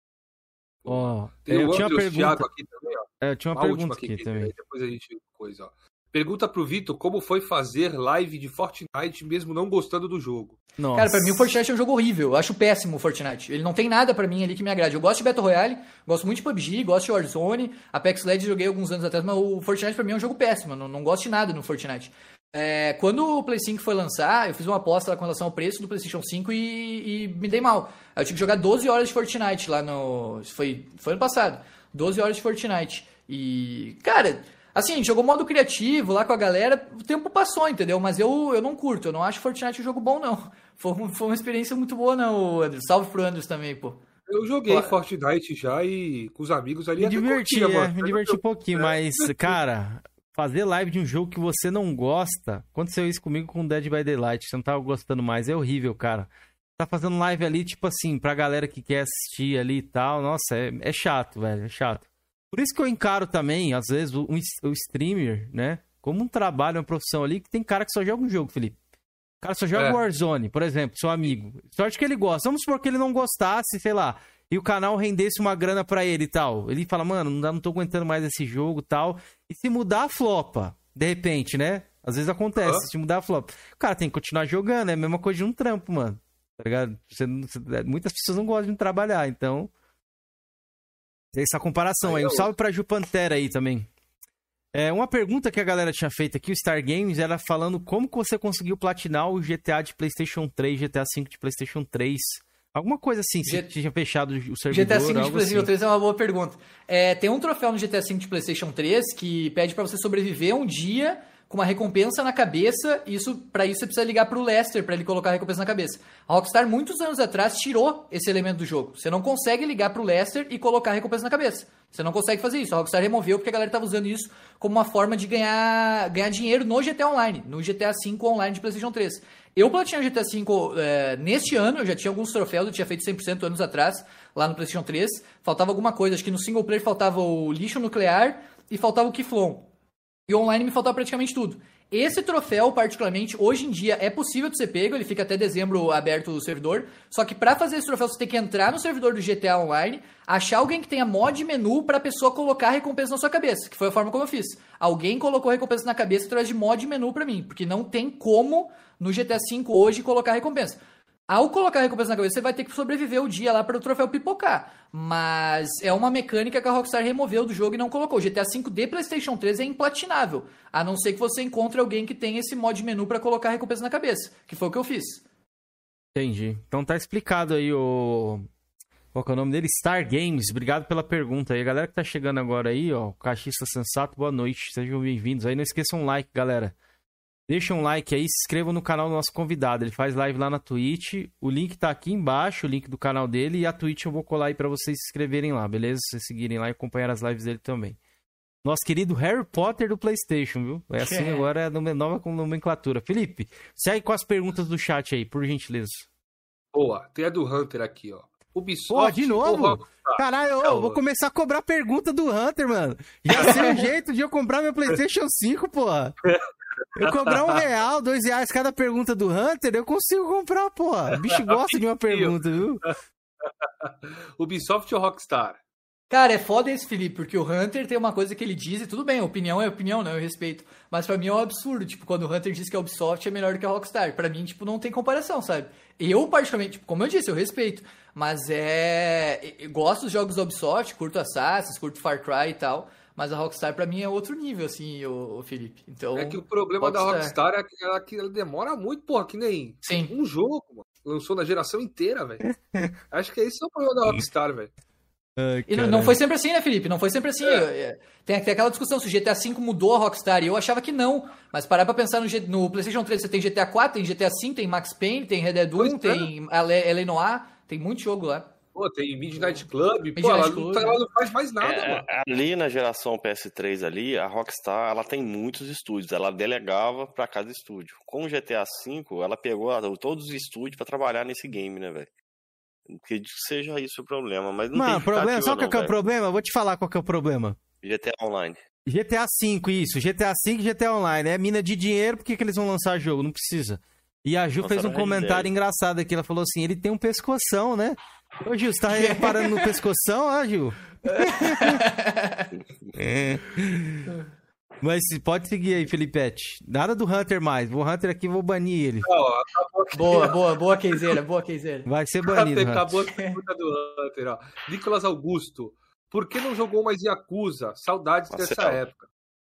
Ó, oh, eu, eu tinha uma pergunta aqui também, ó. É, eu tinha uma, uma pergunta aqui, aqui também. Depois a gente coisa, ó. Pergunta pro Vitor como foi fazer live de Fortnite mesmo não gostando do jogo. Nossa. Cara, pra mim o Fortnite é um jogo horrível. Eu acho péssimo o Fortnite. Ele não tem nada pra mim ali que me agrade. Eu gosto de Battle Royale, gosto muito de P U B G, gosto de Warzone, Apex Legends joguei alguns anos atrás, mas o Fortnite pra mim é um jogo péssimo. Eu não, não gosto de nada no Fortnite. É, quando o Play cinco foi lançar, eu fiz uma aposta lá com relação ao preço do PlayStation cinco e, e me dei mal. Eu tive que jogar doze horas de Fortnite lá no... Foi, foi ano passado. doze horas de Fortnite. E, cara... Assim, a gente jogou modo criativo lá com a galera, o tempo passou, entendeu? Mas eu, eu não curto, eu não acho Fortnite um jogo bom, não. Foi, foi uma experiência muito boa, não, Andres. Salve pro Andres também, pô. Eu joguei Pô, Fortnite já e com os amigos ali. Me diverti, curtia, é, me diverti um pouquinho, é. Mas, cara, fazer live de um jogo que você não gosta, aconteceu isso comigo com Dead by Daylight, você não tava gostando mais, é horrível, cara. Tá fazendo live ali, tipo assim, pra galera que quer assistir ali e tal, nossa, é, é chato, velho, é chato. Por isso que eu encaro também, às vezes, o, o streamer, né? Como um trabalho, uma profissão ali, que tem cara que só joga um jogo, Felipe. O cara só joga é. Warzone, por exemplo, seu amigo. Sorte que ele gosta. Vamos supor que ele não gostasse, sei lá, e o canal rendesse uma grana pra ele e tal. Ele fala, mano, não, dá, não tô aguentando mais esse jogo e tal. E se mudar a flopa, de repente, né? Às vezes acontece, uhum. se mudar a flopa. O cara tem que continuar jogando, é a mesma coisa de um trampo, mano. Tá ligado? Você, você, muitas pessoas não gostam de trabalhar, então... Essa comparação aí. Um salve pra Ju Pantera aí também. É, uma pergunta que a galera tinha feito aqui, o Star Games, era falando como que você conseguiu platinar o G T A de PlayStation três, G T A cinco de PlayStation três. Alguma coisa assim, se G... tinha fechado o servidor. G T A cinco de PlayStation assim. três é uma boa pergunta. É, tem um troféu no G T A cinco de PlayStation três que pede pra você sobreviver um dia com uma recompensa na cabeça. Isso, pra isso você precisa ligar pro Lester pra ele colocar a recompensa na cabeça. A Rockstar, muitos anos atrás, tirou esse elemento do jogo. Você não consegue ligar pro Lester e colocar a recompensa na cabeça. Você não consegue fazer isso. A Rockstar removeu porque a galera tava usando isso como uma forma de ganhar, ganhar dinheiro no G T A Online, no G T A cinco Online de PlayStation três. Eu platinei o G T A cinco é, neste ano, eu já tinha alguns troféus, eu tinha feito cem por cento anos atrás, lá no PlayStation três. Faltava alguma coisa, acho que no single player faltava o lixo nuclear e faltava o Keyflow. E online me faltava praticamente tudo. Esse troféu, particularmente, hoje em dia é possível de ser pego, ele fica até dezembro aberto o servidor, só que pra fazer esse troféu você tem que entrar no servidor do G T A Online, achar alguém que tenha mod menu pra pessoa colocar a recompensa na sua cabeça, que foi a forma como eu fiz. Alguém colocou a recompensa na cabeça através de mod menu pra mim, porque não tem como no G T A cinco hoje colocar a recompensa. Ao colocar a recompensa na cabeça, você vai ter que sobreviver o dia lá para o troféu pipocar. Mas é uma mecânica que a Rockstar removeu do jogo e não colocou. O G T A cinco de PlayStation três é implatinável, a não ser que você encontre alguém que tenha esse mod menu para colocar a recompensa na cabeça, que foi o que eu fiz. Entendi. Então tá explicado aí o... Qual que é o nome dele? Star Games. Obrigado pela pergunta aí. A galera que tá chegando agora aí, ó, Caixista Sensato, boa noite. Sejam bem-vindos aí. Não esqueçam um like, galera. Deixa um like aí, se inscrevam no canal do nosso convidado. Ele faz live lá na Twitch. O link tá aqui embaixo, o link do canal dele. E a Twitch eu vou colar aí pra vocês se inscreverem lá, beleza? Vocês seguirem lá e acompanhar as lives dele também. Nosso querido Harry Potter do PlayStation, viu? É assim é. Agora, é a nova nomenclatura. Felipe, segue com as perguntas do chat aí, por gentileza. Boa, tem a do Hunter aqui, ó. Ubisoft. Pô, de novo? Caralho, eu, eu vou começar a cobrar pergunta do Hunter, mano. Já sei o jeito de eu comprar meu PlayStation cinco, porra. Eu cobrar um real, dois reais cada pergunta do Hunter, eu consigo comprar, porra. O bicho gosta de uma pergunta, viu? Ubisoft ou Rockstar? Cara, é foda esse, Felipe, porque o Hunter tem uma coisa que ele diz, e tudo bem, opinião é opinião, né, eu respeito, mas pra mim é um absurdo, tipo, quando o Hunter diz que a Ubisoft é melhor do que a Rockstar, pra mim, tipo, não tem comparação, sabe? Eu, particularmente, tipo, como eu disse, eu respeito, mas é... eu gosto dos jogos da Ubisoft, curto Assassin's, curto Far Cry e tal, mas a Rockstar pra mim é outro nível, assim, o, Felipe, então... É que o problema Rockstar. da Rockstar é que ela, que ela demora muito, porra, que nem Sim. um jogo, mano. Lançou na geração inteira, velho. Acho que esse é o problema da Rockstar, velho. Ai, E não, não foi sempre assim, né, Felipe? Não foi sempre assim. É. Tem, tem aquela discussão se o G T A cinco mudou a Rockstar, e eu achava que não. Mas parar pra pensar no, G, no PlayStation três, você tem G T A quatro, tem G T A cinco, tem Max Payne, tem Red Dead um, Pois tem L A Noire, tem muito jogo lá. Pô, tem Midnight Club, Midnight pô, ela, Club, não, ela não faz mais nada, É, mano. ali na geração P S três ali, a Rockstar, ela tem muitos estúdios, ela delegava pra cada estúdio. Com o G T A cinco, ela pegou todos os estúdios pra trabalhar nesse game, né, velho? Acredito que seja isso o problema, mas não Mano, tem problema, sabe qual não, que é o velho. problema? Eu vou te falar qual que é o problema. G T A Online. G T A cinco, isso. G T A cinco e G T A Online. É mina de dinheiro, por que, que eles vão lançar jogo? Não precisa. E a Ju Nossa, fez um era comentário ideia. engraçado aqui. Ela falou assim, ele tem um pescoção, né? Ô, Gil, você tá reparando no pescoção, ó, Gil? É. Mas pode seguir aí, Felipete. Nada do Hunter mais. O Hunter aqui, vou banir ele. Não, acabou aqui. Boa, boa, boa queizeira, boa queizeira. Vai ser banido, Hunter. Acabou a pergunta do Hunter, ó. Nicolas Augusto, por que não jogou mais Yakuza? Saudades Marcelo. dessa época.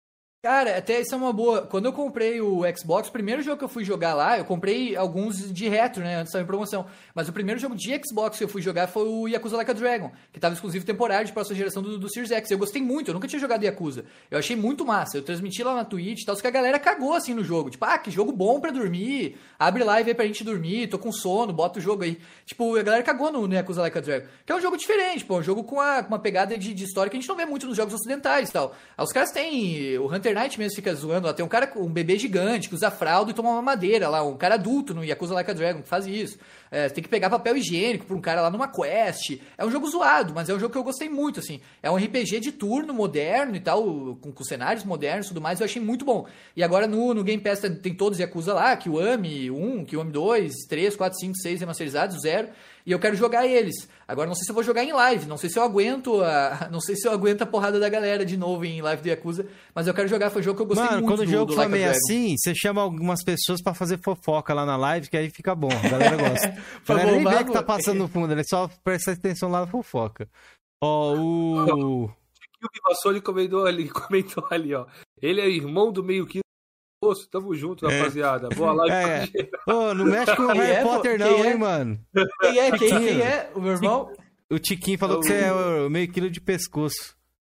Cara, até isso é uma boa. Quando eu comprei o Xbox, o primeiro jogo que eu fui jogar lá, eu comprei alguns de retro, né, antes da promoção. Mas o primeiro jogo de Xbox que eu fui jogar foi o Yakuza Like a Dragon, que tava exclusivo temporário de próxima geração do, do Series X. Eu gostei muito, eu nunca tinha jogado Yakuza. Eu achei muito massa. Eu transmiti lá na Twitch e tal, só que a galera cagou assim no jogo. Tipo, ah, que jogo bom pra dormir. Abre live aí pra gente dormir, tô com sono, bota o jogo aí. Tipo, a galera cagou no, no Yakuza Like a Dragon. Que é um jogo diferente, pô, um jogo com uma, uma pegada de, de história que a gente não vê muito nos jogos ocidentais e tal. Aí os caras têm. O Hunter Knight mesmo fica zoando lá. Tem um cara com um bebê gigante que usa fralda e toma uma madeira lá. Um cara adulto no Yakuza Like a Dragon que faz isso. É, tem que pegar papel higiênico pra um cara lá numa quest. É um jogo zoado, mas é um jogo que eu gostei muito, assim. É um R P G de turno moderno e tal, com, com cenários modernos e tudo mais. Eu achei muito bom. E agora no, no Game Pass tem todos os Yakuza lá, Kiwami um, Kiwami dois, três, quatro, cinco, seis remasterizados, zero. E eu quero jogar eles. Agora não sei se eu vou jogar em live, não sei se eu aguento a, não sei se eu aguento a porrada da galera de novo em live do Yakuza, mas eu quero jogar, foi um jogo que eu gostei Mano, muito. quando do, o jogo do for Like a meio Dragon. assim, você chama algumas pessoas pra fazer fofoca lá na live, que aí fica bom, a galera gosta. A Pra galera nem vê bombar, que tá pô. passando no fundo, ele só presta atenção lá na fofoca. Ó, o... O Vivassoli comentou ali, comentou ali, ó. Ele é irmão do meio quilo. Moço, tamo junto, rapaziada. Boa live. É, é. Ô, não mexe com o Quem Harry é, pô? Potter Quem não, é? hein, mano. Quem é? Quem, Tiquinho. quem é? O meu irmão? O Tiquinho falou que você é o meio quilo de pescoço.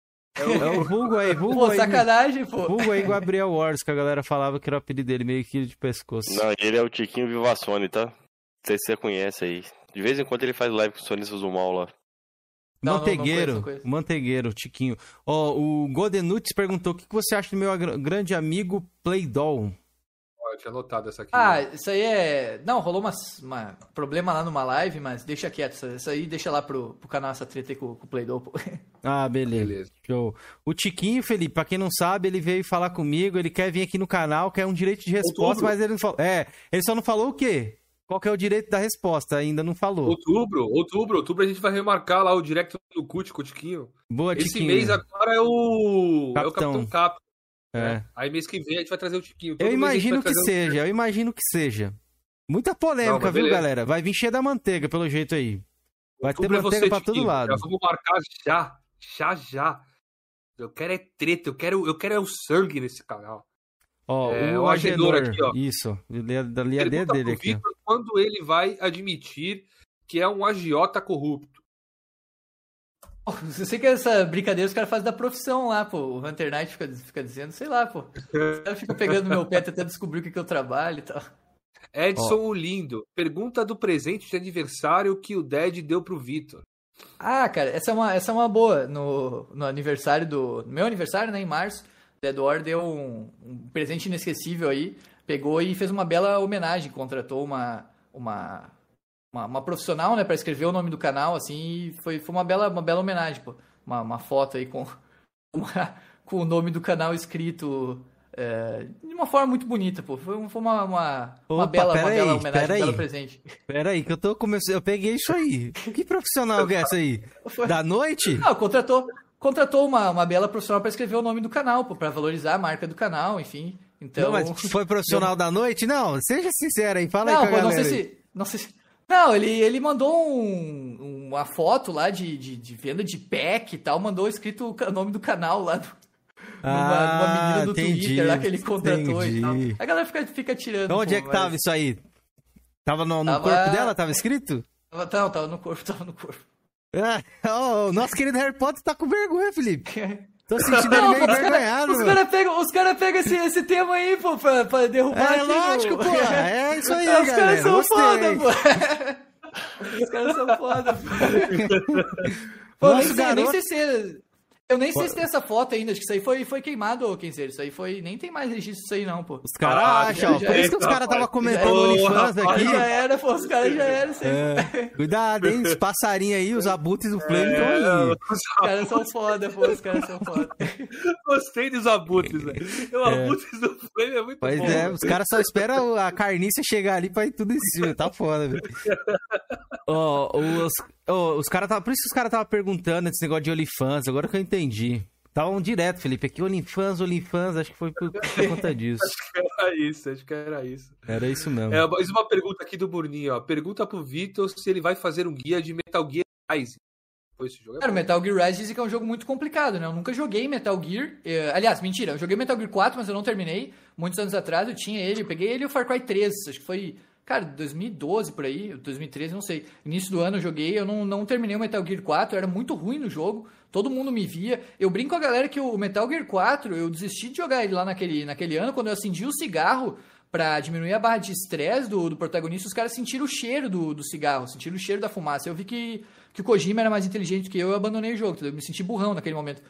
É É o- o vulgo aí, vulgo Pô, aí. sacanagem, pô. Vulgo aí Gabriel Wars, que a galera falava que era o apelido dele, meio quilo de pescoço. Não, ele é o Tiquinho Vivassone, tá? Não sei se você conhece aí. De vez em quando ele faz live com o Sonistas do Mal lá. Não, não, não Manteigueiro, conheço, não conheço. Manteigueiro, Tiquinho. Ó, o Godenuts perguntou o que que você acha do meu agr- grande amigo Playdoll. Ó, eu tinha anotado essa aqui. Ah, né? isso aí é... Não, rolou uma, uma problema lá numa live, mas deixa quieto. Isso, isso aí deixa lá pro, pro canal essa treta aí com, com o Play-Doh, pô. Ah, beleza. Beleza. Show. O Tiquinho, Felipe, pra quem não sabe, ele veio falar comigo, ele quer vir aqui no canal, quer um direito de resposta, Outubro. mas ele não falou. É, ele só não falou o quê? Qual que é o direito da resposta? Ainda não falou. Outubro, outubro, outubro a gente vai remarcar lá o direct do Cut, Cutiquinho. Boa, Esse Tiquinho. mês agora é o. É o Capitão. Capitão Cap. É. né? Aí mês que vem a gente vai trazer o Tiquinho. Todo Eu mês a gente imagino vai que trazer um- seja, eu imagino que seja. Muita Não, polêmica, mas viu, beleza. galera? Vai vir cheia da manteiga, pelo jeito aí. Vai ter Outubro é manteiga você, pra todo Tiquinho. lado. Já vamos marcar já. Já, já. Eu quero é treta, eu quero, eu quero é o sangue nesse canal. Ó, É, o o Agenor Agenor, aqui, ó. isso. Li a li a D Pergunta dele pro aqui. ó. Victor quando ele vai admitir que é um agiota corrupto. Eu sei que essa brincadeira os caras fazem da profissão lá, pô. O Hunter Knight fica, fica dizendo, sei lá, pô. Os caras ficam pegando meu pé tentando descobrir o que, que eu trabalho e tal. Edson o Lindo, pergunta do presente de aniversário que o Dead deu pro Victor. Ah, cara, essa é uma, essa é uma boa. No, no aniversário do. No meu aniversário, né, em março, Dead War deu um, um presente inesquecível aí. Pegou e fez uma bela homenagem. Contratou uma. uma Uma, uma profissional, né, pra escrever o nome do canal, assim, e foi, foi uma, bela, uma bela homenagem, pô. Uma, uma foto aí com, uma, com o nome do canal escrito É, de uma forma muito bonita, pô. Foi, foi uma, uma, uma Opa, bela, uma pera bela aí, homenagem, pera um belo aí. presente. Pera aí, que eu tô começando. Eu peguei isso aí. Que profissional que é essa aí? Foi- Da noite? Não, contratou, contratou uma, uma bela profissional pra escrever o nome do canal, pô, pra valorizar a marca do canal, enfim. Então... Não, mas foi profissional da noite? Não, seja sincero aí, fala Não, aí com a pô, não galera. sei aí. se. Não sei se. Não, ele, ele mandou um- uma foto lá de, de, de venda de pack e tal, mandou escrito o ca- nome do canal lá do, numa, numa menina do Ah, entendi, Twitter lá que ele contratou e tal. entendi. A galera fica, fica tirando. Então, onde pô, é que tava mas- isso aí? Tava no, no Tava- corpo dela? Tava escrito? Tava, tava, tava no corpo, tava no corpo. Ah, oh, o nosso querido Harry Potter tá com vergonha, Felipe. Tô sentindo ele Não, meio pô, os envergonhado, caras mano. cara pegam os cara pega esse, esse tema aí, pô, pra, pra derrubar É aqui. lógico, no- pô. É isso aí, Os galera. caras são Gostei. foda, pô. Os caras são foda, pô. Pô, nem Nosso sei, nem garoto- sei se... Eu nem sei se tem essa foto ainda, acho que isso aí foi, foi queimado, ô Kenzer. Isso aí foi... Nem tem mais registro disso aí não, pô. Os caras Ah, acham, ó. já Por é, isso que os caras estavam comentando Ô, no OnlyFans rapaz, aqui. Já era, pô, os caras já eram, isso aí. É, cuidado, hein? Os passarinhos aí, os abutres do Flame estão aí. Os caras são foda, pô, os caras são foda. Gostei dos abutres, velho. O abutres do Flame é muito Pois bom. é, velho. os caras só esperam a carniça chegar ali pra ir tudo em cima. Tá foda, velho. Ó, os, ó, os caras tava, por isso que os caras estavam perguntando esse negócio de OnlyFans, agora que eu entendi. Estavam direto, Felipe. Aqui OnlyFans, OnlyFans, acho que foi por, por conta disso. Era isso, acho que era isso. Era isso mesmo. É, mais uma pergunta aqui do Burninho, ó. Pergunta pro Vitor se ele vai fazer um guia de Metal Gear Rising. Pô, esse jogo é Cara, o bom. Metal Gear Rise dizem que é um jogo muito complicado, né? Eu nunca joguei Metal Gear. eh, aliás, mentira, eu joguei Metal Gear quatro, mas eu não terminei. Muitos anos atrás eu tinha ele, eu peguei ele e o Far Cry três. Acho que foi, cara, dois mil e doze por aí, dois mil e treze, não sei. Início do ano eu joguei, eu não, não terminei o Metal Gear quatro, eu era muito ruim no jogo. Todo mundo me via. Eu brinco com a galera que o Metal Gear quatro, eu desisti de jogar ele lá naquele, naquele ano, quando eu acendi o cigarro pra diminuir a barra de estresse do, do protagonista, os caras sentiram o cheiro do, do cigarro, sentiram o cheiro da fumaça. Eu vi que, que o Kojima era mais inteligente que eu, eu abandonei o jogo, entendeu? Eu me senti burrão naquele momento.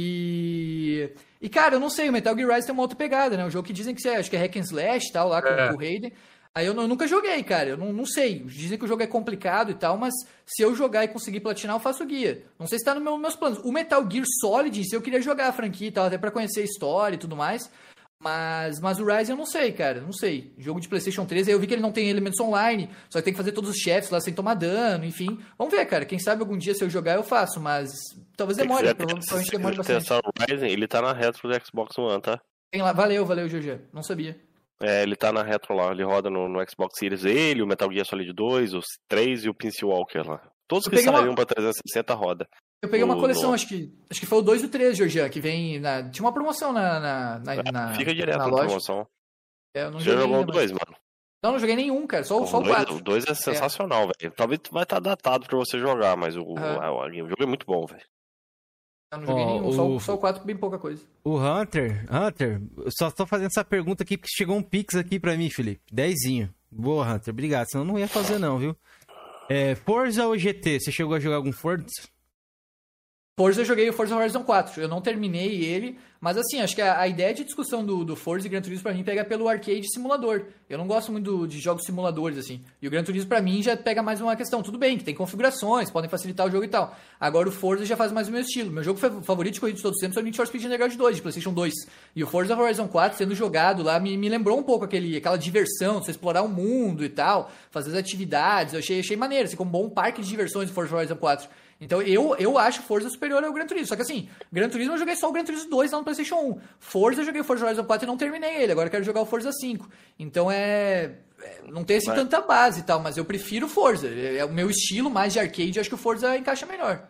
E... E, cara, eu não sei, o Metal Gear Rise tem uma outra pegada, né? Um jogo que dizem que é, acho que é hack and slash e tal, lá com, É. com o Raiden. Aí eu, não- eu nunca joguei, cara, eu não, não sei. Dizem que o jogo é complicado e tal, mas se eu jogar e conseguir platinar, eu faço o guia. Não sei se tá nos meu, meus planos. O Metal Gear Solid, se eu queria jogar a franquia e tal, até pra conhecer a história e tudo mais. Mas, mas o Rise eu não sei, cara, não sei. Jogo de PlayStation três, aí eu vi que ele não tem elementos online, só que tem que fazer todos os chefes lá sem tomar dano, enfim. Vamos ver, cara, quem sabe algum dia se eu jogar eu faço, mas talvez Se demore, quiser provavelmente testar- se demore quiser bastante. testar o Ryzen, ele tá na retro do Xbox One, tá? Tem lá, valeu, valeu, G G, não sabia. É, ele tá na retro lá, ele roda no, no Xbox Series, ele, o Metal Gear Solid dois, os três e o Peace Walker lá. Todos Eu que peguei uma- saíram pra trezentos e sessenta roda. Eu peguei uma O- coleção, no- acho que acho que foi o dois e o três, Georgian, que vem na... Tinha uma promoção na, na, na, na- Fica direto na na loja. promoção. É, eu não Você já joguei jogou o ainda, mas- dois, mano? Não, não joguei nenhum, cara, só, o- só o dois- quatro. O dois é sensacional, velho. Talvez vai estar datado pra você jogar, mas o, Aham. o, o jogo é muito bom, velho. Eu não joguei Ó, nenhum, só, o- o- só o quatro, bem pouca coisa. O Hunter, Hunter, eu só tô fazendo essa pergunta aqui porque chegou um pix aqui pra mim, Felipe. Dezinho. Boa, Hunter, obrigado. Senão eu não ia fazer não, viu? É, Forza ou G T? Você chegou a jogar algum Forza? Forza eu joguei o Forza Horizon quatro, eu não terminei ele, mas assim, acho que a, a ideia de discussão do, do Forza e Gran Turismo pra mim pega pelo arcade simulador. Eu não gosto muito do- de jogos simuladores, assim. E o Gran Turismo pra mim já pega mais uma questão, tudo bem, que tem configurações, podem facilitar o jogo e tal. Agora o Forza já faz mais o meu estilo. Meu jogo fa- favorito de corrida de todos os tempos é o Need for Speed Underground dois, de PlayStation dois. E o Forza Horizon quatro, sendo jogado lá, me, me lembrou um pouco aquele, aquela diversão, de você explorar o mundo e tal, fazer as atividades. Eu achei, achei maneiro, assim, como um bom parque de diversões do Forza Horizon quatro. Então eu, eu acho Forza superior ao Gran Turismo. Só que assim, Gran Turismo eu joguei só o Gran Turismo dois lá no PlayStation um. Forza eu joguei o Forza Horizon quatro e não terminei ele. Agora eu quero jogar o Forza cinco. Então é... é- não tem assim Mas- tanta base e tal, mas eu prefiro o Forza. É, é o meu estilo mais de arcade, eu acho que o Forza encaixa melhor.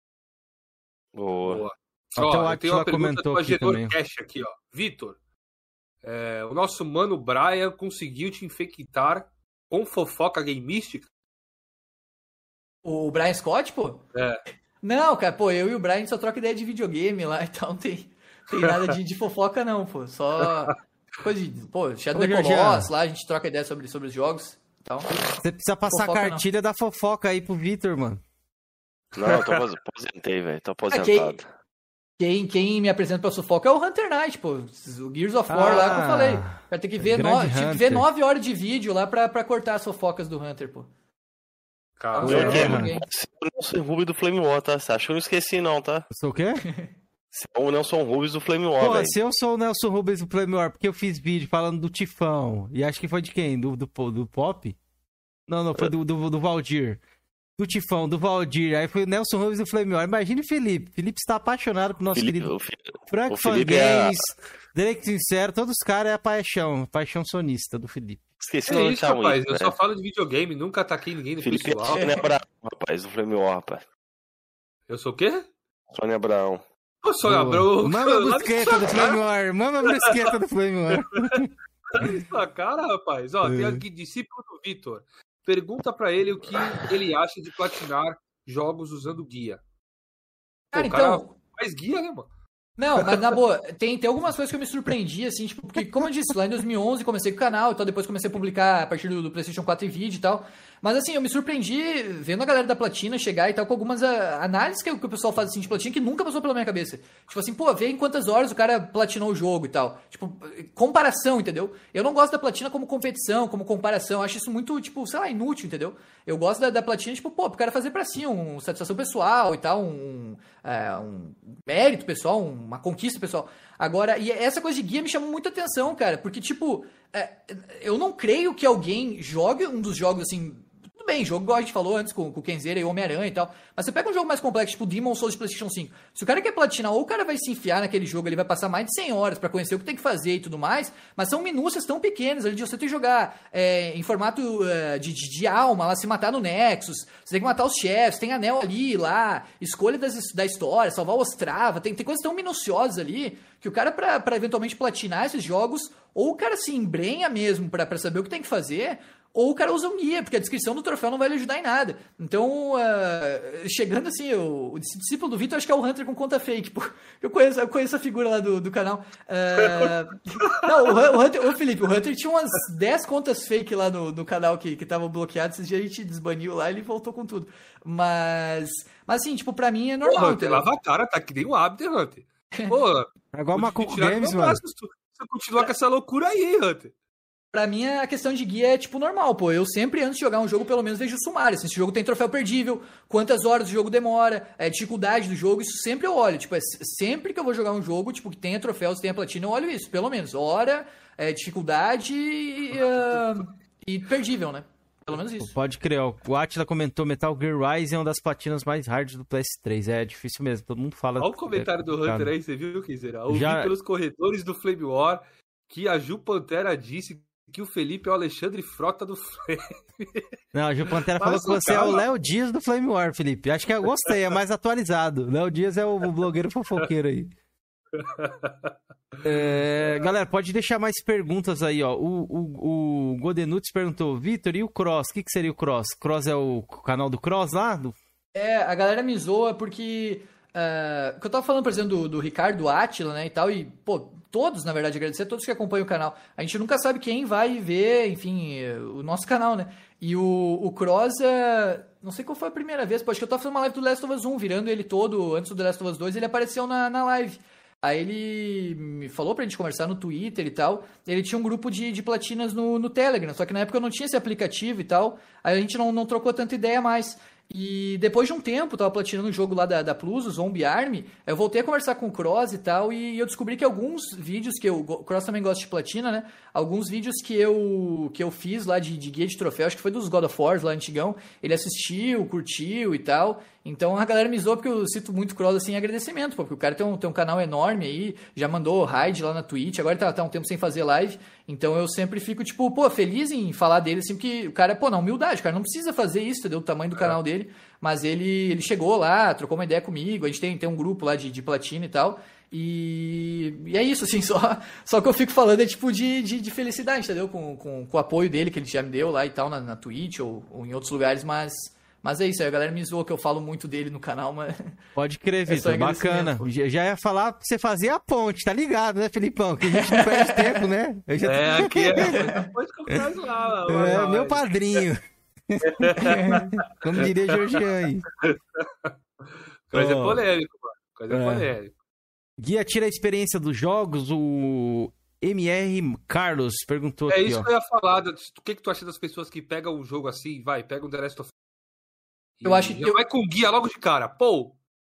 Boa. Boa. Até Ó, o eu Atila tenho uma pergunta comentou do aqui Agenor também. Cash aqui, ó. Vitor, é, o nosso mano Brian conseguiu te infectar com fofoca gameística? O Brian Scott, pô? É. Não, cara, pô, eu e o Brian a gente só troca ideia de videogame lá, então não tem, tem nada de, de fofoca não, pô. Só coisa de, pô, Shadow Ô, of the Georgiano. Colossus, lá a gente troca ideia sobre, sobre os jogos. Então, Você precisa passar Fofoca a não. cartilha da fofoca aí pro Vitor, mano. Não, eu tô apos- aposentei, velho. Tô quem, aposentado. quem, quem me apresenta pra fofoca é o Hunter Knight, pô. O Gears of War lá que eu Ah, falei. Vai ter que ver, grande no, tive que ver Hunter. nove horas de vídeo lá pra, pra cortar as fofocas do Hunter, pô. Cara, Eu Eu É, aqui, mano. mano. O Ruby do Flame War, tá? Você acha que eu não esqueci, não, tá? Eu sou o quê? Você é o Nelson Rubens do Flame War, Pô, velho. se eu sou o Nelson Rubens do Flame War, porque eu fiz vídeo falando do Tifão, e acho que foi de quem? Do, do, do Pop? Não, não, foi do, do, do Valdir. Do Tifão, do Valdir, aí foi o Nelson Rubens do Flame War. Imagine o Felipe. Felipe está apaixonado por nosso Felipe, querido o Fi- Frank o Fan Felipe Games, é Drake Sincero, todos os caras é a paixão, paixão sonista do Felipe. Esqueci o É nome isso, do Thiago rapaz. Henrique, Eu velho. só falo de videogame, nunca ataquei ninguém no Felipe é pessoal. Sônia Abraão, rapaz, do Flame War, rapaz. Eu sou o quê? Sônia Abraão. Eu sou Boa. Abrão. Mama a brusqueta do Flame War, mama a brusqueta do Flame War. Sua cara, rapaz. Ó, tem É. aqui discípulo do Vitor. Pergunta pra ele o que ele acha de platinar jogos usando guia. Pô, Cara, o cara então... faz guia, né, mano? Não, mas na boa, tem, tem algumas coisas que eu me surpreendi, assim, tipo, porque, como eu disse, lá em dois mil e onze comecei com o canal, então depois comecei a publicar a partir do, do PlayStation quatro e vídeo e tal. Mas, assim, eu me surpreendi vendo a galera da Platina chegar e tal, com algumas a, análises que, que o pessoal faz, assim, de Platina, que nunca passou pela minha cabeça. Tipo assim, pô, vê em quantas horas o cara platinou o jogo e tal. Tipo, comparação, entendeu? Eu não gosto da Platina como competição, como comparação, eu acho isso muito, tipo, sei lá, inútil, entendeu? Eu gosto da, da Platina, tipo, pô, pro cara fazer pra si, um satisfação pessoal e tal, um, é, um mérito pessoal, uma conquista pessoal. Agora, e essa coisa de guia me chamou muita atenção, cara, porque, tipo, é, eu não creio que alguém jogue um dos jogos, assim, tudo bem, jogo igual a gente falou antes com, com o Kenzeira e o Homem-Aranha e tal, mas você pega um jogo mais complexo, tipo Demon Souls de PlayStation cinco, se o cara quer platinar, ou o cara vai se enfiar naquele jogo, ele vai passar mais de cem horas pra conhecer o que tem que fazer e tudo mais, mas são minúcias tão pequenas, ali de você ter que jogar é, em formato é, de, de, de alma, lá, se matar no Nexus, você tem que matar os chefes, tem anel ali, lá, escolha das, da história, salvar o Ostrava, tem, tem coisas tão minuciosas ali, que o cara, pra, pra eventualmente platinar esses jogos, ou o cara se embrenha mesmo pra, pra saber o que tem que fazer, ou o cara usa um guia, porque a descrição do troféu não vai lhe ajudar em nada. Então, uh, chegando assim, o, o discípulo do Vitor, acho que é o Hunter com conta fake, pô. Eu conheço, eu conheço a figura lá do, do canal. Uh, não, o, o Hunter, o Felipe, o Hunter tinha umas dez contas fake lá no, no canal que estavam bloqueadas, esses dias a gente desbaniu lá e ele voltou com tudo. Mas, mas assim, tipo, pra mim é normal. Pô, Hunter, lava a cara, tá que nem o Abder, Hunter. Pô, É igual uma vou te Macaco tirar do Games, meu mano. braço se tu- se eu continuar com essa loucura aí, Hunter. Pra mim, a questão de guia é, tipo, normal, pô. Eu sempre, antes de jogar um jogo, pelo menos vejo o sumário. Assim, se o jogo tem troféu perdível, quantas horas o jogo demora, a dificuldade do jogo, isso sempre eu olho. Tipo, é, sempre que eu vou jogar um jogo, tipo, que tenha troféus, tenha platina, eu olho isso, pelo menos. Hora, é, dificuldade e, uh, e perdível, né? Pelo menos isso. Pode crer, ó. O Atila comentou, Metal Gear Rise é uma das platinas mais hard do P S três. É difícil mesmo, todo mundo fala. Olha o comentário do é, Hunter aí, você viu, Kizera? Ouvi Já- pelos corredores do Flame War que a Ju Pantera disse que o Felipe é o Alexandre Frota do Flame. Não, a Gil Pantera Mas falou que o você é cara- o Léo Dias do Flame War, Felipe. Acho que eu gostei, é mais atualizado. Léo Dias é o blogueiro fofoqueiro aí. É, galera, pode deixar mais perguntas aí, ó. O, o, o Godenuts perguntou, Vitor, e o Cross? O que, que seria o Cross? Cross é o canal do Cross lá? Do... É, a galera me zoa porque... Uh, que eu tava falando, por exemplo, do, do Ricardo Átila, né, e tal, e, pô, todos, na verdade, agradecer a todos que acompanham o canal. A gente nunca sabe quem vai ver, enfim, o nosso canal, né? E o, o Cross, uh, não sei qual foi a primeira vez, pô, acho que eu tava fazendo uma live do The Last of Us um, virando ele todo, antes do The Last of Us dois, ele apareceu na, na live. Aí ele me falou pra gente conversar no Twitter e tal. Ele tinha um grupo de, de platinas no, no Telegram, só que na época eu não tinha esse aplicativo e tal. Aí a gente não, não trocou tanta ideia mais. E depois de um tempo, eu tava platinando um jogo lá da, da Plus, o Zombie Army, eu voltei a conversar com o Cross e tal, e eu descobri que alguns vídeos que eu... O Cross também gosta de platina, né? Alguns vídeos que eu, que eu fiz lá de, de guia de troféu, acho que foi dos God of War lá antigão, ele assistiu, curtiu e tal. Então a galera me zoou porque eu cito muito o Cross assim em agradecimento, pô, porque o cara tem um, tem um canal enorme aí, já mandou raid lá na Twitch, agora tá, tá um tempo sem fazer live, então eu sempre fico, tipo, pô, feliz em falar dele, assim, porque o cara, pô, na humildade, o cara não precisa fazer isso, entendeu? O tamanho do canal dele, mas ele, ele chegou lá, trocou uma ideia comigo, a gente tem, tem um grupo lá de, de platina e tal, e, e é isso, assim, só, só que eu fico falando é tipo de, de, de felicidade, entendeu? Com, com, com o apoio dele que ele já me deu lá e tal, na, na Twitch ou, ou em outros lugares, mas... Mas é isso, aí a galera me zoou que eu falo muito dele no canal, mas... Pode crer, É só Vitor, bacana. agradecimento, pô. Já já ia falar pra você fazer a ponte, tá ligado, né, Felipão? Que a gente não perde tempo, né? Eu já... É, aqui é. Pode comprar lá. lá, É, lá, meu lá. padrinho. Como diria Georgian aí. Coisa Ó. polêmica, mano. Coisa É. polêmica. Guia tira a experiência dos jogos, o M R Carlos perguntou É aqui, isso ó. que eu ia falar. do- O que, que tu acha das pessoas que pegam um jogo assim, vai, pega um The Last of Us. Eu acho que já eu- vai com guia logo de cara. Pô,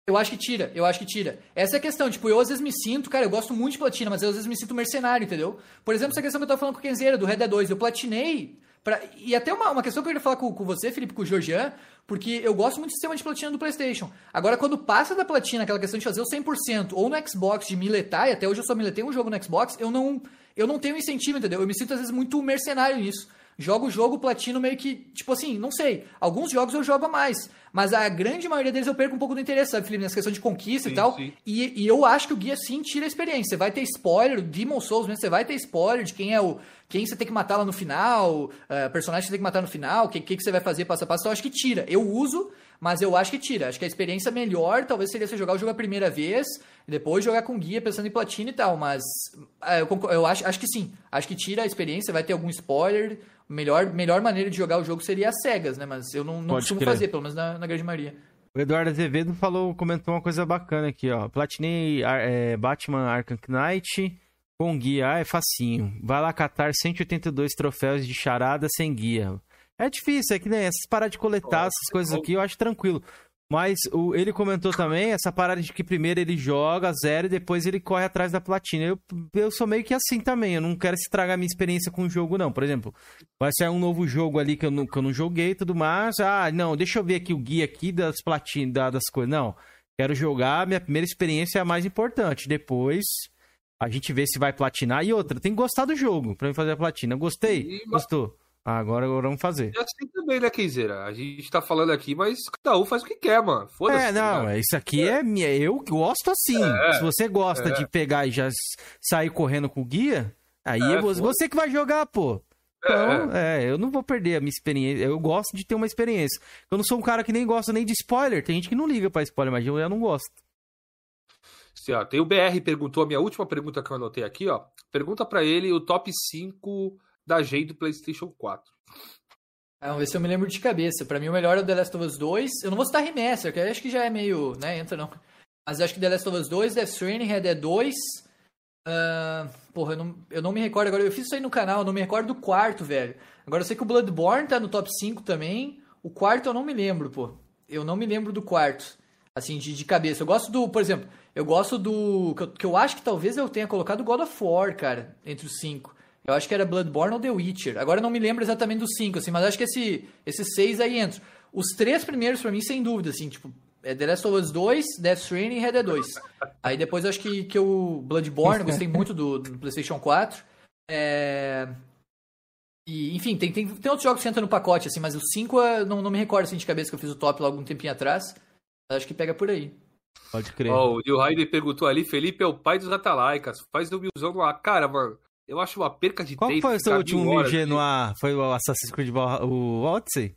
Eu acho que tira, eu acho que tira. Essa é a questão, tipo, eu às vezes me sinto, cara, eu gosto muito de platina, mas eu às vezes me sinto mercenário, entendeu? Por exemplo, essa questão que eu tava falando com o Kenzeira, do Red Dead dois, eu platinei, pra... e até uma, uma questão que eu queria falar com, com você, Felipe, com o Georgian, porque eu gosto muito do sistema de platina do PlayStation. Agora, quando passa da platina, aquela questão de fazer o cem por cento, ou no Xbox de miletar, e até hoje eu só miletei um jogo no Xbox, eu não, eu não tenho incentivo, entendeu? Eu me sinto às vezes muito mercenário nisso. Jogo o jogo, platino meio que, tipo assim, não sei. Alguns jogos eu jogo a mais, mas a grande maioria deles eu perco um pouco do interesse, sabe, Felipe? Nessa questão de conquista sim, e tal. sim. E, e eu acho que o guia sim tira a experiência. Você vai ter spoiler, o Demon's Souls mesmo, você vai ter spoiler de quem é o. Quem você tem que matar lá no final, uh, personagem que você tem que matar no final, o que, que, que você vai fazer passo a passo. Então eu acho que tira. Eu uso, mas eu acho que tira. Acho que a experiência melhor talvez seria você jogar o jogo a primeira vez, e depois jogar com guia pensando em platina e tal. Mas uh, eu, concordo, eu acho, acho que sim. Acho que tira a experiência, vai ter algum spoiler. Melhor, melhor maneira de jogar o jogo seria as cegas, né? Mas eu não, não costumo crer. fazer, pelo menos na, na grande maioria. O Eduardo Azevedo falou, comentou uma coisa bacana aqui, ó. Platinei é, Batman Arkham Knight com guia. Ah, é facinho. Vai lá catar cento e oitenta e dois troféus de charada sem guia. É difícil, é que nem essas paradas de coletar, essas coisas aqui, eu acho tranquilo. Mas o, ele comentou também essa parada de que primeiro ele joga zero e depois ele corre atrás da platina. Eu, eu sou meio que assim também, eu não quero estragar minha experiência com o jogo, não. Por exemplo, vai sair um novo jogo ali que eu não, que eu não joguei e tudo mais. Ah, não, deixa eu ver aqui o guia aqui das platinas, da, das coisas. Não, quero jogar, minha primeira experiência é a mais importante. Depois a gente vê se vai platinar. E outra, tem que gostar do jogo pra mim fazer a platina. Gostei? E, Gostou? Ah, agora, agora vamos fazer. E assim também, né, Kenzeira? A gente tá falando aqui, mas cada um faz o que quer, mano. Foda-se. É, não, né? isso aqui é, é eu gosto assim. É, Se você gosta é. de pegar e já sair correndo com o guia, aí É, é você, você que vai jogar, pô. Então, é. é, eu não vou perder a minha experiência. Eu gosto de ter uma experiência. Eu não sou um cara que nem gosta nem de spoiler. Tem gente que não liga pra spoiler, mas eu, eu não gosto. Assim, ó, tem o B R perguntou, a minha última pergunta que eu anotei aqui, ó. Pergunta pra ele o top cinco da G E do PlayStation quatro. Ah, vamos ver se eu me lembro de cabeça. Pra mim o melhor é o The Last of Us dois. Eu não vou citar Remaster, que eu acho que já é meio, né, entra não. Mas eu acho que The Last of Us dois, Death Stranding, Red Dead dois. Uh, porra, eu não, eu não me recordo agora. Eu fiz isso aí no canal, eu não me recordo do quarto, velho. Agora eu sei que o Bloodborne tá no top cinco também. O quarto eu não me lembro, pô. Eu não me lembro do quarto. Assim, de, de cabeça. Eu gosto do, por exemplo, eu gosto do... Que eu, que eu acho que talvez eu tenha colocado God of War, cara, entre os cinco. Eu acho que era Bloodborne ou The Witcher. Agora eu não me lembro exatamente dos cinco, assim, mas acho que esse, esses seis aí entram. Os três primeiros, pra mim, sem dúvida, assim, tipo, é The Last of Us dois, Death Stranding e Red Dead dois. Aí depois eu acho que, que o Bloodborne, eu gostei muito do, do PlayStation quatro. É... E, enfim, tem, tem, tem outros jogos que entram no pacote, assim, mas os cinco eu não, não me recordo, assim, de cabeça, que eu fiz o top logo um tempinho atrás. Acho que pega por aí. Pode crer. Ó, o Neil Ryder perguntou ali, Felipe é o pai dos Atalaicas. Faz o milzão no ar. Cara, mano, eu acho uma perca de Qual tempo. foi o seu ficar último mil horas mil G aqui. no ar? Foi o Assassin's Creed Valhalla- o Odyssey?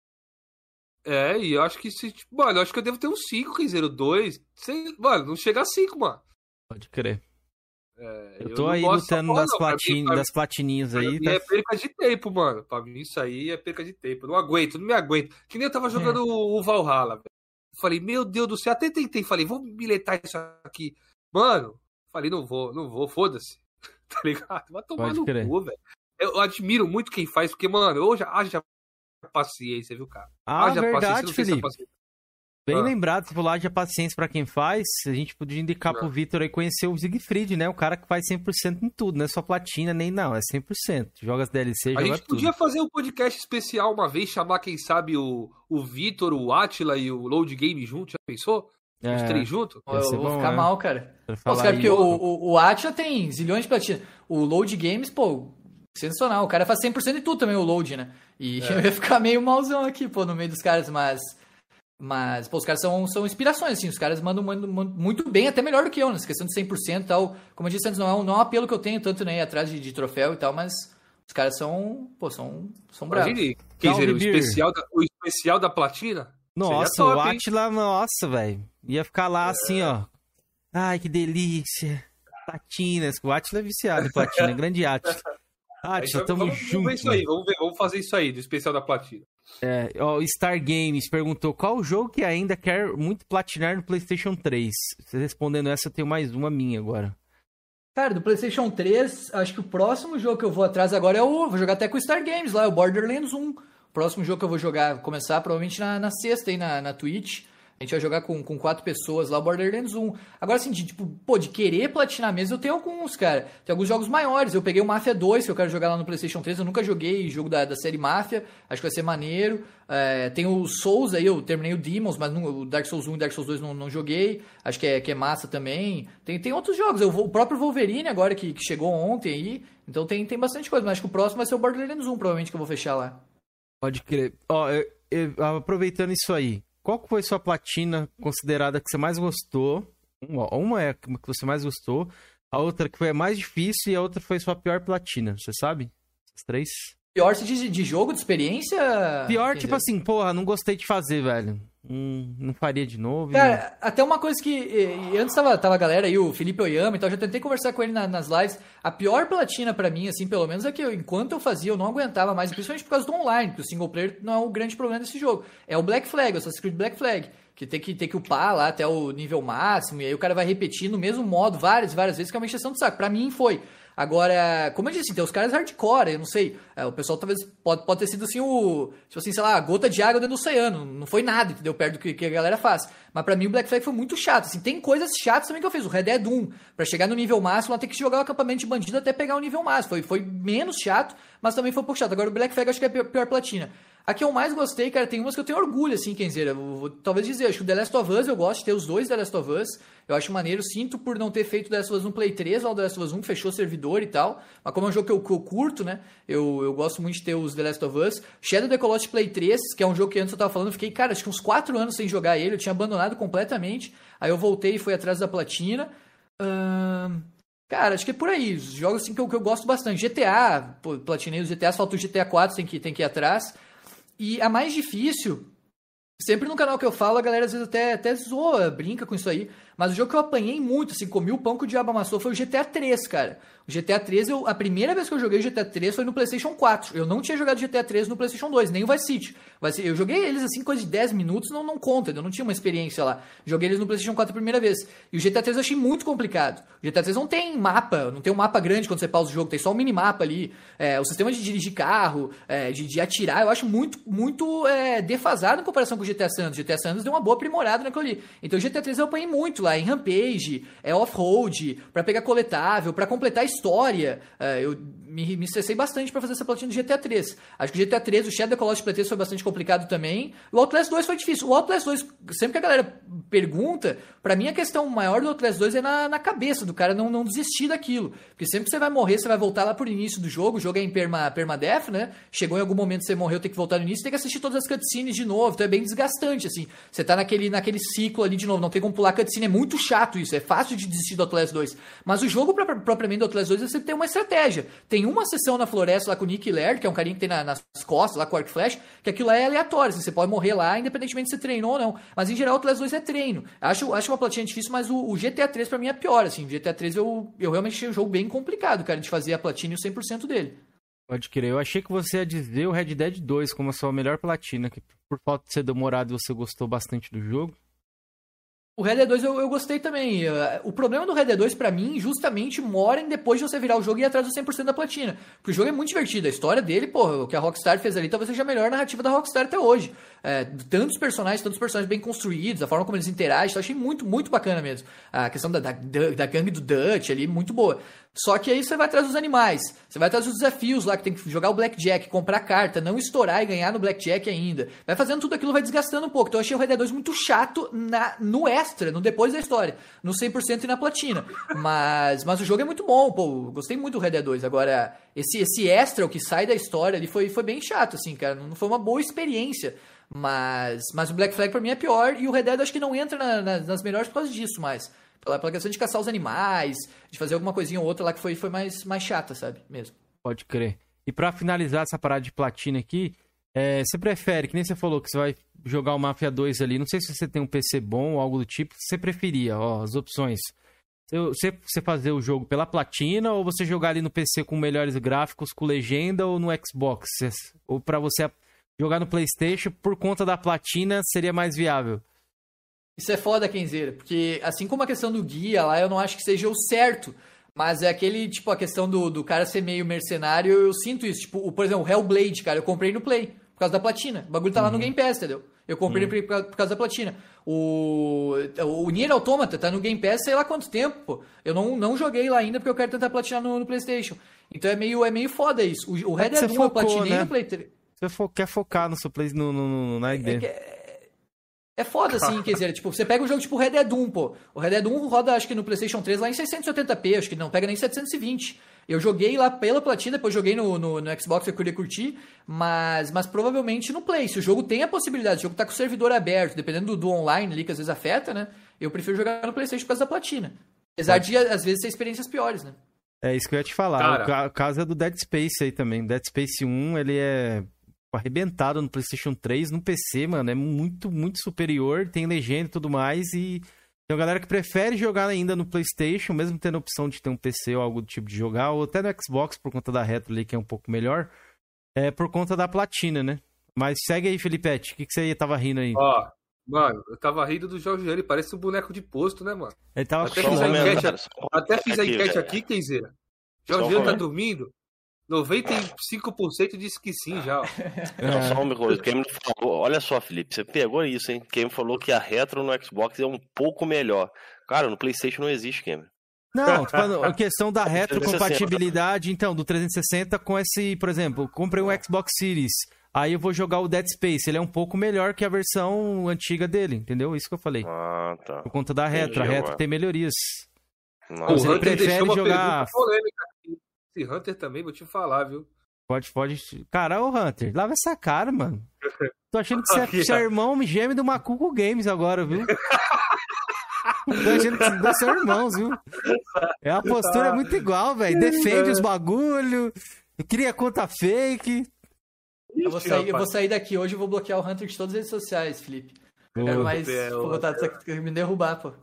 É, e eu acho que se. Tipo, mano, eu acho que eu devo ter uns cinco, quer dizer, dois. Sei, mano, não chega a cinco, mano. Pode crer. É, Eu tô não aí gosto dessa lutando porra, das, não. Pra platin... mim, pra das platininhas Pra aí. mim Tá... é perca de tempo, mano. Pra mim isso aí é perca de tempo. Eu não aguento, não me aguento. Que nem eu tava jogando o, o Valhalla, velho. Falei, meu Deus do céu, até tentei, falei, vou miletar isso aqui. Mano, falei, não vou, não vou, foda-se. Tá ligado? Vai tomar Pode no crer. cu, velho. Eu admiro muito quem faz, porque, mano, hoje haja paciência, viu, cara? Ah, Haja verdade, paciência, não tem essa Felipe. paciência. Bem Ah. lembrado, você falou haja paciência pra quem faz. A gente podia indicar Não. pro Vitor aí conhecer o Siegfried, né? O cara que faz cem por cento em tudo, não é só platina, nem não, é cem por cento. Joga as D L C, A joga gente tudo. podia fazer um podcast especial uma vez, chamar, quem sabe, o, o Vitor, o Atila e o Load Game juntos, já pensou? Os É, três juntos? Eu, ser eu vou bom, ficar é. mal, cara. pra Pô, falar os caras, aí. porque o, o, o Atila tem zilhões de platina. O Load Games, pô, sensacional. O cara faz cem por cento de tudo também, o Load, né? E É. eu ia ficar meio malzão aqui, pô, no meio dos caras, mas... Mas, pô, os caras são, são inspirações, assim. Os caras mandam, mandam, mandam muito bem, até melhor do que eu, nessa questão de cem por cento e tal. Como eu disse antes, não é um, não é um apelo que eu tenho tanto, né, atrás de, de troféu e tal, mas os caras são, pô, são, são bravos. Imagine, quer dizer, o Beer. especial, da, o especial da platina? Nossa, Seria top, o hein? Atila, nossa, velho. Ia ficar lá assim, ó. Ai, que delícia. Platinas. O Atila é viciado em platina, grande Atila. Atila, Então, tamo vamos, junto. Vamos ver isso aí, vamos, ver, vamos fazer isso aí, do especial da platina. É, ó, Star Games perguntou qual o jogo que ainda quer muito platinar no PlayStation três. Você respondendo essa, eu tenho mais uma minha agora. Cara, do PlayStation três, acho que o próximo jogo que eu vou atrás agora é o... Vou jogar até com o Star Games lá, é o Borderlands um. O próximo jogo que eu vou jogar, começar provavelmente na, na sexta aí na, na Twitch. A gente vai jogar com, com quatro pessoas lá, o Borderlands um. Agora, assim, de, tipo, pô, de querer platinar mesmo, eu tenho alguns, cara. Tem alguns jogos maiores. Eu peguei o Mafia dois, que eu quero jogar lá no PlayStation três. Eu nunca joguei jogo da, da série Mafia. Acho que vai ser maneiro. É, tem o Souls aí, eu terminei o Demons, mas não, o Dark Souls um e Dark Souls dois não, não joguei. Acho que é, que é massa também. Tem, tem outros jogos. Eu, o próprio Wolverine agora, que, que chegou ontem aí. Então tem, tem bastante coisa. Mas acho que o próximo vai ser o Borderlands um, provavelmente, que eu vou fechar lá. Pode crer. Ó, eu, eu, aproveitando isso aí. Qual foi sua platina considerada que você mais gostou? Uma, uma é a que você mais gostou, a outra que foi a mais difícil e a outra foi sua pior platina, você sabe? As três? Pior se diz de jogo, de experiência? Pior, Quer tipo dizer... assim, porra, não gostei de fazer, velho. Hum, não faria de novo. Cara, e... até uma coisa que... E antes tava, tava a galera aí, o Felipe Oyama e tal, já tentei conversar com ele na, nas lives. A pior platina pra mim, assim, pelo menos, é que eu, enquanto eu fazia, eu não aguentava mais, principalmente por causa do online, porque o single player não é o grande problema desse jogo. É o Black Flag, o Assassin's Creed Black Flag. Que tem que, tem que upar lá até o nível máximo, e aí o cara vai repetir no mesmo modo várias, várias vezes, que é uma encheção de saco. Pra mim foi. Agora, como eu disse, tem os caras hardcore, eu não sei. É, o pessoal talvez pode, pode ter sido assim o. Tipo assim, sei lá, a gota de água dentro do oceano. Não foi nada, entendeu? Perto do que, que a galera faz. Mas pra mim o Black Flag foi muito chato. Assim, tem coisas chatas também que eu fiz. O Red Dead um, pra chegar no nível máximo, ela tem que jogar o acampamento de bandido até pegar o nível máximo. Foi, foi menos chato, mas também foi um pouco chato. Agora o Black Flag eu acho que é a pior, pior platina. A que eu mais gostei, cara, tem umas que eu tenho orgulho, assim, quer dizer, eu vou talvez dizer, acho que o The Last of Us eu gosto de ter os dois The Last of Us, eu acho maneiro, sinto por não ter feito The Last of Us no Play três, lá o The Last of Us um fechou servidor e tal, mas como é um jogo que eu, que eu curto, né, eu, eu gosto muito de ter os The Last of Us. Shadow of the Colossus Play três, que é um jogo que antes eu tava falando, eu fiquei, cara, acho que uns quatro anos sem jogar ele, eu tinha abandonado completamente, aí eu voltei e fui atrás da platina. Ahn... Cara, acho que é por aí, os jogos assim que eu, que eu gosto bastante. G T A, pô, platinei os G T As, falta o G T A quatro, tem que, tem que ir atrás. E a mais difícil, sempre no canal que eu falo, a galera às vezes até, até zoa, brinca com isso aí, mas o jogo que eu apanhei muito, assim, comi o pão que o diabo amassou, foi o G T A três, cara. O G T A três, eu, a primeira vez que eu joguei o G T A três foi no PlayStation quatro. Eu não tinha jogado G T A três no PlayStation dois, nem o Vice City. Eu joguei eles, assim, coisa de dez minutos, não, não conta, eu não tinha uma experiência lá. Joguei eles no PlayStation quatro a primeira vez. E o G T A três eu achei muito complicado. O G T A três não tem mapa, não tem um mapa grande quando você pausa o jogo, tem só um minimapa ali. É, o sistema de dirigir carro, é, de, de atirar, eu acho muito, muito é, defasado em comparação com o G T A San Andreas. O G T A San Andreas deu uma boa aprimorada naquilo ali. Então o G T A três eu apanhei muito lá, em Rampage, é off-road, pra pegar coletável, pra completar a história. Uh, eu me, me estressei bastante pra fazer essa platina do G T A três. Acho que o G T A três, o Shadow of the Colossus Play três foi bastante complicado também. O Outlast dois foi difícil. O Outlast dois, sempre que a galera pergunta, pra mim a questão maior do Outlast dois é na, na cabeça do cara não, não desistir daquilo. Porque sempre que você vai morrer, você vai voltar lá pro início do jogo. O jogo é em perma, permadeath, né? Chegou em algum momento, você morreu, tem que voltar no início, tem que assistir todas as cutscenes de novo. Então é bem desgastante, assim. Você tá naquele, naquele ciclo ali de novo, não tem como pular cutscene. É muito chato isso, é fácil de desistir do Outlast dois. Mas o jogo, propriamente do Outlast dois, você tem uma estratégia. Tem uma sessão na floresta lá com o Nick Laird, que é um carinha que tem na, nas costas, lá com o arco e flecha, que aquilo lá é aleatório, assim, você pode morrer lá, independentemente se você treinou ou não. Mas em geral o Outlast dois é treino. Acho, acho uma platina difícil, mas o, o G T A três pra mim é pior, assim. O G T A três eu, eu realmente achei um jogo bem complicado, cara, de fazer a platina e o cem por cento dele. Pode crer. Eu achei que você ia dizer o Red Dead dois como a sua melhor platina, que por falta de ser demorado você gostou bastante do jogo. O Red Dead dois eu, eu gostei também. O problema do Red Dead dois, pra mim, justamente mora em depois de você virar o jogo e ir atrás do cem por cento da platina. Porque o jogo é muito divertido. A história dele, pô, o que a Rockstar fez ali talvez seja a melhor narrativa da Rockstar até hoje. É, tantos personagens, tantos personagens bem construídos, a forma como eles interagem, eu achei muito, muito bacana mesmo. A questão da, da, da gangue do Dutch ali, muito boa. Só que aí você vai atrás dos animais, você vai atrás dos desafios lá, que tem que jogar o Blackjack, comprar carta, não estourar e ganhar no Blackjack ainda. Vai fazendo tudo aquilo, vai desgastando um pouco. Então eu achei o Red Dead dois muito chato na, no extra, no depois da história, no cem por cento e na platina. Mas, mas o jogo é muito bom, pô, gostei muito do Red Dead dois. Agora, esse, esse extra, o que sai da história ali, foi, foi bem chato, assim, cara, não foi uma boa experiência. Mas, mas o Black Flag pra mim é pior, e o Red Dead acho que não entra na, na, nas melhores por causa disso, mas... Pela, pela questão de caçar os animais, de fazer alguma coisinha ou outra lá que foi, foi mais, mais chata, sabe? Mesmo. Pode crer. E pra finalizar essa parada de platina aqui, é, você prefere, que nem você falou que você vai jogar o Mafia dois ali, não sei se você tem um P C bom ou algo do tipo, você preferia, ó, as opções. Você, você fazer o jogo pela platina ou você jogar ali no P C com melhores gráficos, com legenda ou no Xbox? Ou pra você jogar no PlayStation por conta da platina seria mais viável? Isso é foda, Kenzeira, porque assim como a questão do guia lá, eu não acho que seja o certo, mas é aquele, tipo, a questão do, do cara ser meio mercenário, eu sinto isso, tipo, o, por exemplo, o Hellblade, cara, eu comprei no Play, por causa da platina, o bagulho tá lá no Game Pass, entendeu? Eu comprei hum. por, por causa da platina. O, o Nier Automata tá no Game Pass sei lá quanto tempo, pô. Eu não, não joguei lá ainda porque eu quero tentar platinar no, no PlayStation. Então é meio, é meio foda isso. O, o Red Dead um eu platinei né? no Play três. Você fo- quer focar no seu Play, no, no, no, na ideia. É, é, é foda, assim, quer dizer, tipo, você pega um jogo tipo Red Dead um, pô. O Red Dead um roda, acho que no PlayStation três lá em seiscentos e oitenta p, acho que não pega nem setecentos e vinte. Eu joguei lá pela platina, depois joguei no, no, no Xbox, eu queria curtir, mas, mas provavelmente no Play. Se o jogo tem a possibilidade, se o jogo tá com o servidor aberto, dependendo do, do online ali, que às vezes afeta, né? Eu prefiro jogar no PlayStation por causa da platina. Apesar de, às vezes, ter experiências piores, né? É isso que eu ia te falar. Cara, o caso é do Dead Space aí também. Dead Space um, ele é arrebentado no PlayStation três, no P C, mano, é muito, muito superior, tem legenda e tudo mais, e tem uma galera que prefere jogar ainda no PlayStation, mesmo tendo a opção de ter um P C ou algo do tipo de jogar, ou até no Xbox, por conta da retro ali, que é um pouco melhor, é por conta da platina, né? Mas segue aí, Felipete, o que, que você tava rindo aí? Ó, mano, eu tava rindo do Jorge, ele parece um boneco de posto, né, mano? Ele tava até fiz a enquete, até fiz a enquete aqui, Kenzeira. Jorge tá dormindo? noventa e cinco por cento disse que sim já. Não, só uma coisa. Quem me falou, olha só, Felipe, você pegou isso, hein? Quem me falou que a retro no Xbox é um pouco melhor. Cara, no PlayStation não existe, Cameron. Não, tô falando, a questão da retrocompatibilidade, então, do trezentos e sessenta com esse, por exemplo, eu comprei um Xbox Series, aí eu vou jogar o Dead Space, ele é um pouco melhor que a versão antiga dele, entendeu? Isso que eu falei. Ah, tá. Por conta da retro, Entendi, a retro agora. tem melhorias. Nossa. Você O prefere jogar... Esse Hunter também, vou te falar, viu? Pode, pode. Cara, ô Hunter, lava essa cara, mano. Tô achando que você é, você é irmão gêmeo do Macuco Games agora, viu? Tô achando que vocês são irmãos, viu? É uma postura muito igual, velho. Defende os bagulho, cria conta fake. Eu vou, sair, eu vou sair daqui hoje e vou bloquear o Hunter de todas as redes sociais, Felipe. Eu quero mais vontade de me derrubar, pô.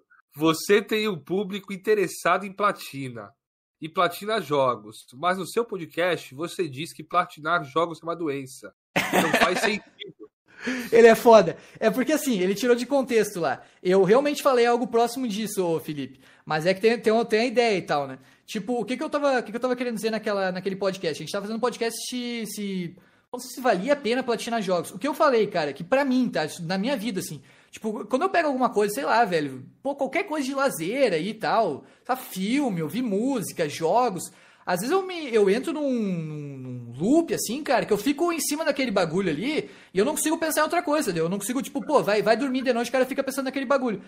Você tem um público interessado em platina. E platina jogos. Mas no seu podcast, você diz que platinar jogos é uma doença. Não faz sentido. Ele é foda. É porque assim, ele tirou de contexto lá. Eu realmente falei algo próximo disso, ô Felipe. Mas é que tem, tem, tem a ideia e tal, né? Tipo, o que que eu tava, o que que eu tava querendo dizer naquela, naquele podcast? A gente tava fazendo um podcast se... se não sei se valia a pena platinar jogos. O que eu falei, cara, que pra mim, tá? Na minha vida, assim... Tipo, quando eu pego alguma coisa, sei lá, velho, pô, qualquer coisa de lazer aí e tal, sabe, filme, ouvir música, jogos, às vezes eu, me, eu entro num, num loop, assim, cara, que eu fico em cima daquele bagulho ali e eu não consigo pensar em outra coisa, entendeu? Eu não consigo, tipo, pô, vai, vai dormir de noite, o cara fica pensando naquele bagulho.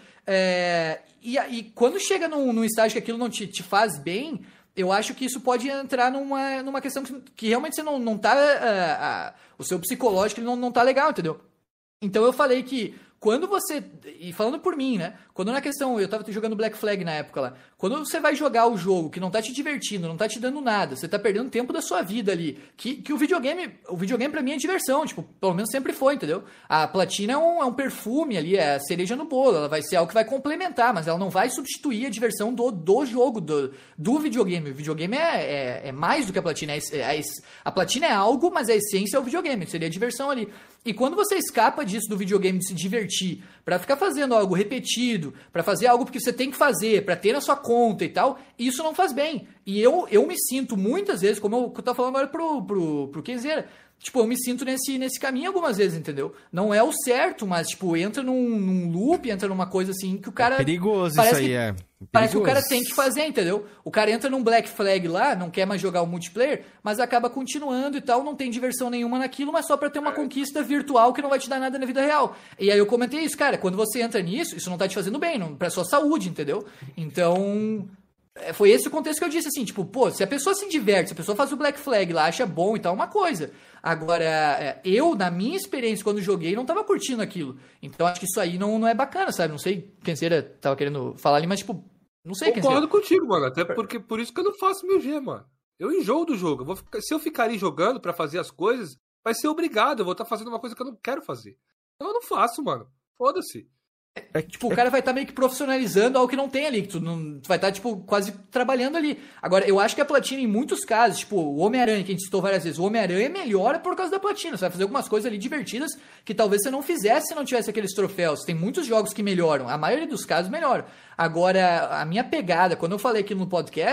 É, e, e quando chega num, num estágio que aquilo não te, te faz bem... Eu acho que isso pode entrar numa, numa questão que, que realmente você não, não tá... Uh, uh, o seu psicológico não, não tá legal, entendeu? Então eu falei que quando você... E falando por mim, né? Quando na questão... Eu tava jogando Black Flag na época lá. Quando você vai jogar o jogo que não tá te divertindo, não tá te dando nada, você tá perdendo tempo da sua vida ali. Que, que o videogame... O videogame pra mim é diversão. Tipo, pelo menos sempre foi, entendeu? A platina é um, é um perfume ali, é a cereja no bolo. Ela vai ser algo que vai complementar, mas ela não vai substituir a diversão do, do jogo, do, do videogame. O videogame é, é, é mais do que a platina. É, é, a platina é algo, mas a essência é o videogame. Seria a diversão ali. E quando você escapa disso do videogame, de se divertir, pra ficar fazendo algo repetido, pra fazer algo porque você tem que fazer, pra ter na sua conta e tal, isso não faz bem. E eu, eu me sinto muitas vezes, como eu, eu tava falando agora pro, pro, pro Kenzeira, tipo, eu me sinto nesse, nesse caminho algumas vezes, entendeu? Não é o certo, mas, tipo, entra num, num loop, entra numa coisa assim que o cara... É perigoso isso aí, que, é. Perigoso. Parece que o cara tem que fazer, entendeu? O cara entra num Black Flag lá, não quer mais jogar o multiplayer, mas acaba continuando e tal, não tem diversão nenhuma naquilo, mas só pra ter uma conquista virtual que não vai te dar nada na vida real. E aí eu comentei isso, cara, quando você entra nisso, isso não tá te fazendo bem, não, pra sua saúde, entendeu? Então... Foi esse o contexto que eu disse, assim, tipo, pô, se a pessoa se diverte, se a pessoa faz o Black Flag lá, acha bom e tal, uma coisa. Agora, eu, na minha experiência, quando joguei, não tava curtindo aquilo. Então, acho que isso aí não, não é bacana, sabe? Não sei, Kenzeira tava querendo falar ali, mas, tipo, não sei, Kenzeira. Concordo contigo, mano, até porque por isso que eu não faço meu G, mano. Eu enjoo do jogo. Eu vou ficar, se eu ficar ali jogando pra fazer as coisas, vai ser obrigado. Eu vou estar fazendo uma coisa que eu não quero fazer. Então, eu não faço, mano. Foda-se. É, tipo, o cara vai estar tá meio que profissionalizando algo que não tem ali, que tu, não, tu vai estar, tá, tipo, quase trabalhando ali. Agora, eu acho que a platina, em muitos casos, tipo, o Homem-Aranha, que a gente citou várias vezes, o Homem-Aranha melhora por causa da platina. Você vai fazer algumas coisas ali divertidas que talvez você não fizesse se não tivesse aqueles troféus. Tem muitos jogos que melhoram, a maioria dos casos melhoram. Agora, a minha pegada, quando eu falei aqui no podcast,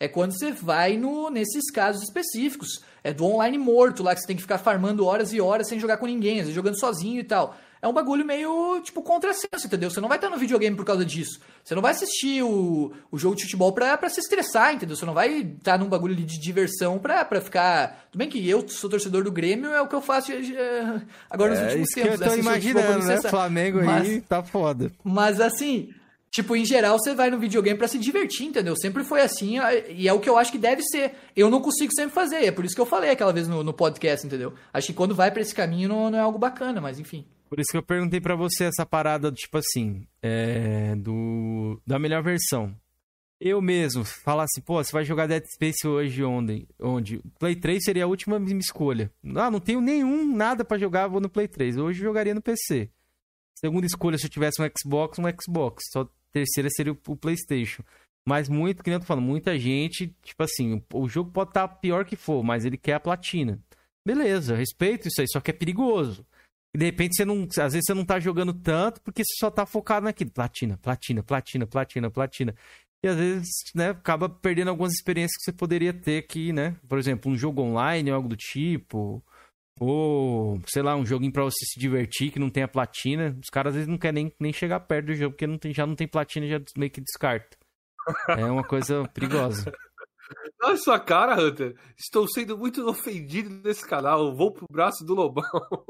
É quando você vai no, nesses casos específicos. É do online morto lá, que você tem que ficar farmando horas e horas sem jogar com ninguém, às vezes jogando sozinho e tal. É um bagulho meio, tipo, contrassenso, entendeu? Você não vai estar no videogame por causa disso. Você não vai assistir o, o jogo de futebol pra, pra se estressar, entendeu? Você não vai estar num bagulho de diversão pra, pra ficar... Tudo bem que eu sou torcedor do Grêmio, é o que eu faço é, agora nos É últimos isso que tempos. eu tô né? imaginando, né? Flamengo mas, aí tá foda. Mas assim... Tipo, em geral, você vai no videogame pra se divertir, entendeu? Sempre foi assim, e é o que eu acho que deve ser. Eu não consigo sempre fazer, é por isso que eu falei aquela vez no, no podcast, entendeu? Acho que quando vai pra esse caminho não, não é algo bacana, mas enfim. Por isso que eu perguntei pra você essa parada, tipo assim, é, do, da melhor versão. Eu mesmo, falar assim, pô, você vai jogar Dead Space hoje onde? onde? Play três seria a última minha escolha. Ah, não tenho nenhum, nada pra jogar, vou no Play três. Hoje eu jogaria no P C. Segunda escolha, se eu tivesse um Xbox, um Xbox. Só terceira seria o PlayStation. Mas muito, que nem eu tô falando, muita gente, tipo assim, o, o jogo pode estar pior que for, mas ele quer a platina. Beleza, respeito isso aí, só que é perigoso. E de repente você não, às vezes você não tá jogando tanto porque você só tá focado naquilo. Platina, platina, platina, platina, platina. E às vezes, né, acaba perdendo algumas experiências que você poderia ter aqui, né? Por exemplo, um jogo online, algo do tipo... Ou, sei lá, um joguinho pra você se divertir que não tem a platina. Os caras às vezes não querem nem, nem chegar perto do jogo porque não tem, já não tem platina e já meio que descarta. É uma coisa perigosa. Olha sua cara, Hunter. Estou sendo muito ofendido nesse canal. Vou pro braço do Lobão.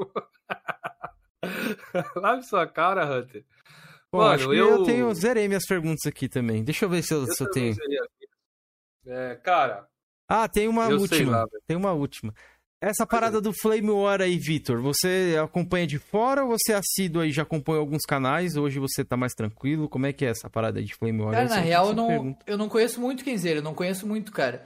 Lave sua cara, Hunter. Bom, Mano, acho que eu... eu tenho, zerei minhas perguntas aqui também. Deixa eu ver se eu, eu se eu tenho. É, cara... Ah, tem uma última. Lá, tem uma última. Essa parada do Flame War aí, Vitor, você acompanha de fora ou você é assíduo aí, já acompanha alguns canais? Hoje você tá mais tranquilo? Como é que é essa parada aí de Flame War? Cara, na é real, eu não, eu não conheço muito quem dizer, eu não conheço muito, cara.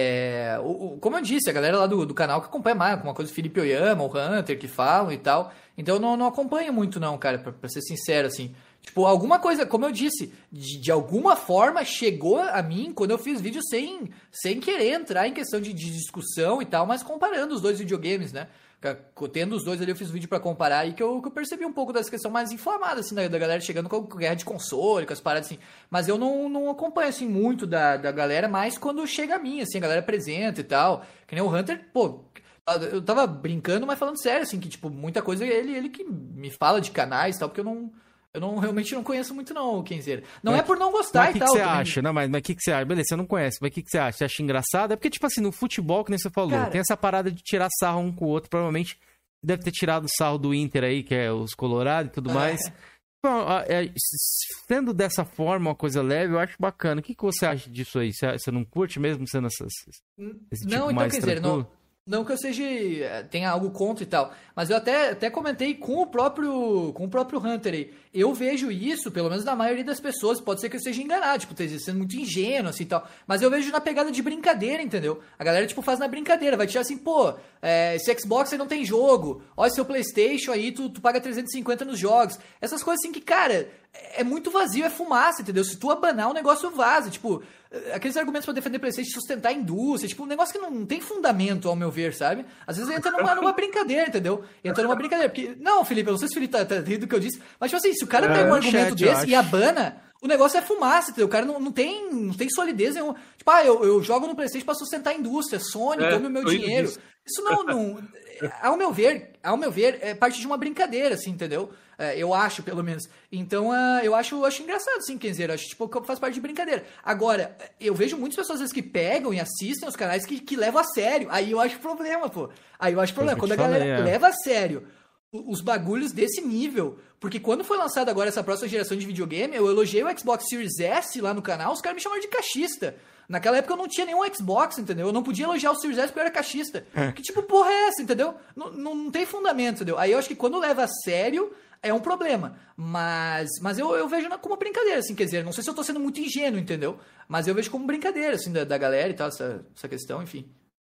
É, o, o, como eu disse, a galera lá do, do canal que acompanha mais, alguma coisa do Felipe Oyama, o Hunter, que falam e tal. Então eu não, não acompanho muito não, cara, pra, pra ser sincero, assim. Tipo, alguma coisa, como eu disse, de, de alguma forma chegou a mim quando eu fiz vídeo sem, sem querer entrar em questão de, de discussão e tal, mas comparando os dois videogames, né? Tendo os dois ali, eu fiz vídeo pra comparar e que eu, que eu percebi um pouco dessa questão mais inflamada, assim, da, da galera chegando com, com guerra de console, com as paradas assim. Mas eu não, não acompanho, assim, muito da, da galera, mais quando chega a mim, assim, a galera apresenta e tal. Que nem o Hunter, pô... Eu tava brincando, mas falando sério, assim, que, tipo, muita coisa ele, ele que me fala de canais e tal, porque eu não... Eu não, realmente não conheço muito não, o Kenzeira. Não mas, é por não gostar e que tal. Mas o que você acha? Não, mas o que, que você acha? Beleza, você não conhece, mas o que, que você acha? Você acha engraçado? É porque, tipo assim, no futebol, que nem você falou, cara, tem essa parada de tirar sarro um com o outro. Provavelmente deve ter tirado o sarro do Inter aí, que é os Colorado e tudo é. mais. Bom, é, sendo dessa forma, uma coisa leve, eu acho bacana. O que, que você acha disso aí? Você, você não curte mesmo sendo essas, esse tipo não, então, mais Kenzeira, não... Não que eu seja tenha algo contra e tal, mas eu até, até comentei com o próprio com o próprio Hunter aí. Eu vejo isso, pelo menos na maioria das pessoas, pode ser que eu esteja enganado, tipo, esteja sendo muito ingênuo assim e tal, mas eu vejo na pegada de brincadeira, entendeu? A galera, tipo, faz na brincadeira, vai tirar assim, pô, é, esse Xbox aí não tem jogo, olha seu PlayStation aí, tu, tu paga trezentos e cinquenta nos jogos. Essas coisas assim que, cara, é muito vazio, é fumaça, entendeu? Se tu abanar, o negócio vaza, tipo... Aqueles argumentos pra defender PlayStation, sustentar a indústria, tipo, um negócio que não tem fundamento, ao meu ver, sabe? Às vezes entra numa, numa brincadeira, entendeu? Entra numa brincadeira, porque... Não, Felipe, eu não sei se o Felipe tá, tá rindo do que eu disse, mas, tipo assim, se o cara é, pega um argumento chat, desse e abana, o negócio é fumaça, entendeu? O cara não, não, tem, não tem solidez nenhuma. Tipo, ah, eu, eu jogo no PlayStation pra sustentar a indústria, Sony, é, tome o meu dinheiro. Isso, isso não, não... Ao meu ver, ao meu ver, é parte de uma brincadeira, assim, entendeu? É, eu acho, pelo menos. Então, uh, eu acho, acho engraçado, sim, Kenzeiro. Eu acho, tipo, que faz parte de brincadeira. Agora, eu vejo muitas pessoas, às vezes, que pegam e assistem os canais que, que levam a sério. Aí eu acho problema, pô. Aí eu acho problema. Quando a galera falei, é. leva a sério os bagulhos desse nível. Porque quando foi lançado agora essa próxima geração de videogame, eu elogiei o Xbox Series S lá no canal, os caras me chamaram de cachista. Naquela época eu não tinha nenhum Xbox, entendeu? Eu não podia elogiar o Series S porque eu era cachista. É. Que tipo, porra é essa, entendeu? Não, não, não tem fundamento, entendeu? Aí eu acho que quando leva a sério, é um problema. Mas, mas eu, eu vejo como brincadeira, assim, quer dizer, não sei se eu tô sendo muito ingênuo, entendeu? Mas eu vejo como brincadeira, assim, da, da galera e tal, essa, essa questão, enfim.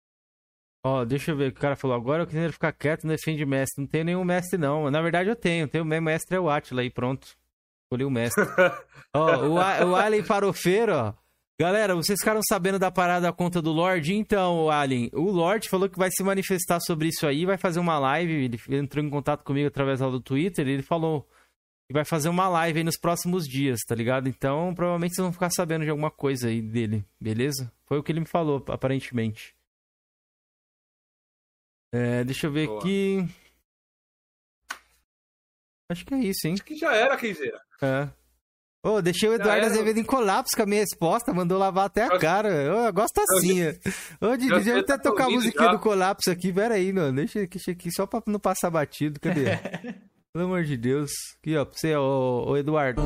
Ó, oh, deixa eu ver o que o cara falou. Agora eu queria ficar quieto, não defende mestre. Não tenho nenhum mestre, não. Na verdade eu tenho. Tenho o meu mestre é o Atila aí, pronto. Escolhi o mestre. Ó, oh, o, o Alien Farofeiro, ó. Galera, vocês ficaram sabendo da parada da conta do Lorde? Então, Alien, o Lorde falou que vai se manifestar sobre isso aí, vai fazer uma live, ele entrou em contato comigo através do Twitter, ele falou que vai fazer uma live aí nos próximos dias, tá ligado? Então, provavelmente vocês vão ficar sabendo de alguma coisa aí dele, beleza? Foi o que ele me falou, aparentemente. É, deixa eu ver Boa. aqui. Acho que é isso, hein? Acho que já era, Kenzeira. É. Ô, deixei o Eduardo era. Azevedo em colapso com a minha resposta, mandou lavar até a Eu- cara. Eu, eu gosto assim. Ô, Didi, eu- deixa eu eu até tô tocar a ouvindo musiquinha já. do colapso aqui. Pera aí, mano. Deixa, deixa aqui só pra não passar batido. Cadê? Pelo amor de Deus. Aqui, ó, pra você, ô, ô Eduardo.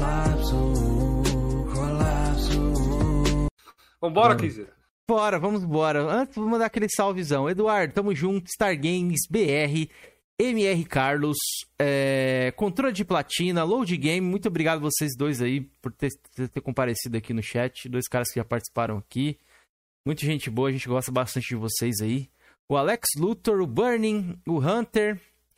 Vambora, Hum. Kenzeira. Bora, vamos embora. Antes, vou mandar aquele salvezão. Eduardo, tamo junto. Star Games, B R, M R Carlos, é, Controle de Platina, Load Game. Muito obrigado vocês dois aí por ter, ter, ter comparecido aqui no chat. Dois caras que já participaram aqui. Muita gente boa, a gente gosta bastante de vocês aí. O Alex Luthor, o Burning, o Hunter,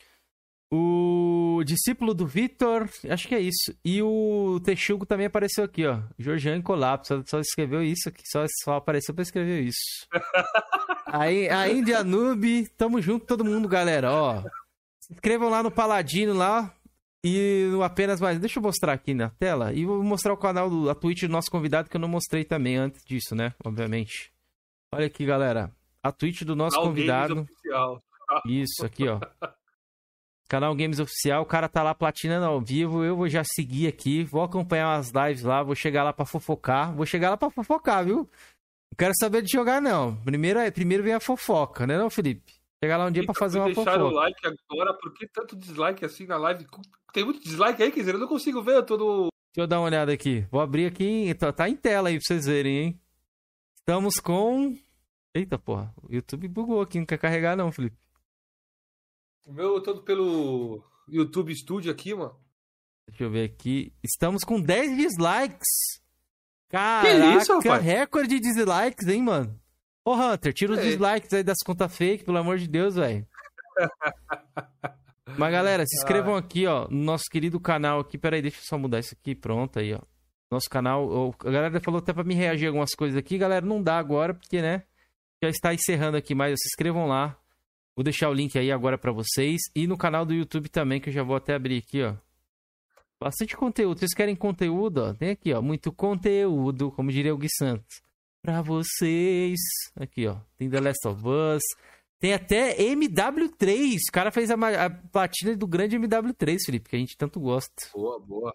o discípulo do Vitor, acho que é isso. E o Texugo também apareceu aqui, ó. Jorjan em colapso, só, só escreveu isso aqui, só, só apareceu pra escrever isso. Aí, a Índia Noob, tamo junto todo mundo, galera, ó. Se inscrevam lá no Paladino lá e no Apenas Mais. Deixa eu mostrar aqui na tela e vou mostrar o canal, do, a Twitch do nosso convidado que eu não mostrei também antes disso, né? Obviamente. Olha aqui, galera. A Twitch do nosso Canal convidado. Games Oficial. Isso, aqui, ó. Canal Games Oficial, o cara tá lá platinando ao vivo, eu vou já seguir aqui, vou acompanhar as lives lá, vou chegar lá pra fofocar, vou chegar lá pra fofocar, viu? Não quero saber de jogar, não. Primeiro, é- primeiro vem a fofoca, né não, Felipe? Chegar lá um dia pra fazer uma Deixaram o fofoca. like agora, por que tanto dislike assim na live? Tem muito dislike aí, Kenzeira? Eu não consigo ver, eu tô no... Deixa eu dar uma olhada aqui. Vou abrir aqui, tá, tá em tela aí pra vocês verem, hein? Estamos com... Eita, porra, o YouTube bugou aqui, não quer carregar não, Felipe. O meu, eu tô pelo YouTube Studio aqui, mano. Deixa eu ver aqui. Estamos com dez dislikes. Caraca, isso, rapaz? recorde de dislikes, hein, mano? Ô, Hunter, tira os É. dislikes aí das contas fake, pelo amor de Deus, velho. Mas, galera, se inscrevam aqui, ó, no nosso querido canal aqui. Pera aí, deixa eu só mudar isso aqui. Pronto, aí, ó. Nosso canal. ó, A galera falou até pra me reagir a algumas coisas aqui. Galera, não dá agora, porque, né? Já está encerrando aqui, mas se inscrevam lá. Vou deixar o link aí agora pra vocês. E no canal do YouTube também, que eu já vou até abrir aqui, ó. Bastante conteúdo. Vocês querem conteúdo, ó? Tem aqui, ó. Muito conteúdo, como diria o Gui Santos. Pra vocês. Aqui, ó. Tem The Last of Us. Tem até M W três. O cara fez a, ma- a platina do grande M W três, Felipe, que a gente tanto gosta. Boa, boa.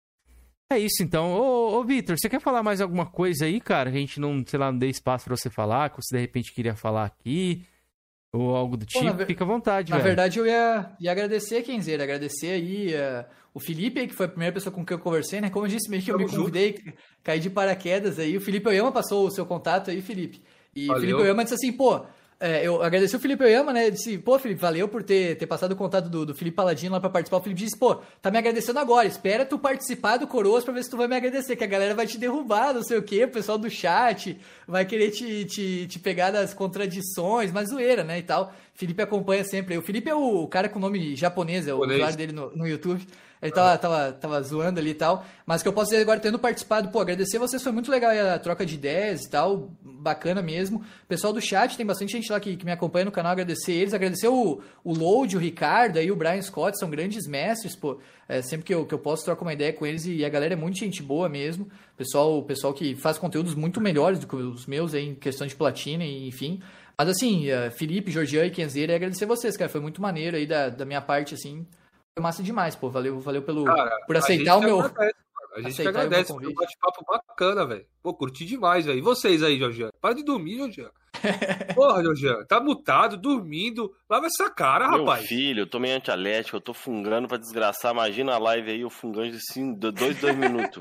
É isso, então. Ô, ô Vitor, você quer falar mais alguma coisa aí, cara? Que a gente não, sei lá, não dê espaço pra você falar, que você de repente queria falar aqui, ou algo do tipo. na ver- Fica à vontade, Na velho. verdade, eu ia, ia agradecer, Kenzeira, agradecer aí uh, o Felipe, aí, que foi a primeira pessoa com quem eu conversei, né? Como eu disse, meio que eu Tamo me convidei, caí de paraquedas aí. O Felipe Oyama passou o seu contato aí, Felipe. E o Valeu. Felipe Oyama disse assim, pô, é, eu agradeci o Felipe Oyama, né? Ele disse, pô, Felipe, valeu por ter, ter passado o contato do, do Felipe Paladino lá pra participar. O Felipe disse, pô, tá me agradecendo agora, espera tu participar do Coroas pra ver se tu vai me agradecer, que a galera vai te derrubar, não sei o quê, o pessoal do chat vai querer te, te, te pegar das contradições, mas zoeira, né, e tal. Felipe acompanha sempre. O Felipe é o, o cara com nome japonês, é o Japonês. usuário dele no, no YouTube. Ele tava, tava, tava zoando ali e tal. Mas o que eu posso dizer agora, tendo participado, pô, agradecer vocês, foi muito legal aí a troca de ideias e tal, bacana mesmo. Pessoal do chat, tem bastante gente lá que, que me acompanha no canal, agradecer eles. Agradecer o, o Load, o Ricardo, aí o Brian Scott, são grandes mestres, pô. É, sempre que eu, que eu posso, troco uma ideia com eles e a galera é muito gente boa mesmo. Pessoal, pessoal que faz conteúdos muito melhores do que os meus aí, em questão de platina e enfim. Mas assim, uh, Felipe, Jorgian e Kenzeira, agradecer vocês, cara. Foi muito maneiro aí da, da minha parte, assim. Foi massa demais, pô. Valeu, valeu pelo, Cara, por a aceitar gente o meu. que agradece, mano. A gente que aceitar o meu agradece, foi um convite. bate-papo bacana, velho. Pô, curti demais, velho. E vocês aí, Jorgian? Para de dormir, Jorgian. Porra, Jorgian, tá mutado, dormindo. Lava essa cara, Meu rapaz. filho, eu tô meio antialérgico, eu tô fungando pra desgraçar. Imagina a live aí, eu fungando de assim, de dois, dois minutos.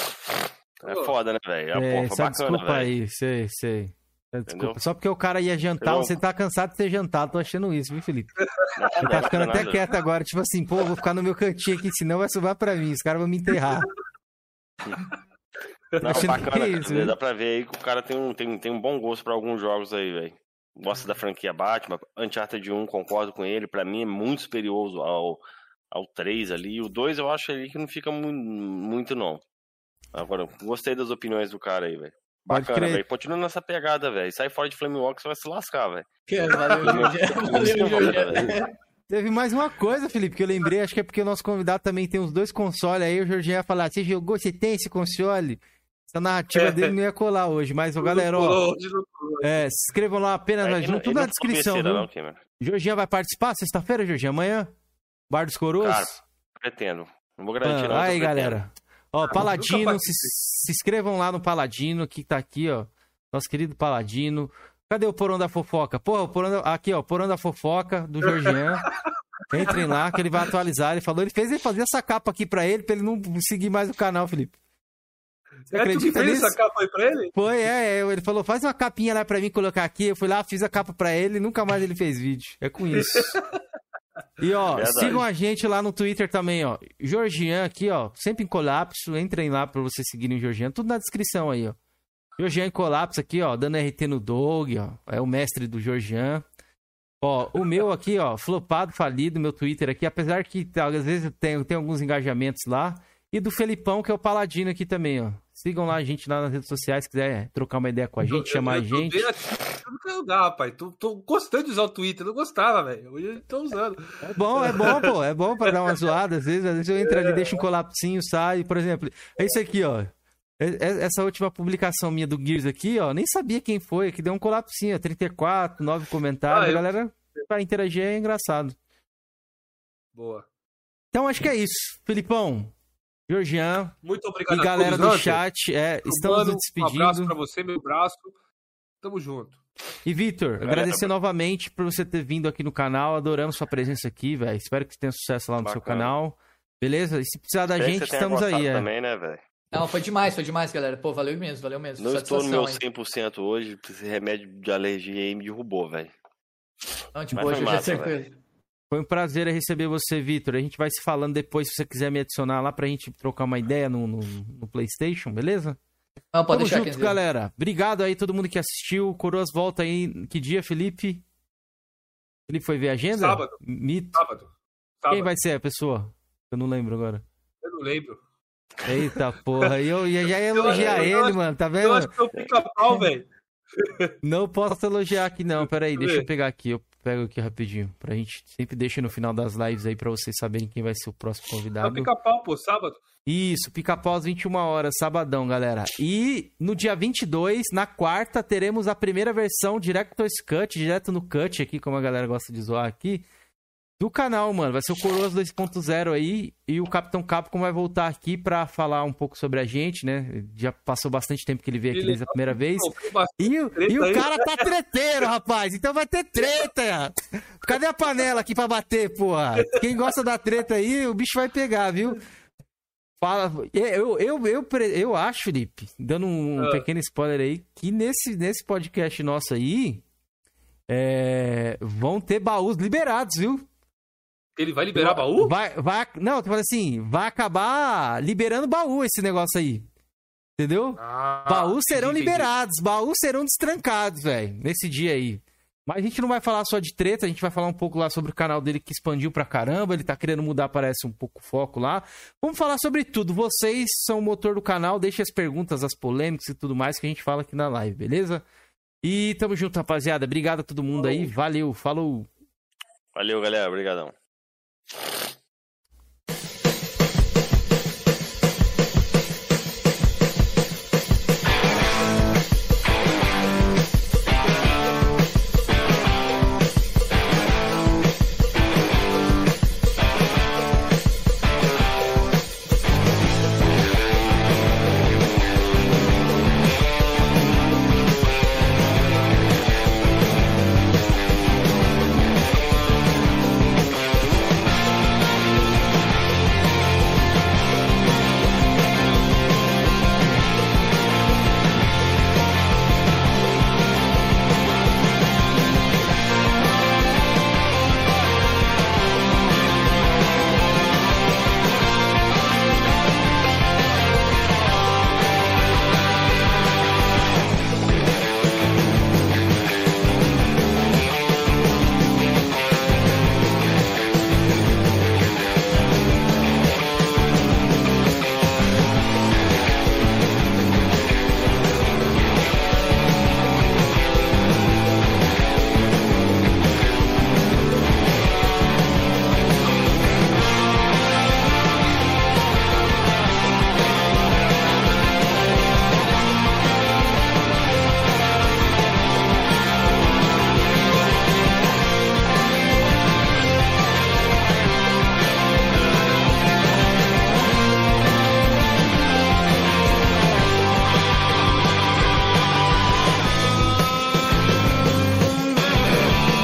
É Pô. foda, né, velho? A É, porra, só foi bacana, desculpa velho. aí, sei, sei. É, Desculpa. Entendeu? Só porque o cara ia jantar, Entendeu? você tá cansado de ter jantado, tô achando isso, viu, Felipe? Não Você tá ficando até nada. quieto agora, tipo assim, pô, vou ficar no meu cantinho aqui, senão vai sobrar pra mim, os caras vão me enterrar. Não, Achando bacana, que é cara. isso, né? Dá pra ver aí que o cara tem um, tem, tem um bom gosto pra alguns jogos aí, velho. Gosta da franquia Batman, Uncharted um, concordo com ele. Pra mim é muito superior ao, ao três ali. O dois eu acho ali que não fica mu- muito, não. Agora, gostei das opiniões do cara aí, velho. Pode Bacana, crer. velho. Continua nessa pegada, velho. Sai fora de Flame Walk, você vai se lascar, velho. Valeu, Jorgian. Valeu, Jorgian. Teve mais uma coisa, Felipe, que eu lembrei, acho que é porque o nosso convidado também tem os dois consoles, aí o Jorginho ia falar, você jogou, você tem esse console? Essa narrativa dele não ia colar hoje, mas, ó, galera, ó, é, se inscrevam lá apenas na junto, tudo na descrição, viu? Não, Jorginho vai participar sexta-feira, Jorginho, amanhã? Bar dos Coroas? Cara, pretendo. Não vou garantir, ah, não. Aí, galera. Ó, Paladino, se, se inscrevam lá no Paladino, que tá aqui, ó. Nosso querido Paladino. Cadê o Porão da Fofoca? Porra, o Porão da... Aqui, ó, Porão da Fofoca, do Jorginho. Entrem lá, que ele vai atualizar. Ele falou, ele fez ele fazer essa capa aqui pra ele, pra ele não seguir mais o canal, Felipe. Você é, tu que fez nisso? Essa capa aí pra ele? Foi, é, é. Ele falou, faz uma capinha lá pra mim colocar aqui. Eu fui lá, fiz a capa pra ele e nunca mais ele fez vídeo. É com isso. E, ó, Verdade. sigam a gente lá no Twitter também, ó. Jorgian aqui, ó, sempre em colapso. Entrem lá pra vocês seguirem o Jorgian. Tudo na descrição aí, ó. Jorgian em colapso aqui, ó, dando R T no Doug, ó. É o mestre do Jorgian. Ó, o meu aqui, ó, flopado, falido, meu Twitter aqui. Apesar que às vezes tem, tem alguns engajamentos lá. E do Felipão, que é o Paladino aqui também, ó. Sigam lá a gente lá nas redes sociais, se quiser trocar uma ideia com a gente, eu, chamar eu, eu, a gente. Eu não quero lugar, rapaz. Tô, tô gostando de usar o Twitter, não gostava, velho. Hoje eu tô usando. É bom, é bom, pô. É bom pra dar uma zoada. Às vezes, às vezes eu entro ali, deixo um colapsinho, sai. Por exemplo, é isso aqui, ó. Essa última publicação minha do Gears aqui, ó. Nem sabia quem foi, que deu um colapsinho, ó. trinta e quatro, nove comentários. Ah, eu... A galera, pra interagir, é engraçado. Boa. Então acho que é isso. Felipão. Jorgian, muito obrigado e galera do chat, é, estamos nos despedindo. Um abraço pra você, meu braço. Tamo junto. E Vitor, agradecer novamente por você ter vindo aqui no canal. Adoramos sua presença aqui, velho. Espero que tenha sucesso lá no Bacana. seu canal. Beleza? E se precisar da Espero gente, estamos aí. É. Também, né, velho? Não, foi demais, foi demais, galera. Pô, valeu mesmo, valeu mesmo. Não estou no meu cem por cento aí. Hoje, esse remédio de alergia aí me derrubou, velho. Não, tipo, hoje eu já sei coisa. Foi um prazer receber você, Vitor. A gente vai se falando depois, se você quiser me adicionar lá pra gente trocar uma ideia no, no, no PlayStation, beleza? Não, pode Tamo deixar, junto, galera. Obrigado aí todo mundo que assistiu. Coroas volta aí. Que dia, Felipe? Felipe foi ver a agenda? Sábado. Mito. Sábado. Sábado. Quem vai ser a pessoa? Eu não lembro agora. Eu não lembro. Eita porra. E eu, eu já ia elogiar eu, eu, eu ele, acho, mano. Tá vendo? Eu acho que é o pica-pau, velho. Não posso elogiar aqui, não. Pera aí, deixa eu pegar aqui. Eu pego aqui rapidinho. Pra gente sempre deixa no final das lives aí pra vocês saberem quem vai ser o próximo convidado. É o pica-pau, pô, sábado. Isso, pica-pau às vinte e uma horas, sabadão, galera. E no dia vinte e dois, na quarta, teremos a primeira versão Director's Cut, direto no cut aqui, como a galera gosta de zoar aqui, do canal, mano. Vai ser o Coroas dois ponto zero aí, e o Capitão Capcom vai voltar aqui pra falar um pouco sobre a gente, né? Já passou bastante tempo que ele veio aqui desde a primeira vez. E, e o cara tá treteiro, rapaz, então vai ter treta. Cadê a panela aqui pra bater, porra? Quem gosta da treta aí, o bicho vai pegar, viu? Fala, eu, eu, eu, eu acho, Felipe, dando um ah. pequeno spoiler aí, que nesse, nesse podcast nosso aí, é, vão ter baús liberados, viu? Ele vai liberar baú? Vai, vai, não, tô falando assim, vai acabar liberando baú esse negócio aí. Entendeu? Ah, baús serão entendi. liberados, baús serão destrancados, velho, nesse dia aí. Mas a gente não vai falar só de treta, a gente vai falar um pouco lá sobre o canal dele que expandiu pra caramba, ele tá querendo mudar, parece, um pouco o foco lá. Vamos falar sobre tudo, vocês são o motor do canal, deixem as perguntas, as polêmicas e tudo mais que a gente fala aqui na live, beleza? E tamo junto, rapaziada, obrigado a todo mundo aí, valeu, falou! Valeu, galera, obrigadão.